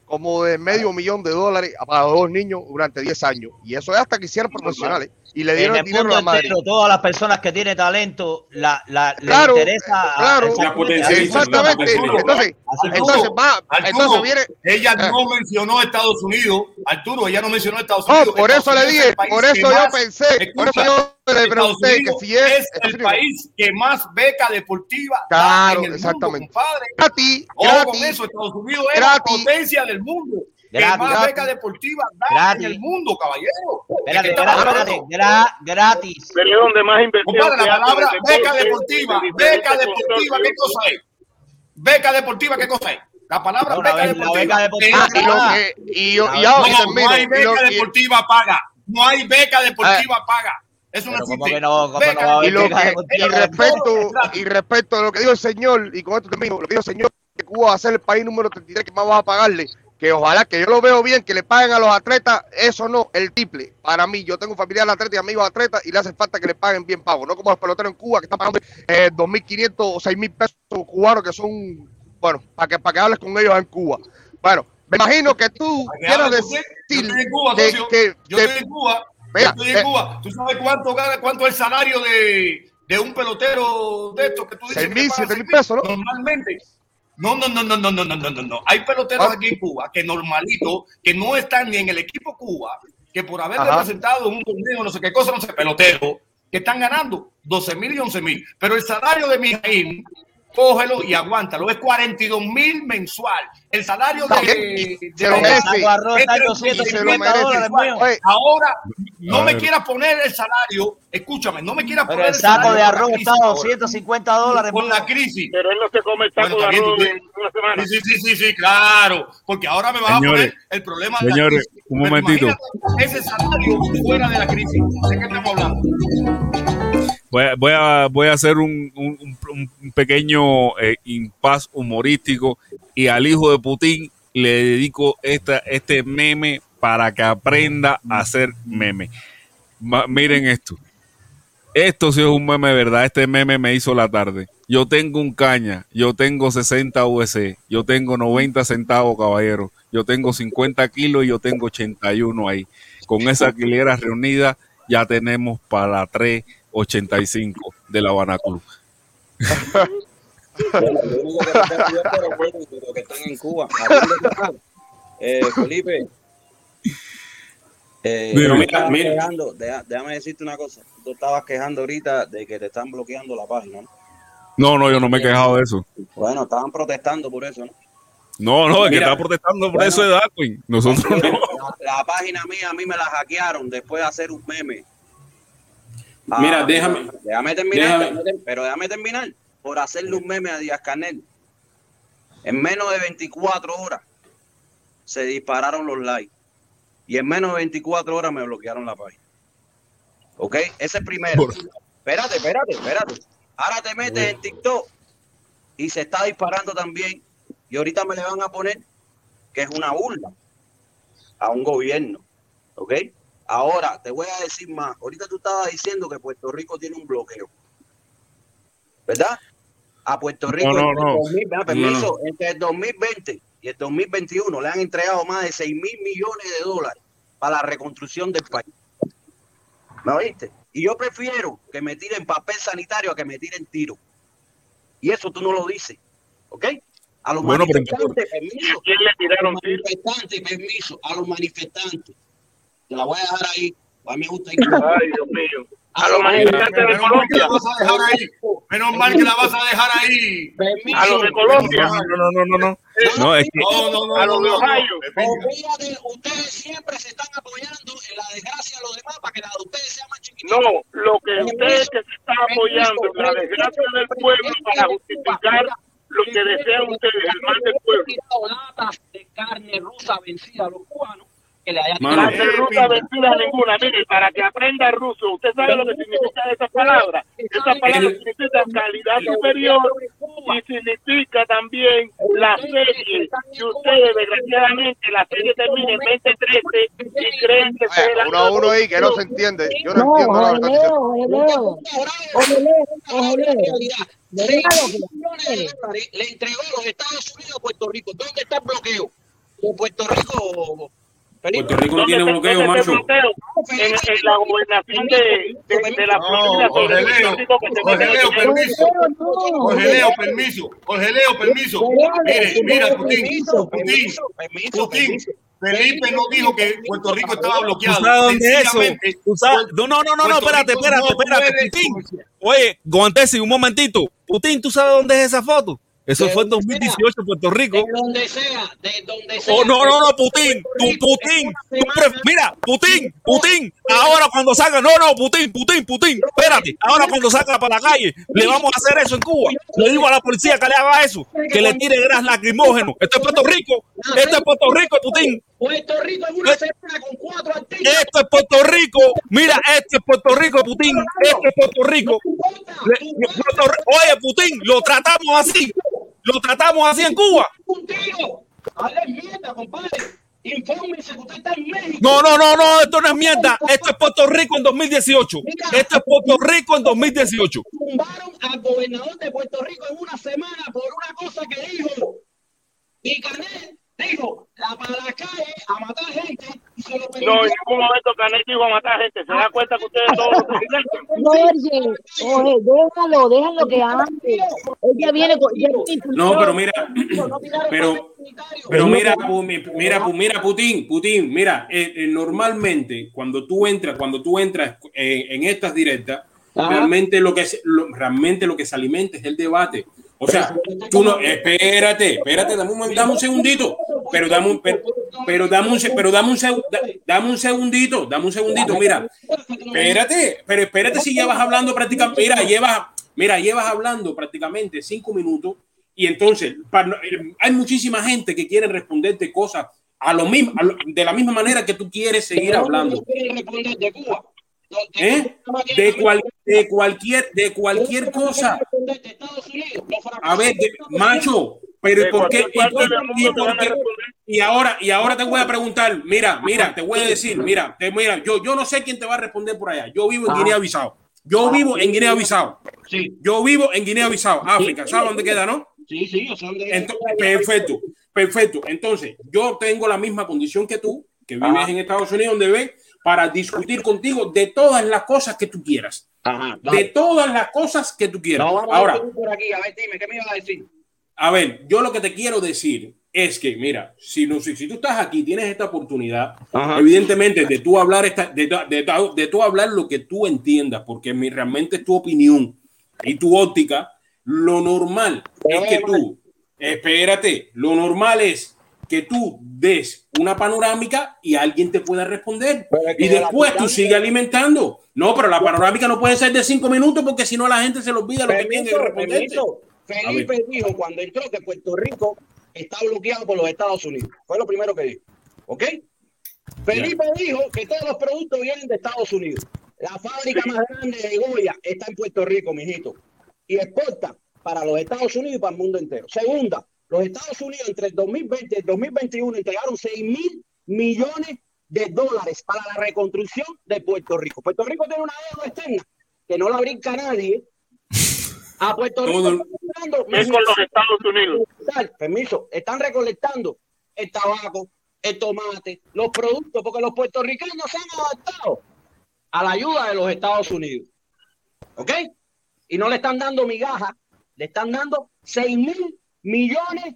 como de $500,000 para 2 niños durante 10 años. Y eso es hasta que hicieran profesionales. Y le dieron en el el dinero a mundo la madre. entero, todas las personas que tienen talento, le interesa. Exactamente. Entonces viene. Ella no mencionó Estados Unidos. Arturo, ella no mencionó Estados Unidos. No, por eso le dije, por eso yo pensé, por eso yo le pregunté que si es el país que más beca deportiva da en el mundo, compadre. Gratis, ojo con eso, Estados Unidos es la potencia del mundo. Que más beca deportiva da en el mundo, caballero. Gratis. Pero es donde más inversión. Compadre, la palabra beca deportiva, ¿qué cosa es? Beca deportiva, ¿qué cosa es? La palabra beca deportiva. No hay beca deportiva paga. No hay beca deportiva paga. Eso no existe. Y respecto a lo que dijo el señor, y con esto termino, lo que dijo el señor, que Cuba va a ser el país número 33 que más va a pagarle, que ojalá, que yo lo veo bien, que le paguen a los atletas, eso no, el triple. Para mí, yo tengo familiar atletas y amigos atletas y le hace falta que le paguen bien pago, no como los peloteros en Cuba que están pagando 2.500 o 6.000 pesos cubanos, que son, bueno, para que hables con ellos en Cuba. Bueno, me imagino que tú quieras decir yo estoy en Cuba, yo estoy en Cuba. Yo estoy en Cuba. ¿Tú sabes cuánto es el salario de un pelotero de estos que tú dices? 6.000, 7.000 pesos, ¿no? Normalmente. No. Hay peloteros aquí en Cuba que normalito, que no están ni en el equipo Cuba, que por haber representado en un torneo, no sé qué cosa, no sé, pelotero, que están ganando 12.000 y 11.000. Pero el salario de Mijaín, cógelo y aguántalo, es 42.000 mensual. El salario de ahora no me quieras poner el salario, escúchame, no me quieras poner el saco de arroz está a $250 con la crisis. Pero él no se come el saco de arroz en una semana. Sí, claro, porque ahora me vas a poner el problema de la crisis. Un momentito. Ese salario fuera de la crisis, ¿de qué estamos hablando? Voy a hacer un pequeño impas humorístico, y al hijo de Putin le dedico este meme para que aprenda a hacer meme. Miren esto. Esto sí es un meme de verdad. Este meme me hizo la tarde. Yo tengo un caña, yo tengo 60 USD, yo tengo 90 centavos, caballero. Yo tengo 50 kilos y yo tengo 81 ahí. Con esa alquilera reunida ya tenemos para 3.85 de La Habana Club. Los que están en Cuba. Felipe, déjame decirte una cosa. Tú estabas quejando ahorita de que te están bloqueando la página, ¿no? No, yo no me he quejado de eso. Bueno, estaban protestando por eso, ¿no? No, el que está protestando por eso es Darwin. Nosotros no. La página mía, a mí me la hackearon después de hacer un meme. Mira, déjame terminar. Por hacerle un meme a Díaz-Canel. En menos de 24 horas se dispararon los likes. Y en menos de 24 horas me bloquearon la página. ¿Ok? Ese es primero. Espérate. Ahora te metes en TikTok y se está disparando también. Y ahorita me le van a poner que es una burla a un gobierno. ¿Ok? Ahora te voy a decir más. Ahorita tú estabas diciendo que Puerto Rico tiene un bloqueo. ¿Verdad? A Puerto Rico entre el 2020 y el 2021 le han entregado más de $6.000 millones para la reconstrucción del país. ¿Me oíste? Y yo prefiero que me tiren papel sanitario a que me tiren tiro. Y eso tú no lo dices. ¿Ok? A los manifestantes, permiso. ¿Quién le tiraron permiso? A los manifestantes. Te la voy a dejar ahí. A mí me gusta ir. Ay, Dios mío. A los manifestantes de Colombia. Menos mal que la vas a dejar ahí. A los de Colombia. No, es que... A los de Ohio. Ustedes siempre se están apoyando en la desgracia de los demás para que la de ustedes sea más chiquitita. No, lo que ustedes se están apoyando en la desgracia del pueblo para justificar lo que desean ustedes, el mal del pueblo. Latas de carne rusa vencida a los cubanos. Carne rusa vencida ninguna. Mire, para que aprenda ruso, usted sabe lo que significa esa palabra. Esa palabra significa calidad superior y significa también la serie. Y ustedes, desgraciadamente, la serie termina en 2013 y creen que se la... Uno a uno ahí que no se entiende. Yo no entiendo nada de lo le entregó a los Estados Unidos a Puerto Rico. ¿Dónde está el bloqueo? de Puerto Rico. Puerto Rico no tiene bloqueo, macho. En la gobernación de la Florida. Jorge Leo, permiso. Jorge Leo, permiso. Mira, Putin. Felipe no dijo que Puerto Rico estaba bloqueado. ¿Tú sabes dónde es eso? No, espérate, Putin. Oye, Guantesi, un momentito. Putin, ¿tú sabes dónde es esa foto? Eso fue en 2018 en Puerto Rico. De donde sea. Oh, no, Putin. Mira, Putin. Ahora cuando salga, Putin. Espérate, ahora cuando salga para la calle, le vamos a hacer eso en Cuba. Le digo a la policía que le haga eso, que le tire gas lacrimógeno. Esto es Puerto Rico. Putin. Puerto Rico en una semana con 4 artistas. Esto es Puerto Rico. Mira, esto es Puerto Rico, Putin. Esto es Puerto Rico. Oye, Putin, lo tratamos así en Cuba. Un tiro. Hable mierda, compadre. Infórmese que usted está en México. No, esto no es mierda. Esto es Puerto Rico en 2018. Esto es Puerto Rico en 2018. Tumbaron al gobernador de Puerto Rico en una semana por una cosa que dijo. Y Canel dijo, para la calle a matar gente y se lo permitió. No, en ningún momento Canel dijo a matar gente. ¿Se da cuenta que ustedes todos los presidentes? Jorge, déjalo que hable. Ella viene con... No, pero mira, Putin, mira, normalmente cuando tú entras en estas directas, realmente lo que se alimenta es el debate. O sea, tú no, espérate, dame un segundito, dame un segundito, mira, espérate si llevas hablando prácticamente, llevas hablando prácticamente 5 minutos y entonces hay muchísima gente que quiere responderte cosas de la misma manera que tú quieres seguir hablando. De cualquier cosa. A ver, macho, pero ¿por qué? Y ahora te voy a preguntar, mira, te voy a decir, yo no sé quién te va a responder por allá. Yo vivo en Guinea-Bissau. Yo vivo en Guinea-Bissau, África. ¿Sabes dónde queda, no? Sí, yo sé dónde queda. Perfecto. Entonces, yo tengo la misma condición que tú, que vives en Estados Unidos, donde ves, para discutir contigo de todas las cosas que tú quieras. De todas las cosas que tú quieras. Ahora, por aquí. A ver, dime, ¿qué me ibas a decir? A ver, yo lo que te quiero decir es que, mira, si tú estás aquí, tienes esta oportunidad, evidentemente, de tú hablar de tú hablar lo que tú entiendas, porque realmente es tu opinión y tu óptica. Lo normal es que tú, lo normal es que tú des una panorámica y alguien te pueda responder y después tú sigues alimentando. No, pero la panorámica no puede ser de 5 minutos porque si no la gente se le olvida lo que tiene que responderte. Felipe dijo cuando entró que Puerto Rico está bloqueado por los Estados Unidos. Fue lo primero que dijo. ¿Ok? Felipe dijo que todos los productos vienen de Estados Unidos. La fábrica más grande de Goya está en Puerto Rico, mijito. Y exporta para los Estados Unidos y para el mundo entero. Segunda, los Estados Unidos entre el 2020 y el 2021 entregaron $6,000 millones para la reconstrucción de Puerto Rico. Puerto Rico tiene una deuda externa que no la brinca nadie. A Puerto Rico es con los Estados Unidos. Permiso, están recolectando el tabaco, el tomate, los productos, porque los puertorriqueños se han adaptado a la ayuda de los Estados Unidos. ¿Ok? Y no le están dando migajas, le están dando $6,000 millones.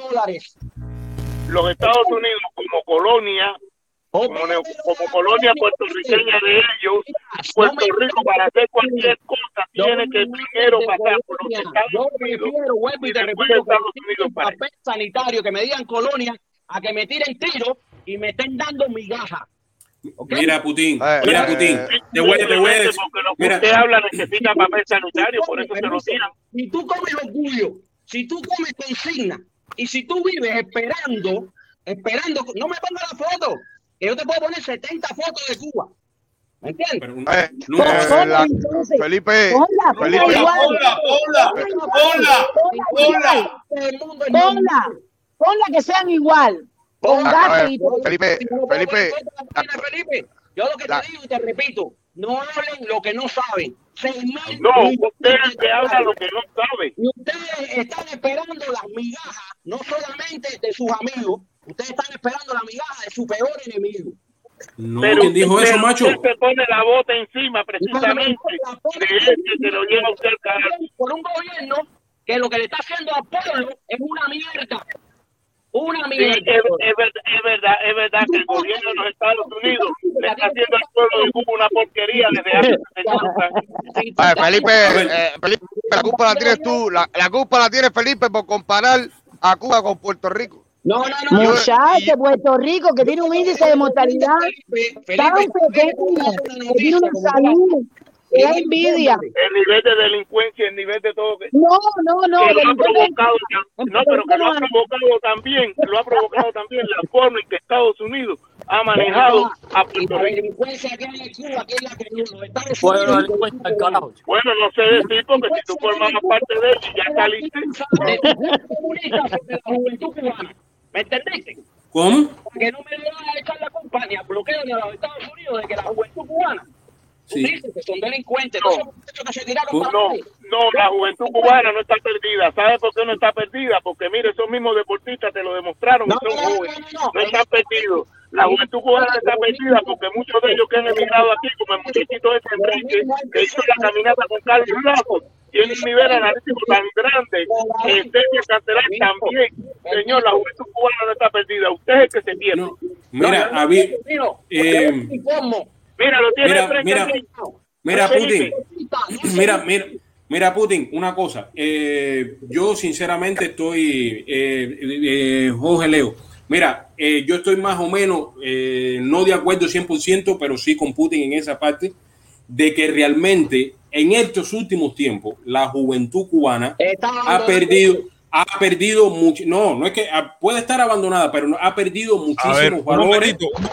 Los Estados Unidos como colonia puertorriqueña de ellos, Puerto Rico para hacer cualquier cosa tiene que primero pasar por los Estados Unidos y después Estados Unidos para papel sanitario, que me digan colonia, a que me tiren tiros y me estén dando migajas. ¿Okay? Mira, Putin, te voy a decir. Mira, usted habla necesita papel sanitario, por eso se lo tiran. Si tú comes orgullo, si tú comes consigna y si tú vives esperando, no me pongas la foto, que yo te puedo poner 70 fotos de Cuba. ¿Me entiendes? Felipe, ponla que sean igual. Felipe, yo lo que te digo y te repito, no hablen lo que no saben. No, ustedes que hablan lo que no saben. Y ustedes están esperando las migajas, no solamente de sus amigos, Ustedes están esperando la migaja de su peor enemigo. No, ¿quién dijo eso, macho? Usted se pone la bota encima precisamente de ese que lo lleva usted al carajo. Por un gobierno que lo que le está haciendo al pueblo es una mierda. Una mierda. Sí, es verdad que el gobierno de los Estados Unidos le está haciendo al pueblo de Cuba una porquería desde hace 60 años. Felipe, la culpa la tienes tú, la culpa la tiene Felipe por comparar a Cuba con Puerto Rico. No. Muchachos, Puerto Rico, que tiene un índice de mortalidad tan pequeño, que tiene una salud, que da envidia. El nivel de delincuencia, el nivel de todo. No. Que lo ha provocado, pero que lo ha provocado también la forma en que Estados Unidos ha manejado a Puerto Rico. La delincuencia que hay en Cuba, que es la que los Estados Unidos. Bueno, no sé decir, porque si tú formas parte de ellos y ya saliste. De la juventud cubana. ¿Me entendiste? ¿Cómo? Que no me le van a echar la culpa ni al bloqueo de los Estados Unidos de que la juventud cubana dice que son delincuentes. No, la juventud cubana no está perdida. ¿Sabes por qué no está perdida? Porque mire, esos mismos deportistas te lo demostraron y son jóvenes. No están perdidos. La juventud cubana no está perdida porque muchos de ellos que han emigrado aquí, como el muchachito ese Enrique, que hizo la caminata con Carlos Lazo, tiene un nivel analítico tan grande, Sergio Cantelar también. Señor, la juventud cubana no está perdida. Usted es el que se pierde. Mira, mira, lo tiene frente. Mira, Putin. Mira, Putin, una cosa. Yo sinceramente estoy, Jorge Leo. Mira, yo estoy más o menos no de acuerdo 100%, pero sí con Putin en esa parte, de que realmente en estos últimos tiempos la juventud cubana ha perdido mucho. No es que puede estar abandonada, pero ha perdido muchísimos valores.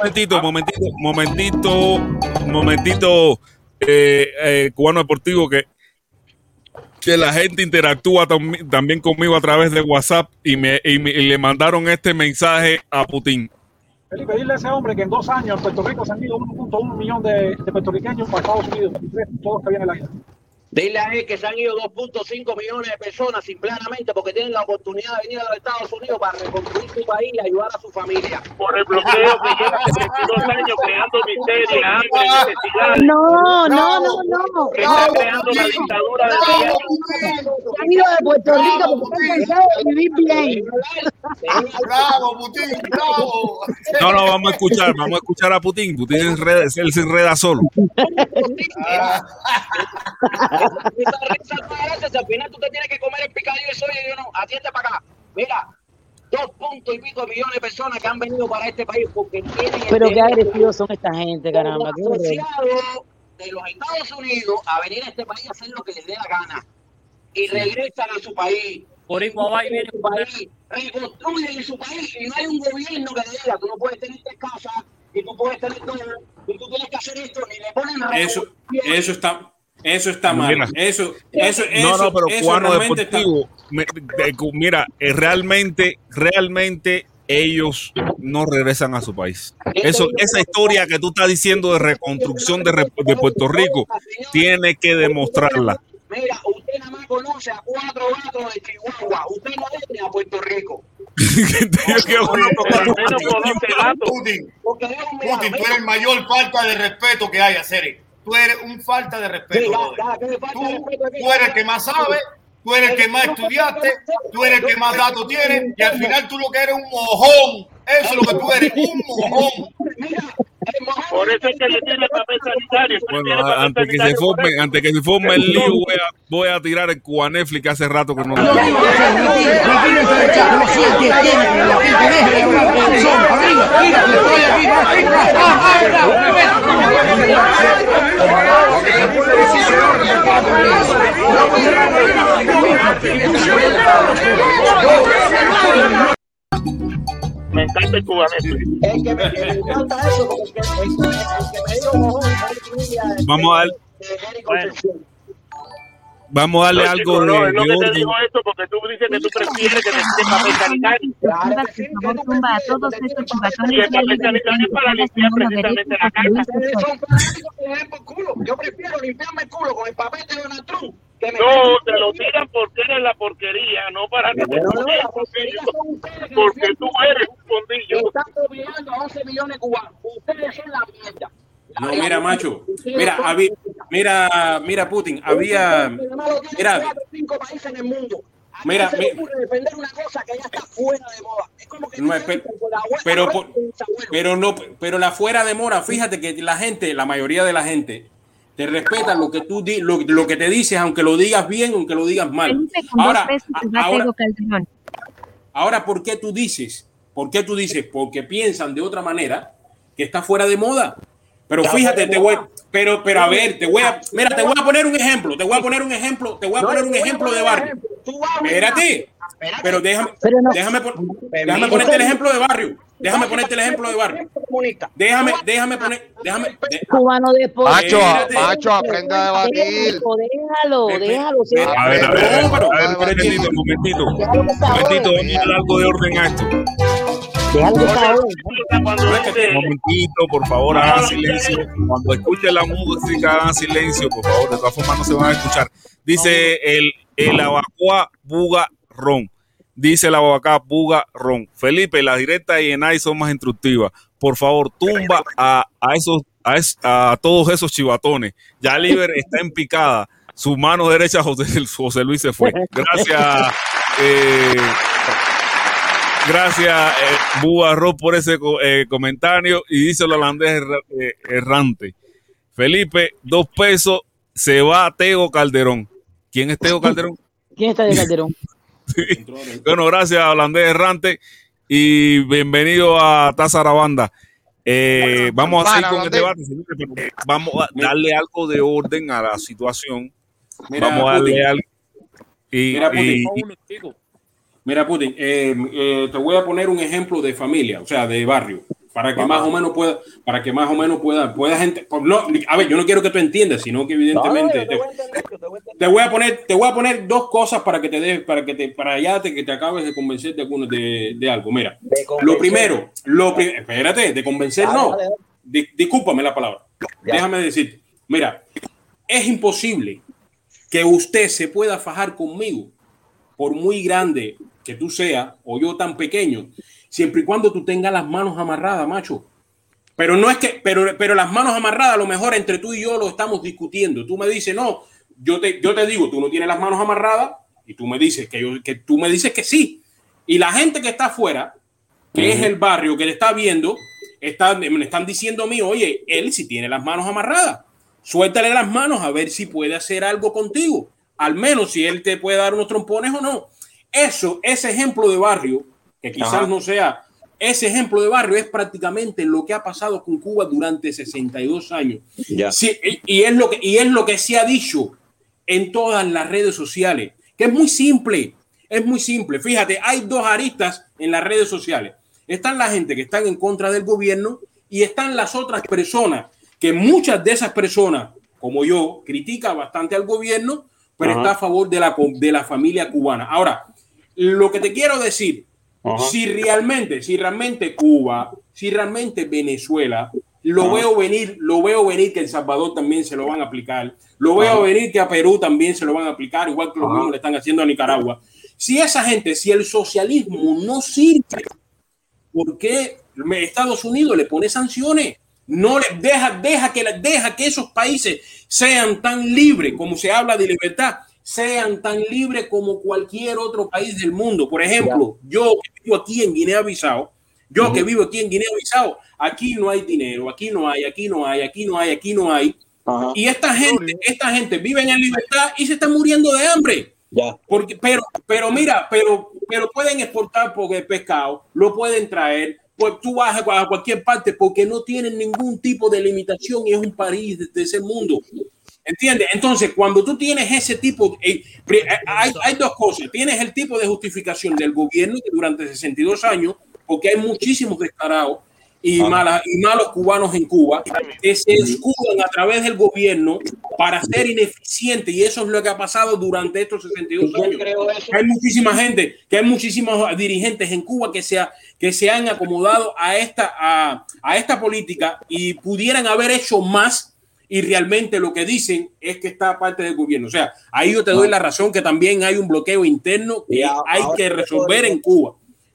Momentito, Cubano Deportivo, que la gente interactúa también conmigo a través de WhatsApp y le mandaron este mensaje a Putin. Felipe, dile a ese hombre que en 2 años en Puerto Rico se han ido 1.1 millón de puertorriqueños para Estados Unidos, 23, todos que habían en la isla. Dile a él que se han ido 2.5 millones de personas simplemente porque tienen la oportunidad de venir a los Estados Unidos para reconstruir su país y ayudar a su familia. Por el bloqueo que lleva 72 años creando miseria, hambre, necesidad. No. Que está creando la dictadura de Miguel. Se han ido de Puerto Rico porque están cansados de vivir bien. Bravo, Putin, bravo. No, vamos a escuchar a Putin. Putin él se enreda solo. Al final tú te tienes que comer el picadillo de soya y yo no, atiende para acá. Mira, 2 puntos y pico de millones de personas que han venido para este país porque tienen. Pero qué agresivos son esta gente, caramba. Asociados de los Estados Unidos a venir a este país a hacer lo que les dé la gana y regresan a su país. Por igual va y viene su país, reconstruyen su país y no hay un gobierno que le diga tú no puedes tener 3 casas y tú puedes tener todo y tú tienes que hacer esto ni le ponen Eso está mal. Eso pero Cubano Deportivo, mira, realmente ellos no regresan a su país. Esa historia que tú estás diciendo de reconstrucción de Puerto Rico, tiene que demostrarla. Mira, usted nada más conoce a 4 gatos de Chihuahua. Usted no viene a Puerto Rico. Putin, tú eres el mayor falta de respeto que hay, Cere. Tú eres un falta de respeto. Tú eres el que más sabe, tú eres el que más estudiaste, tú eres el que más datos tienes y al final tú lo que eres un mojón. Eso es lo que tú eres, un mojón. Por eso es que le tiene papel sanitario. Bueno, antes que se forme el lío, voy a tirar el Cubanefli que hace rato que no. Me encanta el Cubanefli. El que me encanta eso, porque el que me dio mojón. Vamos a darle algo de es lo que te digo esto porque tú dices que tú prefieres que necesites papel sanitario. Y el papel sanitario es para limpiar precisamente la casa. Yo prefiero limpiarme el culo con el papel de Donald Trump. No, te lo tiran porque eres la porquería, no para que te porque tú eres Están obligando a 11 millones de cubanos. Ustedes son la mierda. No, mira, macho. Mira, Putin. Mira, 5 países en el mundo. Mira, se le ocurre defender una cosa que ya está fuera de moda. Es como que no es, pero la fuera de moda, fíjate que la mayoría de la gente te respeta lo que tú lo que te dices, aunque lo digas bien, aunque lo digas mal. Ahora, ¿por qué tú dices? Porque piensan de otra manera que está fuera de moda. Pero fíjate, a ver, te voy a poner un ejemplo, de barrio. Espérate, pero déjame ponerte el ejemplo de barrio. Cubano de Macho, aprenda a debatir. Déjalo. A ver, un momentito, vamos a dar algo de orden a esto. Un momentito, por favor, hagan silencio. Cuando escuchen la música, hagan silencio, por favor. De todas formas, no se van a escuchar. Dice el Abacua Buga Ron. Dice la Abacua Buga Ron. Felipe, las directas y Enay son más instructivas. Por favor, tumba a todos esos chivatones. Ya Liber está en picada. Su mano derecha, José Luis se fue. Gracias. Gracias, Bugarro, por ese comentario. Y dice el holandés errante. Felipe, 2 pesos, se va a Tego Calderón. ¿Quién es Tego Calderón? ¿Quién está de Calderón? Sí. Bueno, gracias, holandés errante. Y bienvenido a Taza Arabanda. Vamos a seguir con el debate. Vamos a darle algo de orden a la situación. Vamos a darle algo. Mira, Putin, te voy a poner un ejemplo de familia, o sea, de barrio, para que más o menos pueda gente. No, a ver, yo no quiero que tú entiendas, sino que evidentemente te voy a poner 2 cosas para que te acabes de convencer de algo. Mira, lo primero, espérate, de convencer no. Discúlpame la palabra. Déjame decirte, mira, es imposible que usted se pueda fajar conmigo, por muy grande que tú seas o yo tan pequeño, siempre y cuando tú tengas las manos amarradas, macho. Pero no es que, pero las manos amarradas, a lo mejor entre tú y yo lo estamos discutiendo. Tú me dices, no, yo te digo, tú no tienes las manos amarradas, y tú me dices que sí. Y la gente que está afuera, que es el barrio que te está viendo, me están diciendo a mí, oye, él sí tiene las manos amarradas. Suéltale las manos a ver si puede hacer algo contigo. Al menos si él te puede dar unos trompones o no. Ese ejemplo de barrio, que quizás no sea, ese ejemplo de barrio es prácticamente lo que ha pasado con Cuba durante 62 años. Sí, y es lo que se ha dicho en todas las redes sociales, que es muy simple. Fíjate, hay 2 aristas en las redes sociales. Están la gente que están en contra del gobierno y están las otras personas, que muchas de esas personas, como yo, critican bastante al gobierno, pero está a favor de la familia cubana. Ahora, lo que te quiero decir, si realmente Cuba, si realmente Venezuela, lo veo venir que El Salvador también se lo van a aplicar, lo veo venir que a Perú también se lo van a aplicar, igual que los mismos le están haciendo a Nicaragua. Si esa gente, si el socialismo no sirve, ¿por qué Estados Unidos le pone sanciones? No le deja que esos países sean tan libres, como se habla de libertad, sean tan libres como cualquier otro país del mundo. Por ejemplo, yo que vivo aquí en Guinea-Bissau, aquí no hay dinero, aquí no hay. Y esta gente vive en libertad y se está muriendo de hambre. Pero pueden exportar porque pescado, lo pueden traer. Pues tú vas a cualquier parte porque no tienen ningún tipo de limitación y es un país de ese mundo. ¿Entiendes? Entonces, cuando tú tienes ese tipo, hay 2 cosas. Tienes el tipo de justificación del gobierno que durante 62 años, porque hay muchísimos descarados y malos cubanos en Cuba, que se escudan a través del gobierno para ser ineficientes, y eso es lo que ha pasado durante estos 62 años. Hay muchísima gente, que hay muchísimos dirigentes en Cuba que se han acomodado a esta política y pudieran haber hecho más, y realmente lo que dicen es que está parte del gobierno. O sea, ahí yo te doy la razón que también hay un bloqueo interno que hay que resolver en Cuba.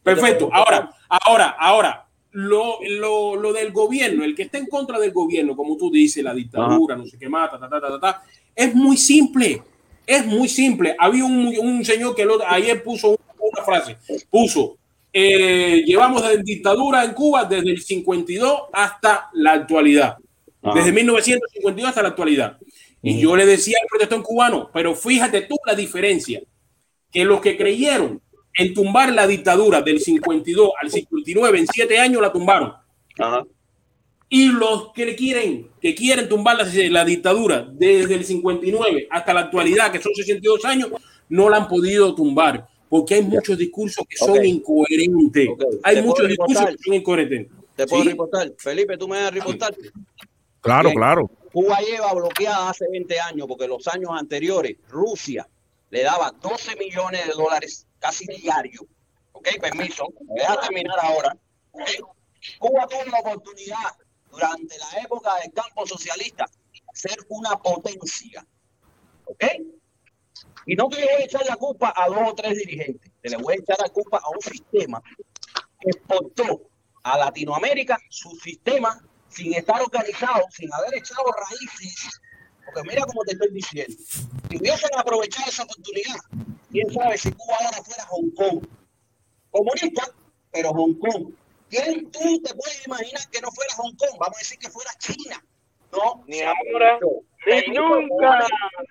Perfecto. Ahora, lo del gobierno, el que está en contra del gobierno, como tú dices, la dictadura, no sé qué mata, es muy simple. Es muy simple. Había un señor que ayer puso una frase. Llevamos en dictadura en Cuba desde el 52 hasta la actualidad. Desde 1952 hasta la actualidad. Y yo le decía al protestón cubano, pero fíjate tú la diferencia, que los que creyeron en tumbar la dictadura del 52 al 59 en 7 años la tumbaron. Y los que quieren tumbar la dictadura desde el 59 hasta la actualidad, que son 62 años, no la han podido tumbar, porque hay muchos discursos que son incoherentes. Hay muchos discursos que son incoherentes. ¿Te puedo reportar? Felipe, ¿tú me vas a reportar? Claro, Bien. claro. Cuba lleva bloqueada hace 20 años porque los años anteriores Rusia le daba 12 millones de dólares casi diario. ¿Ok? Permiso. Me deja terminar ahora. ¿Okay? Cuba tuvo la oportunidad durante la época del campo socialista ser una potencia. ¿Ok? Y no te le voy a echar la culpa a 2 o 3 dirigentes. Te le voy a echar la culpa a un sistema que exportó a Latinoamérica su sistema sin estar organizado, sin haber echado raíces. Porque mira como te estoy diciendo. Si hubiesen aprovechado esa oportunidad, quién sabe si Cuba ahora fuera Hong Kong. Comunista, pero Hong Kong. ¿Quién tú te puedes imaginar que no fuera Hong Kong? Vamos a decir que fuera China. No, ni ahora, ni nunca.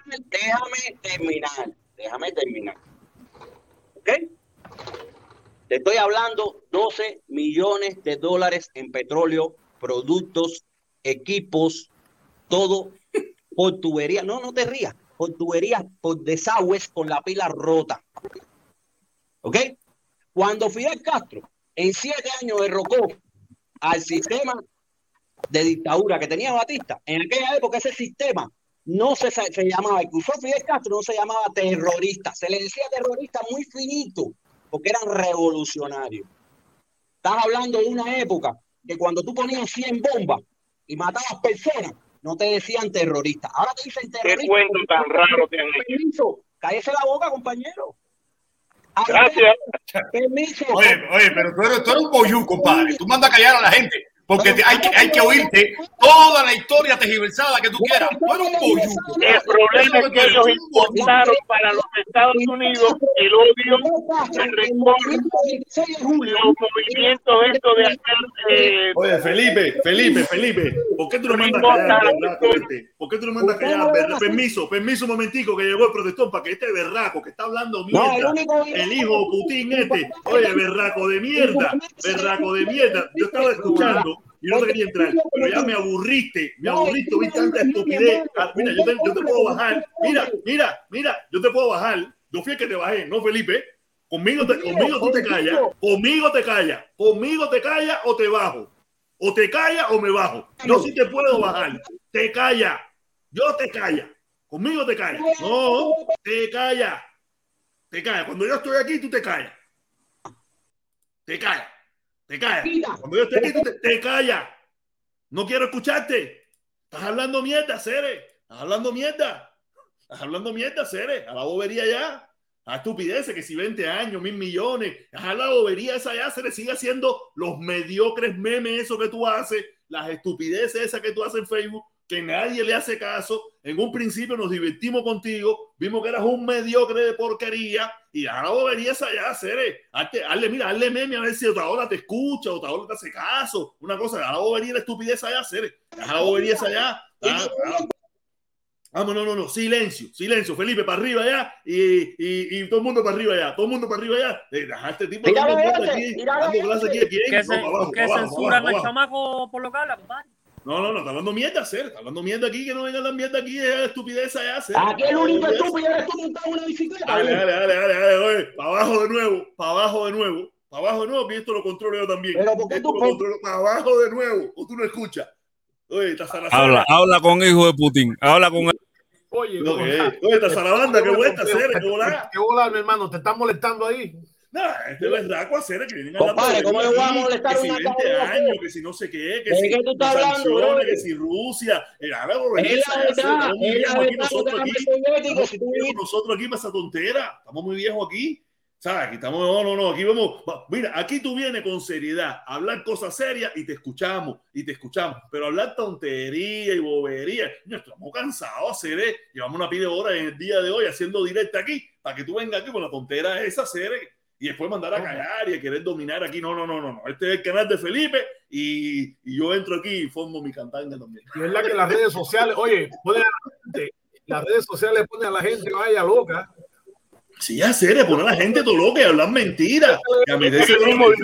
Déjame terminar. ¿Ok? Te estoy hablando 12 millones de dólares en petróleo, productos, equipos, todo por tuberías. No te rías. Por tuberías, por desagües con la pila rota. ¿Ok? Cuando Fidel Castro en 7 años derrocó al sistema de dictadura que tenía Batista, en aquella época ese sistema no se llamaba, el que usó Fidel Castro no se llamaba terrorista, se le decía terrorista muy finito, porque eran revolucionarios. Estás hablando de una época que cuando tú ponías 100 bombas y matabas personas, no te decían terroristas. Ahora te dicen terroristas. Qué cuento tan raro te han hecho. Cállese la boca, compañero. Gracias. Permiso. Oye, pero tú eres un boyú, compadre. Tú mandas a callar a la gente. Porque hay que oírte toda la historia tergiversada que tú quieras. Tú eres un boyú. El problema es que ellos importaron para los Estados Unidos el odio, el rencor, los movimientos estos de hacer... Oye, Felipe, ¿por qué tú no mandas a callar? ¿Por qué tú no mandas a callar? Permiso, un momentico, que llegó el protestón para que este berraco que está hablando mierda, el hijo de Putin oye, berraco de mierda. Yo estaba escuchando y no te quería entrar, pero ya me aburriste, vi tanta estupidez. Mira, yo te puedo bajar, mira, yo te puedo bajar, yo fui el que te bajé, no Felipe, conmigo tú te callas, conmigo te callas o te bajo, o te callas o me bajo, yo sí te puedo bajar, te callas, yo te callas, conmigo te callas, no, te callas, cuando yo estoy aquí tú te callas, te callas. Cuando yo estoy aquí, tú te callas. No quiero escucharte. Estás hablando mierda, Cere. Estás hablando mierda, Cere. A la bobería ya. A estupideces, que si 20 años, 1.000 millones. A la bobería esa ya, Cere. Sigue haciendo los mediocres memes, eso que tú haces. Las estupideces esas que tú haces en Facebook, que nadie le hace caso. En un principio nos divertimos contigo. Vimos que eras un mediocre de porquería. Y ahora boberías allá, Cere. Hazle meme a ver si otra hora te escucha, otra hora te hace caso. Una cosa, ahora bobería la estupidez allá, Cere. Ahora boberías allá. Vamos, no. Silencio. Felipe, para arriba allá. Y todo el mundo para arriba allá. Deja a este tipo dando clase aquí. Que censuran al chamaco por lo que habla, compadre. No, está hablando mierda, Cere. Está hablando mierda aquí, que no venga la mierda aquí, de estupidez allá, Cere. Aquí el único estúpido eres tú montado en una bicicleta. Dale, oye, para abajo de nuevo, que esto lo controlo yo también. Pero ¿por qué tú para abajo de nuevo, o tú no escuchas? Oye, habla con hijo de Putin, habla con él. Oye, esta zarabanda, qué vuelta, Cere, qué volada. Qué volada, mi hermano, te están molestando ahí. No, este berraco a Cere que vienen a compadre, ¿cómo le voy a molestar que si 20 años, que si no sé qué, que si tú estás hablando, que si Rusia, nosotros aquí para esa tontera, estamos muy viejos aquí, ¿Sabes? Aquí estamos, no, aquí vamos. Mira, aquí tú vienes con seriedad a hablar cosas serias y te escuchamos, pero hablar tontería y bobería. No, estamos cansados, Cere. Llevamos una pila de horas en el día de hoy haciendo directa aquí para que tú vengas aquí con la tontera esa, Cere, y después mandar a callar y a querer dominar aquí. No. Este es el canal de Felipe y yo entro aquí y formo mi cantanga también. Y es verdad que las redes sociales, oye, las redes sociales ponen a la gente vaya loca. Sí, ya sé, poner a la gente todo loca y hablar mentiras. Y a mí de ese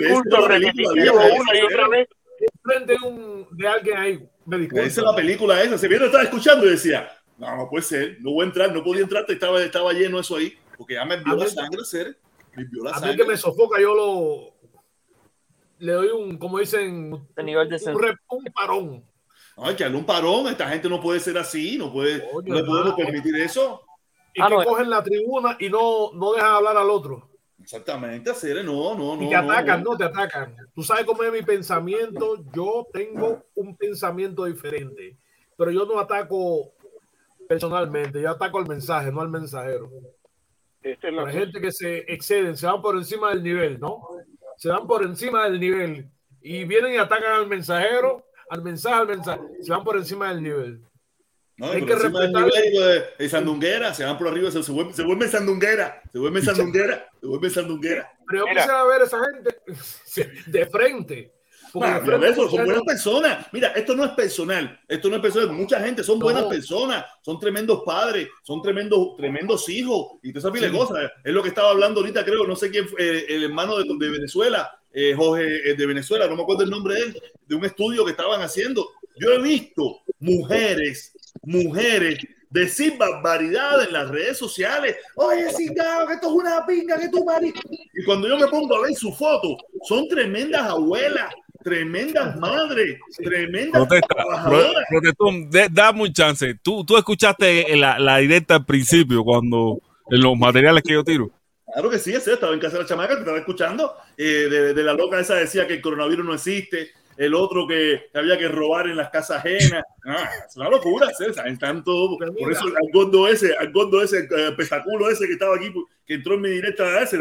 frente de alguien ahí. Esa es la película esa. Se vieron, estaba escuchando y decía, no puede ser, no voy a entrar, no podía entrar, estaba lleno eso ahí, porque ya me vio la sangre, a mí que me sofoca, yo le doy un, como dicen, un parón. No, hay que darle un parón. Esta gente no puede ser así, no le podemos permitir eso. Y que cogen la tribuna y no dejan hablar al otro. Exactamente, hacer, no. Y te atacan, te atacan. Tú sabes cómo es mi pensamiento. Yo tengo un pensamiento diferente, pero yo no ataco personalmente, yo ataco al mensaje, no al mensajero. La gente que se exceden, se van por encima del nivel, ¿no? Se van por encima del nivel y vienen y atacan al mensajero, al mensaje, se van por encima del nivel. No, hay que respetar de sandunguera, se van por arriba, se vuelve sandunguera. Pero yo quisiera ver a esa gente de frente. Son buenas personas. Mira, esto no es personal. Mucha gente son buenas personas, son tremendos padres, son tremendos hijos y toda esa pila de cosas. Es lo que estaba hablando ahorita, creo, no sé quién fue, el hermano de Venezuela, Jorge de Venezuela, no me acuerdo el nombre de él, de un estudio que estaban haciendo. Yo he visto mujeres decir barbaridades en las redes sociales. Oye, cingado, que esto es una pinga, que tu marido. Y cuando yo me pongo a ver su foto, son tremendas abuelas, tremendas madres, tremendas trabajadoras. Protestón, dame un chance. Tú escuchaste la directa al principio, cuando en los materiales que yo tiro. Claro que sí, estaba en casa de la chamaca, te estaba escuchando. De la loca esa decía que el coronavirus no existe. El otro que había que robar en las casas ajenas. Es una locura, están todos. Por eso al gordo ese, pestaculo ese que estaba aquí, que entró en mi directa a ese,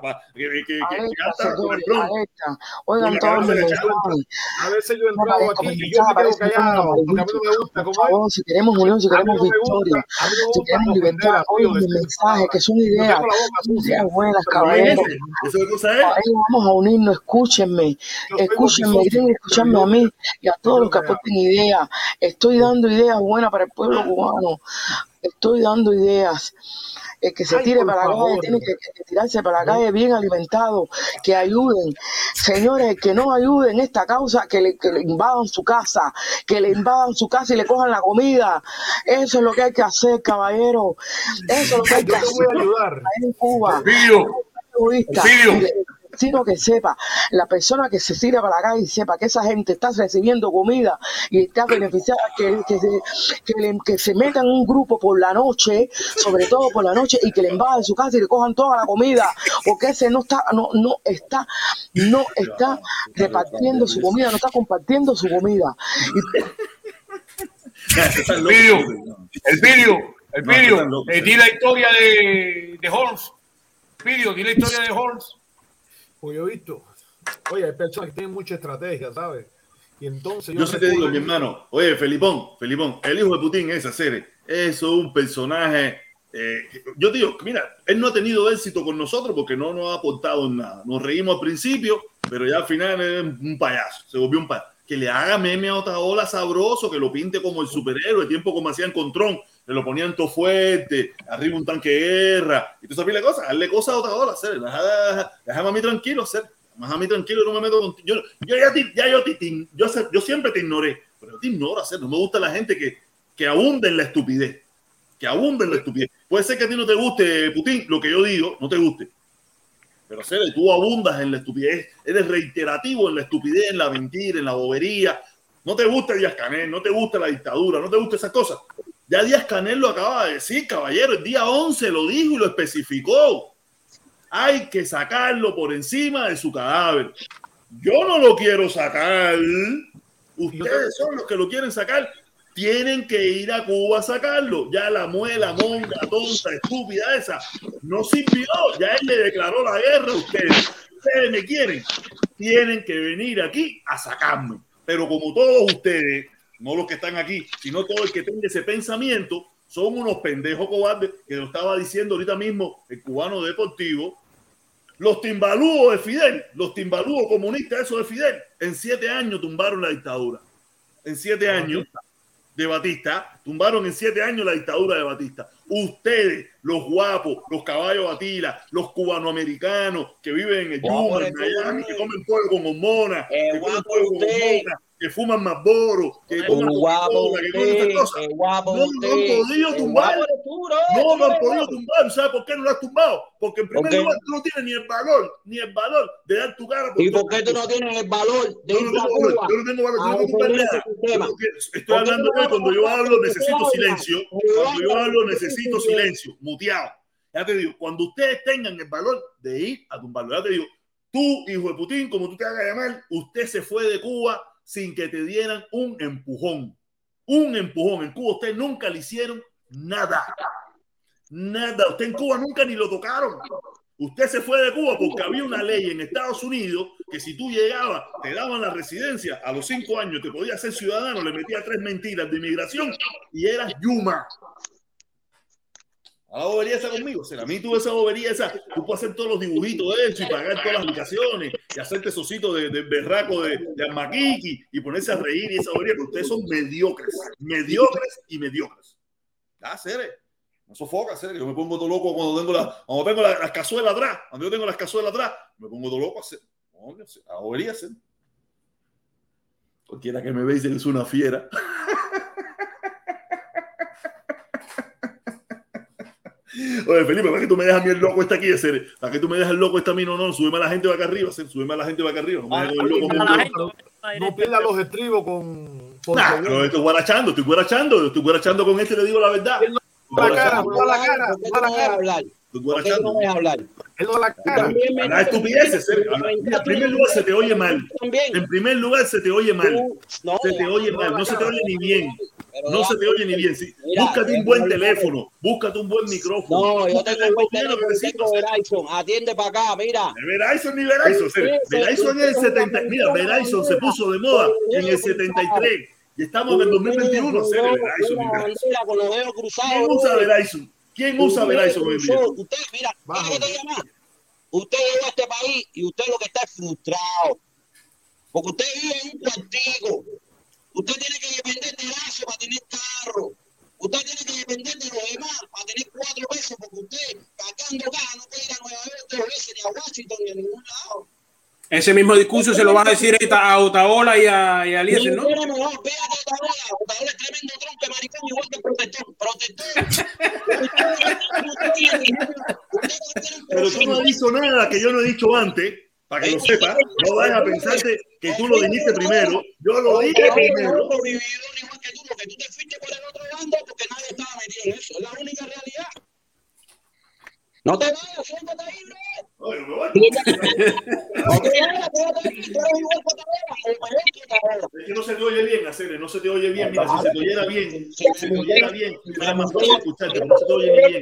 oigan todos los mensajes. A veces yo he entrado aquí y yo me quedo callado, porque a mí no me gusta. Por favor, si queremos unión, si queremos victoria, si queremos libertad, oigan mis mensajes, que son ideas buenas, caballeros. Ahí vamos a unirnos, escúchenme, escucharme a mí y a todos los que aporten ideas. Estoy dando ideas buenas para el pueblo cubano. Estoy dando ideas. El que se tire para la calle tiene que tirarse para la calle bien alimentado, que ayuden. Señores, que no ayuden esta causa, que le invadan su casa, y le cojan la comida. Eso es lo que hay que hacer, caballero. Eso es lo que hay que hacer en Cuba. Sino que sepa, la persona que se tira para la calle y sepa que esa gente está recibiendo comida y está beneficiada, que se metan en un grupo por la noche, sobre todo por la noche, y que le invadan su casa y le cojan toda la comida, porque ese no está repartiendo su comida, no está compartiendo su comida. El vídeo, di la historia de Holmes. Di la historia de Holmes. Pues yo he visto, oye, hay personas que tienen mucha estrategia, ¿sabes? Y entonces yo sí te digo, mi hermano, oye, Felipón, el hijo de Putin es hacer, eso es un personaje. Yo digo, mira, él no ha tenido éxito con nosotros porque no nos ha aportado en nada. Nos reímos al principio, pero ya al final es un payaso, se volvió un payaso. Que le haga meme a Otaola sabroso, que lo pinte como el superhéroe, tiempo como hacían con Tron, le lo ponían todo fuerte, arriba un tanque de guerra, y tú sabes la cosa, hazle cosas a Otaola, déjame a mí tranquilo, más a mí tranquilo, no me meto contigo. Yo siempre te ignoré, pero yo te ignoro, no me gusta la gente que abunda en la estupidez, Puede ser que a ti no te guste, Putin, lo que yo digo, no te guste. Pero tú abundas en la estupidez, eres reiterativo en la estupidez, en la mentira, en la bobería. No te gusta Díaz-Canel, no te gusta la dictadura, no te gusta esas cosas. Ya Díaz-Canel lo acaba de decir, caballero, el día 11 lo dijo y lo especificó. Hay que sacarlo por encima de su cadáver. Yo no lo quiero sacar. Ustedes son los que lo quieren sacar. Tienen que ir a Cuba a sacarlo. Ya la muela, monga, tonta, estúpida esa, No sirvió. Ya él le declaró la guerra a ustedes. Ustedes me quieren. Tienen que venir aquí a sacarme. Pero como todos ustedes, no los que están aquí, sino todo el que tenga ese pensamiento, son unos pendejos cobardes, que lo estaba diciendo ahorita mismo el cubano deportivo. Los timbalúos de Fidel, los timbalúos comunistas, esos de Fidel, en 7 años tumbaron la dictadura. En 7 años de Batista, tumbaron en 7 años la dictadura de Batista. Ustedes, los guapos, los caballos Atila, los cubanoamericanos que viven en el Yuma, en Miami, que comen pollo con hormonas, que comen pollo con hormonas, que fuman Marlboro, que comen Coca-Cola, que comen estas cosas. No han podido tumbar. No lo han podido tumbar. ¿Sabes por qué no lo has tumbado? Porque en primer lugar tú no tienes ni el valor de dar tu cara. ¿Y por qué tú no tienes el valor de ir a Cuba? Yo no tengo valor, yo no tumbar nada. Estoy hablando de cuando yo hablo necesito silencio. Cuando yo hablo necesito silencio, muteado. Ya te digo, cuando ustedes tengan el valor de ir a tumbarlo, ya te digo, tú, hijo de Putin, como tú te hagas llamar, usted se fue de Cuba sin que te dieran un empujón. Un empujón. En Cuba ustedes nunca le hicieron nada. Nada. Usted en Cuba nunca ni lo tocaron. Usted se fue de Cuba porque había una ley en Estados Unidos que si tú llegabas, te daban la residencia, a los 5 años te podías ser ciudadano, le metía 3 mentiras de inmigración y eras Yuma. A la bobería esa conmigo. O sea, a mí tú esa bobería esa, tú puedes hacer todos los dibujitos de eso y pagar todas las aplicaciones y hacerte sosito de berraco de Almaquiqui y ponerse a reír y esa bobería, que ustedes son mediocres. Mediocres y mediocres. Ya, Cere. No sofoca, Cere. Yo me pongo todo loco cuando tengo las cazuelas atrás. Cuando yo tengo las cazuelas atrás, me pongo todo loco a hacer. A bobería, Cere. Cualquiera que me ve dice que es una fiera. Oye, Felipe, ¿para qué tú me dejas a mí el loco este aquí? ¿Para qué tú me dejas el loco este a mí? No, súbeme a la gente de acá arriba. Súbeme a la gente de acá arriba. No me dejes el loco. No pierdas los estribos con no, estoy guarachando con este, le digo la verdad. Hablar estupideces. En primer lugar se te oye mal. En primer lugar se te oye mal. Se te oye mal. No se te oye ni bien. No se te oye ni bien. Sí. Búscate un buen teléfono. Búscate un buen micrófono. No, yo tengo un buen teléfono. Verizon. Atiende para acá, mira. Verizon ni Verizon. Verizon en el 70. Mira, Verizon se puso de moda en el 73. Y estamos en el 2021. Con los dedos cruzados. ¿Quién usa Verizon? ¿Quién usa Verizon hoy en día? Usted, mira, usted llegó a este país y usted lo que está es frustrado. Porque usted vive en un cuartico. Usted tiene que depender de Lazo para tener carro. Usted tiene que depender de los demás para tener 4 pesos. Porque usted, cargando caja, no puede ir a Nueva York 3 veces, ni a Washington, ni a ningún lado. Ese mismo discurso se lo vas a decir a Otaola y a Eliezer, ¿no? No, véate Otaola. Otaola es tremendo tronco de maricón, igual que protector. Pero tú no has dicho nada que yo no he dicho antes, para que lo sepas. No vayas a pensarte que tú lo dijiste primero. Yo lo dije primero. Lo que tú te fuiste por el otro bando porque nadie estaba metido en eso. Es la única realidad. No te vayas, siéntate ahí, bro. Es que no se te oye bien, Acere, no se te oye bien. Mira, si se te oyera bien, era más fácil escucharte, pero no se te oye bien.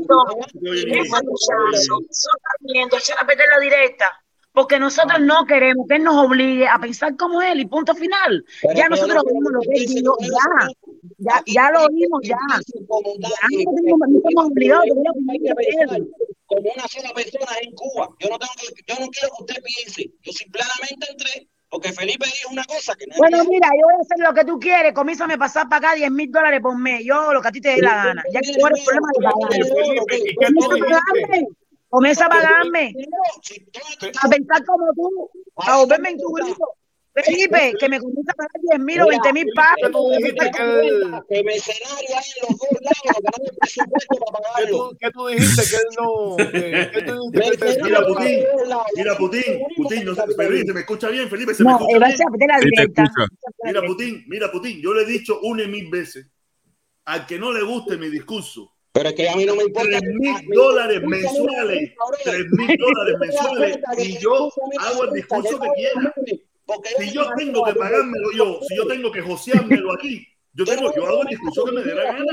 Echar a perder la directa. Porque nosotros no queremos que él nos obligue a pensar como él y punto final. Ya nosotros vimos lo que él dijo, ya lo vimos, ya. No estamos obligados. Como una sola persona en Cuba. Yo no quiero que usted piense. Yo simplemente entré porque Felipe dijo una cosa que no es. Bueno, mira, yo voy a hacer lo que tú quieres. Comiénzame a pasar para acá $10,000 por mes. Yo lo que a ti te dé la gana. Ya que tú eres el problema de pagarme. Comienza a pagarme. A pensar como tú. A volverme en tu grupo. Felipe, que me comienza a pagar 10,000 o 20,000 pagos. Que mercenario hay en los 2 lados, que no hay presupuesto para pagarlo. ¿Qué tú dijiste que él no? Mira, Putin, no se me escucha bien, Felipe, se me escucha bien. Mira, Putin, yo le he dicho 1,000 veces al que no le guste mi discurso. Pero es que a mí no me importa. $3,000 mensuales. $3,000 mensuales. Y yo hago el discurso que quiera. Si yo tengo que pagármelo yo, si yo tengo que joseármelo aquí, Yo hago la discusión que me dé la gana.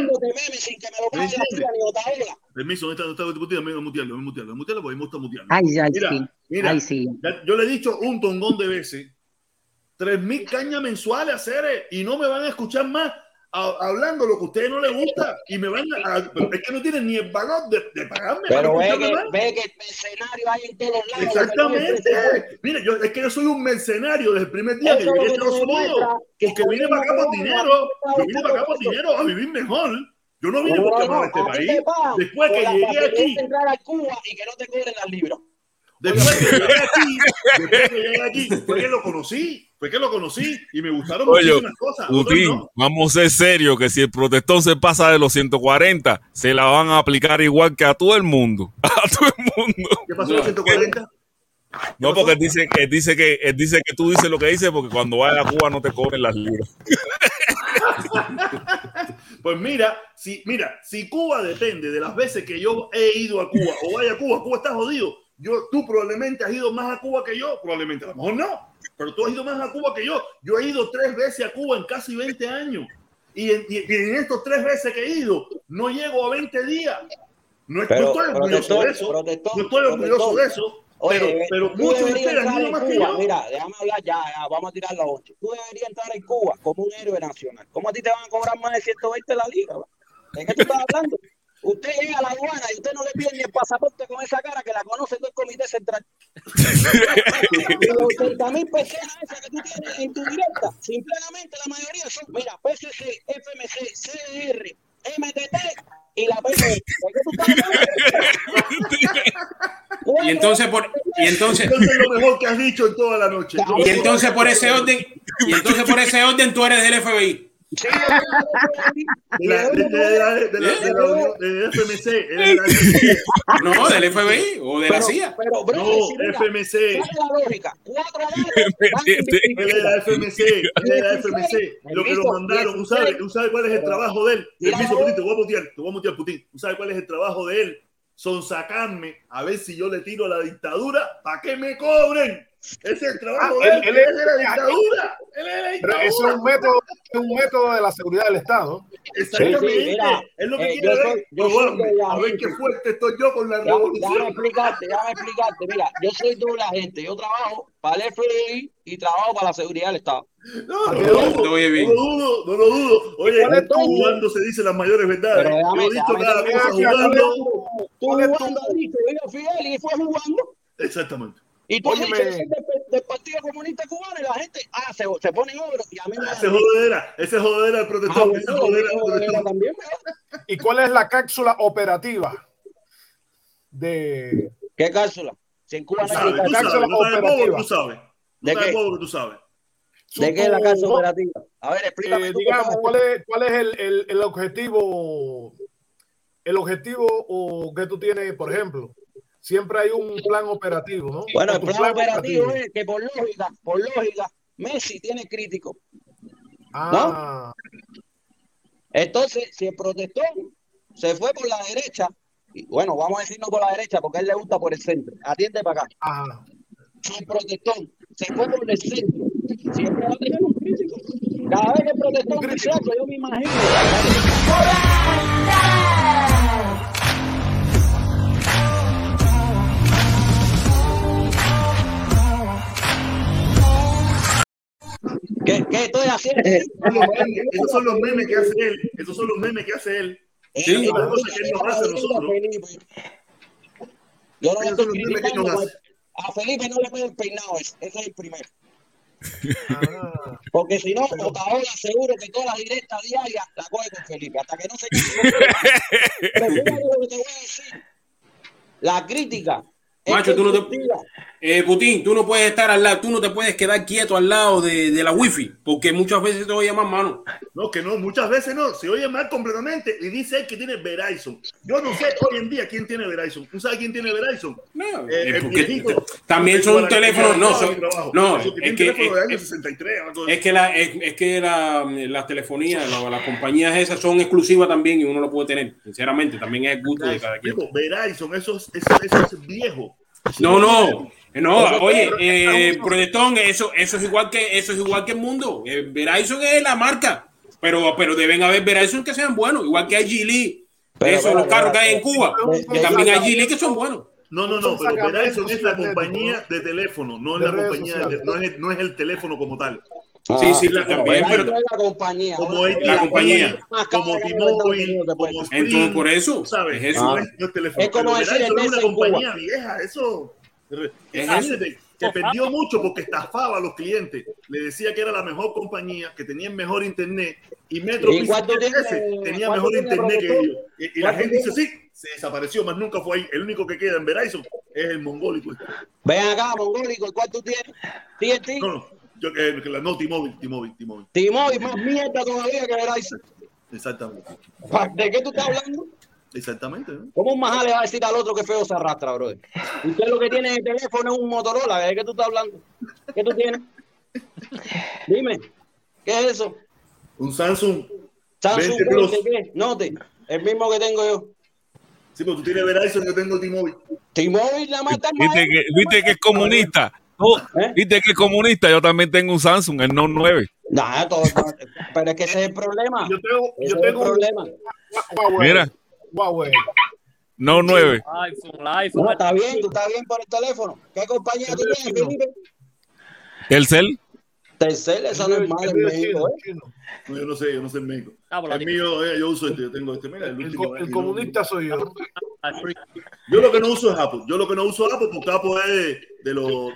Permiso, no está mutearlo, porque me está muteando. Mira, yo le he dicho un tongón de veces, 3,000 cañas mensuales a hacer y no me van a escuchar más hablando lo que a ustedes no les gusta y me van a... Pero es que no tienen ni el valor de pagarme. Pero ve que el mercenario hay en todos lados. Exactamente. Mira, es que yo soy un mercenario desde el primer día que llegué a Estados Unidos, porque vine para acá por dinero. Yo vine para acá por dinero a vivir mejor. Yo no vine porque amaba este país. Después que llegué aquí... entrar a Cuba y que no te cobren las libras. Después que llegué aquí, fue que lo conocí y me gustaron muchísimas cosas. Putin, no. Vamos a ser serios que si el protestón se pasa de los 140, se la van a aplicar igual que a todo el mundo. A todo el mundo. ¿Qué pasó los 140? No, porque él dice que tú dices lo que dices porque cuando vayas a Cuba no te cobren las libras. Pues mira, si Cuba depende de las veces que yo he ido a Cuba o vaya a Cuba está jodido. Tú probablemente has ido más a Cuba que yo, probablemente, a lo mejor no, pero tú has ido más a Cuba que yo. Yo he ido 3 veces a Cuba en casi 20 años. Y en estos 3 veces que he ido, no llego a 20 días. No estoy orgulloso de eso. No estoy orgulloso de eso. Pero muchos de ustedes han ido más que yo. Mira, déjame hablar ya, vamos a tirar la 8. Tú deberías entrar en Cuba como un héroe nacional. ¿Cómo a ti te van a cobrar más de 120 la libra? ¿De qué tú estás hablando? Usted llega a la aduana y usted no le pide ni el pasaporte con esa cara que la conoce todo el comité central. Los 80,000 personas esas que tú tienes en tu directa, simplemente la mayoría son, mira, PCC, FMC, CDR, MTT y la PCC. ¿De qué tú estás hablando? Y entonces es lo mejor que has dicho en toda la noche. Y entonces por ese orden tú eres del FBI. Sí, de FMC. No, del FBI o de la CIA. No, FMC. Él era FMC. Lo que lo mandaron. ¿Tú sabes cuál es el trabajo de él? Permiso, Putin, te voy a mutear, Putin. ¿Tú sabes cuál es el trabajo de él? Son sacarme a ver si yo le tiro a la dictadura para que me cobren. Ese es el trabajo de él. Él es de la dictadura. Pero eso es un método de la seguridad del Estado. Exactamente. Es lo que quiere ver. A ver qué fuerte estoy yo con la revolución. Déjame explicarte. Mira, yo soy doble agente. Yo trabajo para el FBI y trabajo para la seguridad del Estado. No lo dudo. Oye, tú jugando se dice las mayores verdades. Yo he dicho cada cosa jugando. Tú jugando, yo Fidel y fue jugando. También. Y tú dices del Partido Comunista Cubano y la gente se pone en obra y a mí me ese jodera del protestón. También. ¿Y cuál es la cápsula operativa de qué cápsula? Si en Cuba no hay cápsula operativa. Tú sabes. ¿De qué es la cápsula operativa? A ver, explícame. Digamos, ¿cuál es el objetivo? El objetivo que tú tienes, por ejemplo. Siempre hay un plan operativo, ¿no? Bueno, el plan operativo es que por lógica, Messi tiene crítico. ¿No? Entonces, si el protestón se fue por la derecha, y bueno, vamos a decir no por la derecha, porque a él le gusta por el centro. Atiende para acá. Ajá. Si el protestón se fue por el centro, siempre va a tener un crítico. Cada vez que el protestón dice algo, yo me imagino. ¿Qué estoy haciendo? Esos son los memes que hace él. Sí. Las cosas que él nos hace a nosotros. Yo no estoy criticando. A Felipe no le pueden peinado ese es el primero. Porque si no, Otaola seguro que todas las directas diarias la coge con Felipe. Hasta que no se Pero fíjate lo que te voy a decir. La crítica. Macho, tú no te... Putin, tú no puedes estar al lado, tú no te puedes quedar quieto al lado de la wifi, porque muchas veces te oye más, mano. No, que no, muchas veces no, se oye mal completamente y dice él que tiene Verizon. Yo no sé hoy en día quién tiene Verizon. ¿Tú sabes quién tiene Verizon? No, también son teléfonos, es que las telefonías, las compañías esas son exclusivas también y uno lo puede tener, sinceramente, también es el gusto de cada quien. Verizon, eso es viejo. No, oye, protestón, eso es igual que el mundo. Verizon es la marca. Pero deben haber Verizon que sean buenos, igual que hay Geely. Esos los carros que hay en Cuba, que también hay Geely que son buenos. No, pero Verizon es la compañía de teléfono, no es la compañía, no es el teléfono como tal. Sí, también, pero la compañía. Como la compañía, como T-Mobile, como Sprint, entonces por eso, ¿sabes? es eso. No es teléfono. Es como decir Verizon el es una Messi en compañía Cuba. vieja, eso. Es Que perdió mucho porque estafaba a los clientes. Le decía que era la mejor compañía, que tenía mejor internet. Y Metro ¿Y cuánto tenía mejor internet que ellos. Y la gente dice, sí, se desapareció, más nunca fue ahí. El único que queda en Verizon es el mongólico. Ven acá, mongólico, ¿cuál tú tienes? ¿TNT? No, yo no, T-Mobile. T-Mobile, más mierda todavía que Verizon. Exactamente. ¿De qué tú estás hablando? Exactamente. ¿No? ¿Cómo un majá le va a decir al otro que feo se arrastra, brother? Usted lo que tiene en el teléfono es un Motorola. ¿De qué tú estás hablando? ¿Qué tú tienes? Dime, ¿qué es eso? Un Samsung 20 Plus. ¿Qué? Note, el mismo que tengo yo. Sí, pero tú tienes Verizon, yo tengo T-Mobile. T-Mobile nada más está ¿Viste que es comunista? ¿Viste que es comunista? Yo también tengo un Samsung, el Note 9. Nah, pero es que ese es el problema. Yo tengo el problema. Mira. Huawei. Note 9. iPhone. No, está bien, tú estás bien por el teléfono. ¿Qué compañía tú tienes, Felipe? Telcel. Telcel, esa no es mala en México, ¿eh? No, yo no sé en México. El mío, yo uso yo tengo este. Mira, El comunista soy yo. Yo lo que no uso es Apple. Porque Apple es de los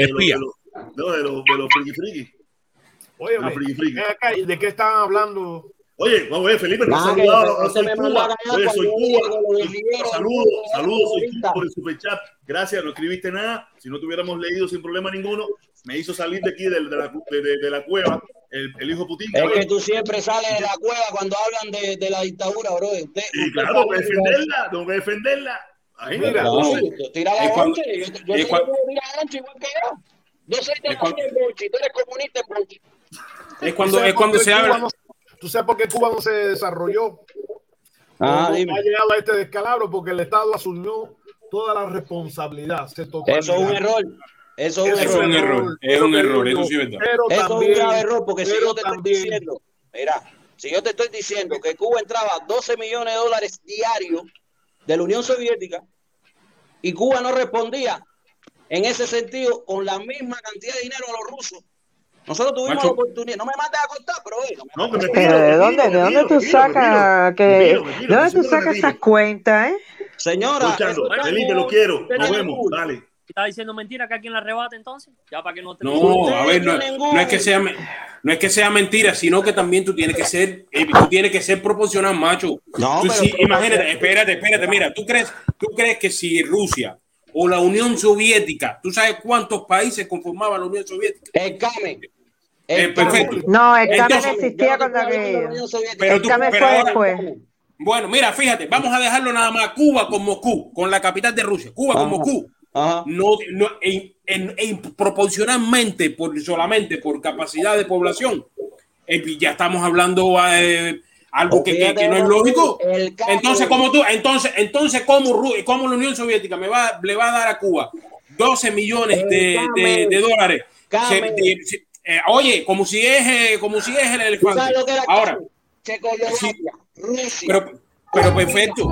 friki. Oye, ¿de qué están hablando? Oye, vamos a ver, Felipe, no has saludado, soy Cuba. Oye, soy Cuba. Saludos, soy Cuba por el superchat. Gracias, no escribiste nada. Si no te hubiéramos leído sin problema ninguno, me hizo salir de aquí, de la cueva, el hijo Putin. Es que tú siempre sales de la cueva cuando hablan de la dictadura, bro. Y claro, tengo que defenderla. Ahí, mira, tira la bonche. Yo sé que tú tiras la bonche igual que yo. Yo soy de bonche, tú eres comunista en bonche. Es cuando se habla. ¿Tú sabes por qué Cuba no se desarrolló? Dime. Ha llegado a este descalabro porque el Estado asumió toda la responsabilidad. Eso es un error. Eso es un error. Es un error, eso sí es verdad. Pero eso también, es un grave error, porque si yo te estoy diciendo, mira, si yo te estoy diciendo que Cuba entraba $12 millones diarios de la Unión Soviética y Cuba no respondía en ese sentido con la misma cantidad de dinero a los rusos, nosotros tuvimos la oportunidad. No me mandes a contar, pero ¿de dónde tú sacas esas cuentas, Señora, Felipe, lo quiero. Nos vemos. Dale. ¿Está diciendo mentira que alguien la arrebate entonces? Ya para que no te... No, a ver, no es que sea mentira, sino que también tú tienes que ser proporcional, macho. No, imagínate, espérate, mira, ¿tú crees que si Rusia o la Unión Soviética, tú sabes cuántos países conformaban la Unión Soviética? El CAME. Perfecto. No, el CAME no existía cuando aquello. El CAME fue después. Bueno, mira, fíjate, vamos a dejarlo nada más Cuba con Moscú, con la capital de Rusia. Cuba con Moscú. No, proporcionalmente, solamente por capacidad de población, ya estamos hablando algo que no es lógico. Entonces, ¿cómo la Unión Soviética le va a dar a Cuba 12 millones de dólares? Oye, como si es el elefante. Ahora, pero perfecto.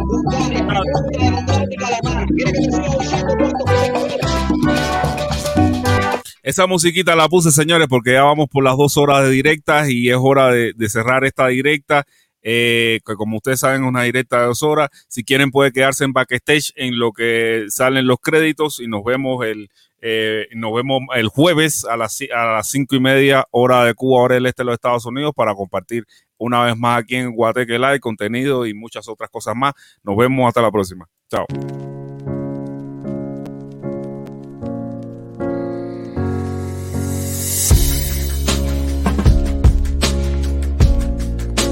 Esa musiquita la puse, señores, porque ya vamos por las 2 horas de directas y es hora de cerrar esta directa. Que como ustedes saben, es una directa de 2 horas. Si quieren, puede quedarse en backstage en lo que salen los créditos y nos vemos el jueves a las 5:30 hora de Cuba, hora del este de los Estados Unidos, para compartir una vez más aquí en Guateque Live contenido y muchas otras cosas más. Nos vemos hasta la próxima. Chao.